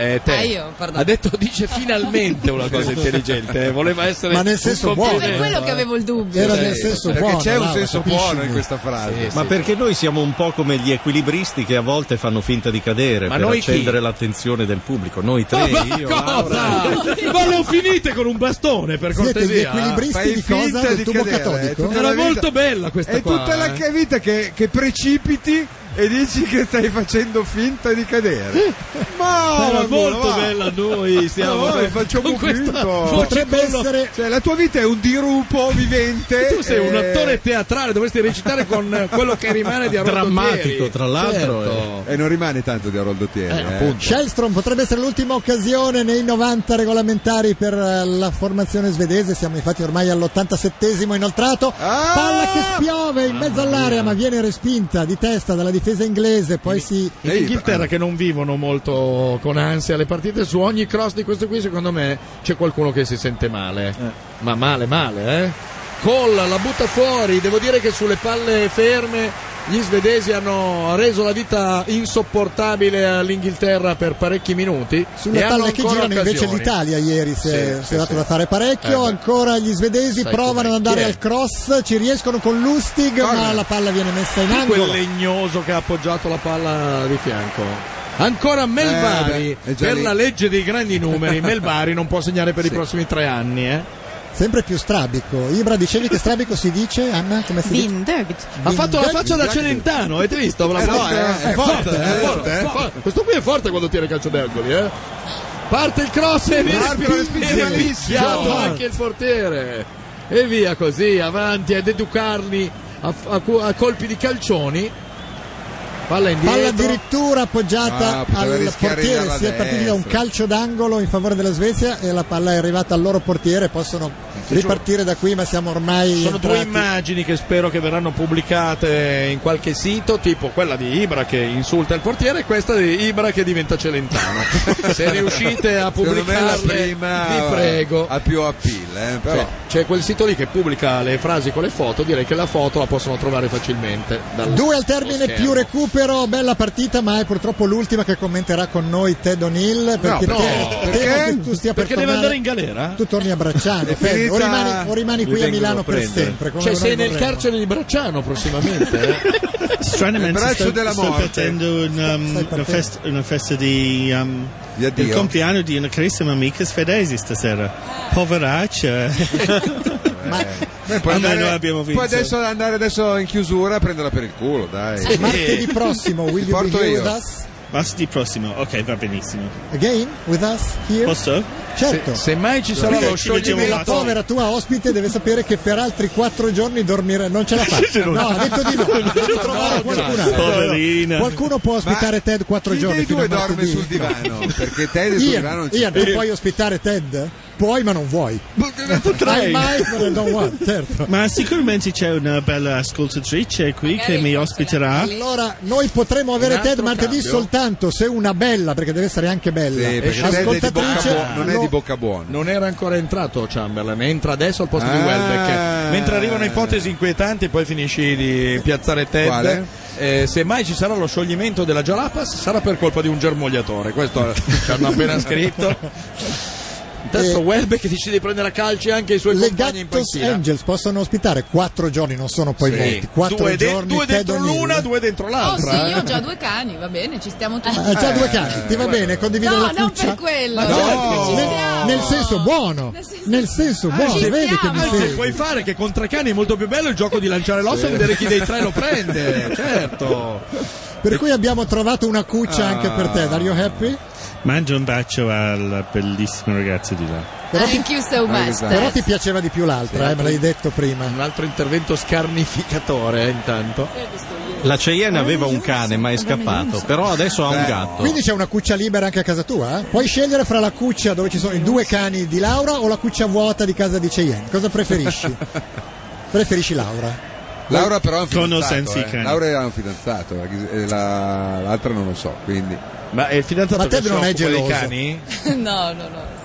Io, ha detto, dice finalmente una cosa intelligente, voleva essere, ma nel senso buono, per quello che avevo il dubbio. Era nel senso perché buono, c'è un senso buono in questa frase. Ma perché noi siamo un po' come gli equilibristi che a volte fanno finta di cadere per accendere l'attenzione del pubblico. Noi tre, io, Laura. Ma non finite con un bastone, per cortesia. Siete gli equilibristi di cosa? Del tubo catodico? Era molto bella questa è qua. È tutta la vita che precipiti e dici che stai facendo finta di cadere. Ma era molto bella, noi stiamo facciamo finta. Potrebbe essere, cioè, la tua vita è un dirupo vivente. Tu sei un attore teatrale, dovresti recitare con quello che rimane di Harold drammatico, tra l'altro. Certo. E non rimane tanto di Harold Thieri. Källström potrebbe essere l'ultima occasione nei 90 regolamentari per la formazione svedese. Siamo infatti ormai all'87esimo inoltrato. Palla che spiove in mezzo all'area, ma viene respinta di testa dalla difesa inglese. Poi in Inghilterra, che non vivono molto con ansia le partite, su ogni cross di questo qui secondo me c'è qualcuno che si sente male. Ma male. Cole la butta fuori. Devo dire che sulle palle ferme gli svedesi hanno reso la vita insopportabile all'Inghilterra per parecchi minuti. Sulle palle che girano invece l'Italia ieri si è dato da fare parecchio. Ancora gli svedesi provano ad andare al cross, ci riescono con Lustig, ma la palla viene messa in angolo. Quel legnoso che ha appoggiato la palla di fianco. Ancora Melbari, per la legge dei grandi numeri, Melbari non può segnare per i prossimi 3 anni. Sempre più strabico. Ibra, dicevi che strabico si dice, Anna? Come si dice? Ha fatto la faccia da Celentano, avete visto? È forte. Questo qui è forte quando tira calcio d'angoli, Parte il cross e viene fischiato anche il portiere. E via così, avanti ad educarli a colpi di calcioni. Palla indietro. Palla addirittura appoggiata al portiere. Si è partiti da un calcio d'angolo in favore della Svezia e la palla è arrivata al loro portiere. Possono ripartire da qui, ma siamo ormai sono 2 immagini che spero che verranno pubblicate in qualche sito, tipo quella di Ibra che insulta il portiere e questa di Ibra che diventa Celentano. Se riuscite a pubblicarle, vi prego. Ha più appeal, però. C'è quel sito lì che pubblica le frasi con le foto. Direi che la foto la possono trovare facilmente. 2 al termine più recupero. Bella partita, ma è purtroppo l'ultima che commenterà con noi Ted O'Neill, perché tu stia per deve andare in galera? Tu torni a Bracciano, Ted, o rimani qui a Milano per sempre. Cioè sei nel carcere di Bracciano prossimamente. Stranamente sto partendo una festa di il compleanno di una carissima amica svedese stasera. Poveraccia. Puoi adesso andare in chiusura a prenderla per il culo, dai. Martedì prossimo, will you be here with us? Martedì prossimo, ok, va benissimo. Again, with us here? Posso? Certo. Se mai ci sarà lo scioglimento, la povera tua ospite deve sapere che per altri 4 giorni dormire non ce la fa. No, ha detto di no. Devi trovare qualcun altro. Poverina. Qualcuno può ospitare Ted 4 giorni. Chi dei 2 dorme sul divano? Perché Ted sul divano non Ian, tu puoi ospitare Ted? Puoi, ma non vuoi. Potrei. Certo. Ma sicuramente c'è una bella ascoltatrice qui che mi ospiterà. Allora, noi potremo avere Ted martedì soltanto se una bella, perché deve essere anche bella. Ascoltatrice non è di bocca buona. Non era ancora entrato Chamberlain, entra adesso al posto di Welbeck. Mentre arrivano ipotesi inquietanti, poi finisci di piazzare Ted. Se mai ci sarà lo scioglimento della Jalapas sarà per colpa di un germogliatore. Questo ci hanno appena scritto. Intanto Welbeck che decide di prendere a calci anche i suoi compagni in panchina. Le Angels possono ospitare 4 giorni, non sono poi molti. 4 giorni, due dentro l'una, 2 dentro l'altra. Oh sì, io ho già 2 cani, va bene, ci stiamo tutti. Già 2 cani, ti va bene condividere la cuccia? No, non per quello. Nel senso buono. Nel senso buono, vedi che mi Anzi, puoi fare che con 3 cani è molto più bello il gioco di lanciare l'osso e vedere chi dei 3 lo prende. Certo. Per cui abbiamo trovato una cuccia anche per te. Are you happy? Mangio un bacio al bellissimo ragazzo di là. Thank you so much. Però ti piaceva di più l'altra, me l'hai detto prima. Un altro intervento scarnificatore, intanto. La Cheyenne aveva un cane ma è scappato, però adesso ha un gatto. Quindi c'è una cuccia libera anche a casa tua? Puoi scegliere fra la cuccia dove ci sono i 2 cani di Laura o la cuccia vuota di casa di Cheyenne. Cosa preferisci? Preferisci Laura? Laura però è un Con o fidanzato. senza i cani. Laura era un fidanzato, l'altra non lo so, quindi. Ma è il fidanzato Ma te che non si è occupa dei geloso? cani? No.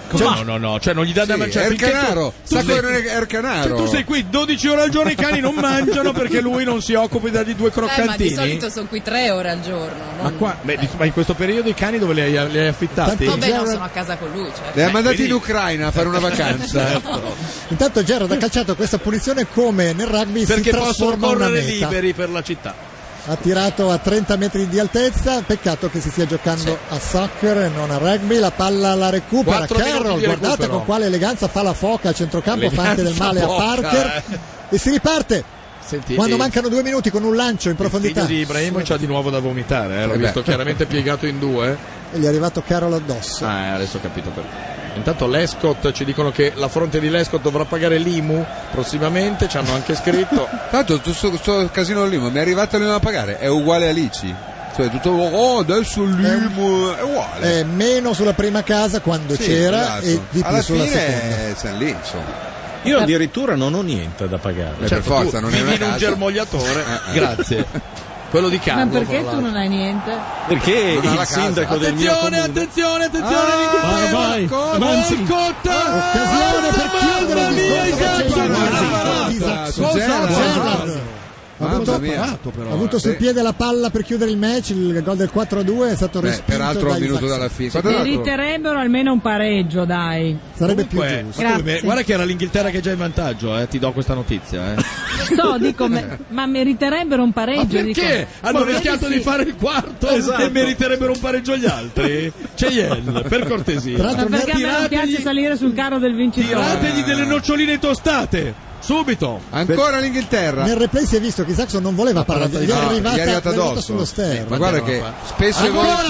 No, cioè non gli dà da mangiare. Ercanaro, sa come non è Ercanaro. Cioè, tu sei qui 12 ore al giorno, i cani non mangiano perché lui non si occupa di dargli 2 croccantini. Ma di solito sono qui 3 ore al giorno. Ma in questo periodo i cani dove li hai affittati? Vabbè, non sono a casa con lui. Certo. Li ha mandati in Ucraina a fare una vacanza. Intanto Gerard ha calciato questa punizione come nel rugby Perché si possono trasforma una correre meta. liberi per la città. Ha tirato a 30 metri di altezza, peccato che si stia giocando a soccer e non a rugby. La palla la recupera 4 minuti Carroll, di guardate recupero. con quale eleganza fa la foca a centrocampo, Eleganza fa anche del male poca, a Parker e si riparte. Senti, quando mancano 2 minuti con un lancio in profondità. Il figlio di Ibrahimovic ha di nuovo da vomitare, l'ho visto chiaramente piegato in 2. E gli è arrivato Carroll addosso. Adesso ho capito perché. Intanto Lescott, ci dicono che la fronte di Lescott dovrà pagare l'IMU prossimamente, ci hanno anche scritto. Tanto sto casino dell'IMU mi è arrivato l'IMU a pagare, è uguale a Lici. Cioè tutto adesso l'IMU è uguale. È meno sulla prima casa quando c'era, esatto. e di più alla sulla fine seconda. siamo lì, insomma. Io addirittura non ho niente da pagare. Per forza, non è vivi una in un casa. germogliatore. Grazie. Quello di Carlo. Ma perché tu non hai niente? Perché Non ha il la casa. sindaco del mio comune. Attenzione, vai. Occasione per chiudere ha avuto sul piede la palla per chiudere il match. Il gol del 4-2 è stato respinto. Peraltro un minuto dalla fine. Meriterebbero almeno un pareggio, dai. Sarebbe più giusto. Grazie. Guarda che era l'Inghilterra che è già in vantaggio, ti do questa notizia. Ma meriterebbero un pareggio. Ma perché? Hanno rischiato di fare il quarto e meriterebbero un pareggio gli altri? Cheyenne, per cortesia. Ma perché a me non piace salire sul carro del vincitore? Tirategli delle noccioline tostate. Subito. Ancora l'Inghilterra. Nel replay si è visto che Saxon non voleva parlare, gli è arrivata addosso sullo sterno. Ma guarda che spesso e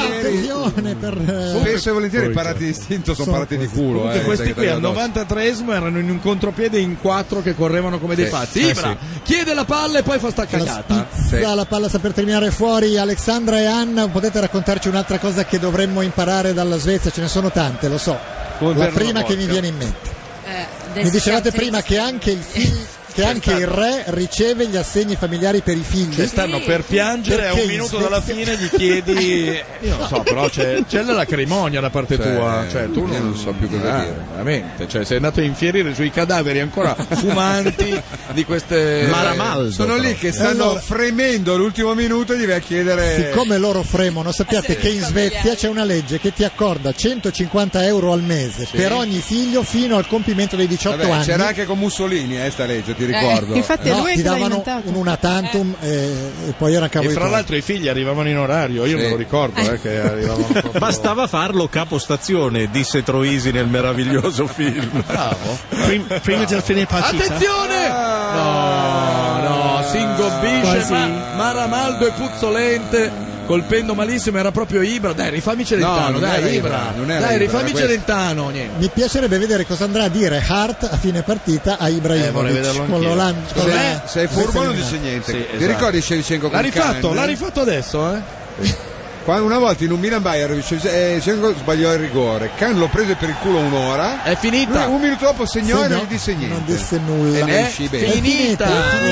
volentieri i parati di istinto sono parati di culo. Questi qui al 93esimo erano in un contropiede in 4 che correvano come dei pazzi. Ibra chiede la palla e poi fa sta cagata. La palla sta per terminare fuori. Alexandra e Anna, potete raccontarci un'altra cosa che dovremmo imparare dalla Svezia? Ce ne sono tante, lo so. La prima che mi viene in mente. Mi dicevate prima che anche il re riceve gli assegni familiari per i figli. Cioè stanno per piangere, a un minuto dalla fine gli chiedi. Io non so, però c'è la lacrimonia da parte tua. Cioè, tu non so più cosa dire. Veramente. Cioè, sei andato a infierire sui cadaveri ancora fumanti di queste. Maramaldo. Sono lì che stanno fremendo l'ultimo minuto e gli vai a chiedere. Siccome loro fremono, sappiate che in Svezia c'è una legge che ti accorda 150 euro al mese per ogni figlio fino al compimento dei 18 anni. C'era anche con Mussolini sta legge, ti ricordo. Infatti è lui ti che l'ha davano inventato. un una tantum e poi era cavolo E di fra tuoi. l'altro i figli arrivavano in orario, io me lo ricordo che arrivavano proprio. Bastava farlo capostazione, disse Troisi nel meraviglioso film. Bravo. Prima di finire partita. Attenzione! No, si ingobbisce, Maramaldo è puzzolente. Colpendo malissimo, era proprio Ibra. Dai, rifammi Celentano, dai, Ibra. Dai, rifammi Celentano. Mi piacerebbe vedere cosa andrà a dire Hart a fine partita a Ibrahimovic. Sei furbo non dice niente. Sì, Ti ricordi Shevchenko con l'ha rifatto adesso, Quando una volta in un Milan Bayern Shevchenko sbagliò il rigore, Can lo prese per il culo un'ora, è finita. Un minuto dopo segnò e non gli disse niente. Non disse nulla. E ne uscì bene. Finita.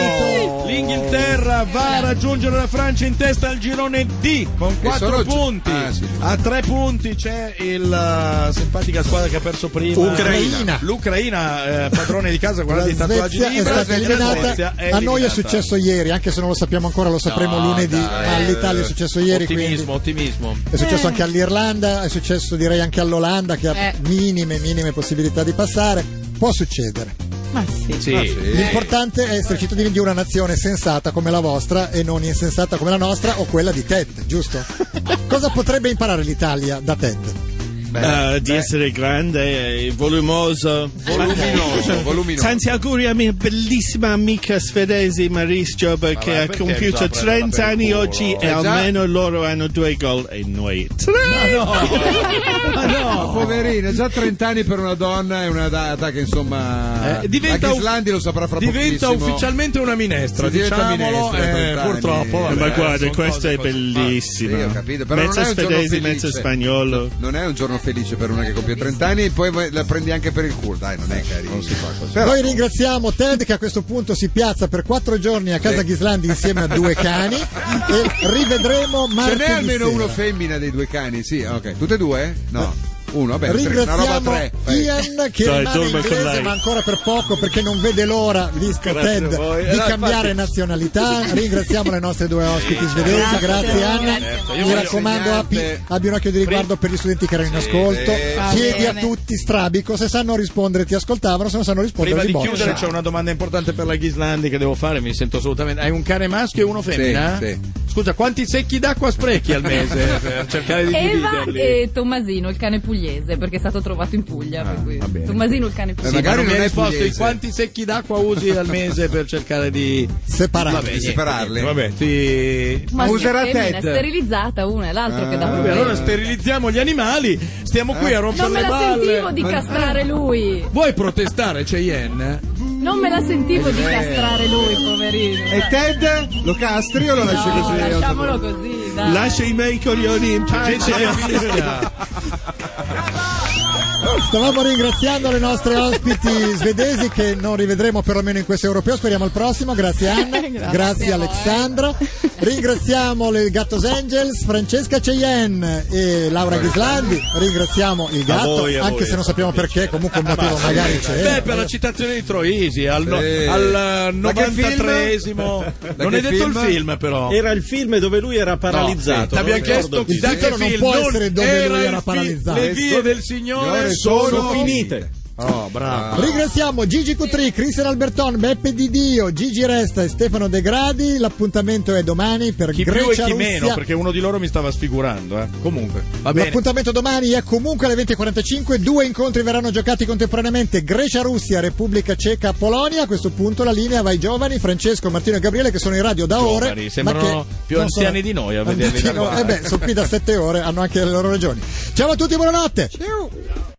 L'Inghilterra va a raggiungere la Francia in testa al girone D con 4 punti. A 3 punti c'è il simpatica squadra che ha perso prima, l'Ucraina, padrone di casa, guardate i tatuaggi di Ibra. È stata eliminata. A noi è successo ieri, anche se non lo sappiamo ancora, lo sapremo lunedì. Ma all'Italia è successo ieri. Ottimismo. È successo anche all'Irlanda, è successo direi anche all'Olanda, che ha minime possibilità di passare. Può succedere. Ma sì. L'importante è essere cittadini di una nazione sensata come la vostra e non insensata come la nostra o quella di Ted, giusto? Cosa potrebbe imparare l'Italia da Ted? Di essere grande e voluminoso. Tanti auguri a mia bellissima amica svedese Maris Jober, che ha compiuto 30 anni oggi e almeno loro hanno 2 gol e noi 3. Ma no, poverina, già 30 anni per una donna è una data che insomma diventa Islandi lo saprà fra pochissimo. Diventa ufficialmente una minestra, diciamolo, purtroppo. Ma guarda, questo è bellissimo. Sì, ho capito, però mezzo svedese, mezzo spagnolo. Non è un giorno felice per una che compie 30 anni e poi la prendi anche per il culo, dai, non è carino, non si fa così. Però... Noi ringraziamo Ted che a questo punto si piazza per 4 giorni a casa Ghislandi insieme a 2 cani e rivedremo martedì. Ce n'è almeno sera. uno femmina dei 2 cani, sì, ok. Tutte e 2? No. Uno, vabbè, ringraziamo una roba 3. Ian che rimane inglese ma ancora per poco perché non vede l'ora, visto Ted, di cambiare nazionalità. Ringraziamo le nostre 2 ospiti svedesi, grazie Anna. Mi raccomando abbi un occhio di riguardo per gli studenti che erano in ascolto. Chiedi a tutti strabico, se sanno rispondere ti ascoltavano, se non sanno rispondere prima di chiudere c'è una domanda importante per la Ghislandi che devo fare, mi sento assolutamente. Hai un cane maschio e uno femmina? Sì. Scusa, quanti secchi d'acqua sprechi al mese per cercare di Eva dividerli? e Tommasino, il cane pugliese, perché è stato trovato in Puglia. Per cui. Tommasino, il cane pugliese. Magari non mi hai risposto di quanti secchi d'acqua usi al mese per cercare di separarli. Vabbè, ma userà Ted. È Ted. sterilizzata una, è l'altro che dà problemi. Allora sterilizziamo gli animali, stiamo qui a rompere non me le la balle. sentivo di castrare lui. Vuoi protestare, Cheyenne? Non me la sentivo di castrare lui, poverino. E Ted? Lo castri o lo lasci così? Lasciamolo così, dai. Lascia i miei coglioni in pace. Stavamo ringraziando le nostre ospiti svedesi che non rivedremo perlomeno in questo europeo, speriamo al prossimo. Grazie Anna, grazie Alexandra. Ringraziamo le Gattos Angels, Francesca Cheyenne e Laura Ghislandi. Ringraziamo il gatto, anche se non sappiamo perché, comunque un motivo magari c'è. Per la citazione di Troisi al 93esimo. Non è detto il film, però. Era il film dove lui era paralizzato. Ti abbiamo chiesto il titolo non può essere dove lui era paralizzato. Le vie del Signore sono finite. Oh, bravo. Ringraziamo Gigi Cutri, Cristian Alberton, Beppe Di Dio, Gigi Resta e Stefano De Gradi. L'appuntamento è domani per chi Grecia più e chi Russia. meno, perché uno di loro mi stava sfigurando. Comunque, va bene. L'appuntamento domani è comunque alle 20:45. 2 incontri verranno giocati contemporaneamente: Grecia Russia, Repubblica Ceca Polonia. A questo punto la linea va ai giovani Francesco, Martino e Gabriele, che sono in radio da ore. Sembrano più anziani di noi a vederli da qua. Sono qui da 7 ore, hanno anche le loro ragioni. Ciao a tutti, buonanotte. Ciao.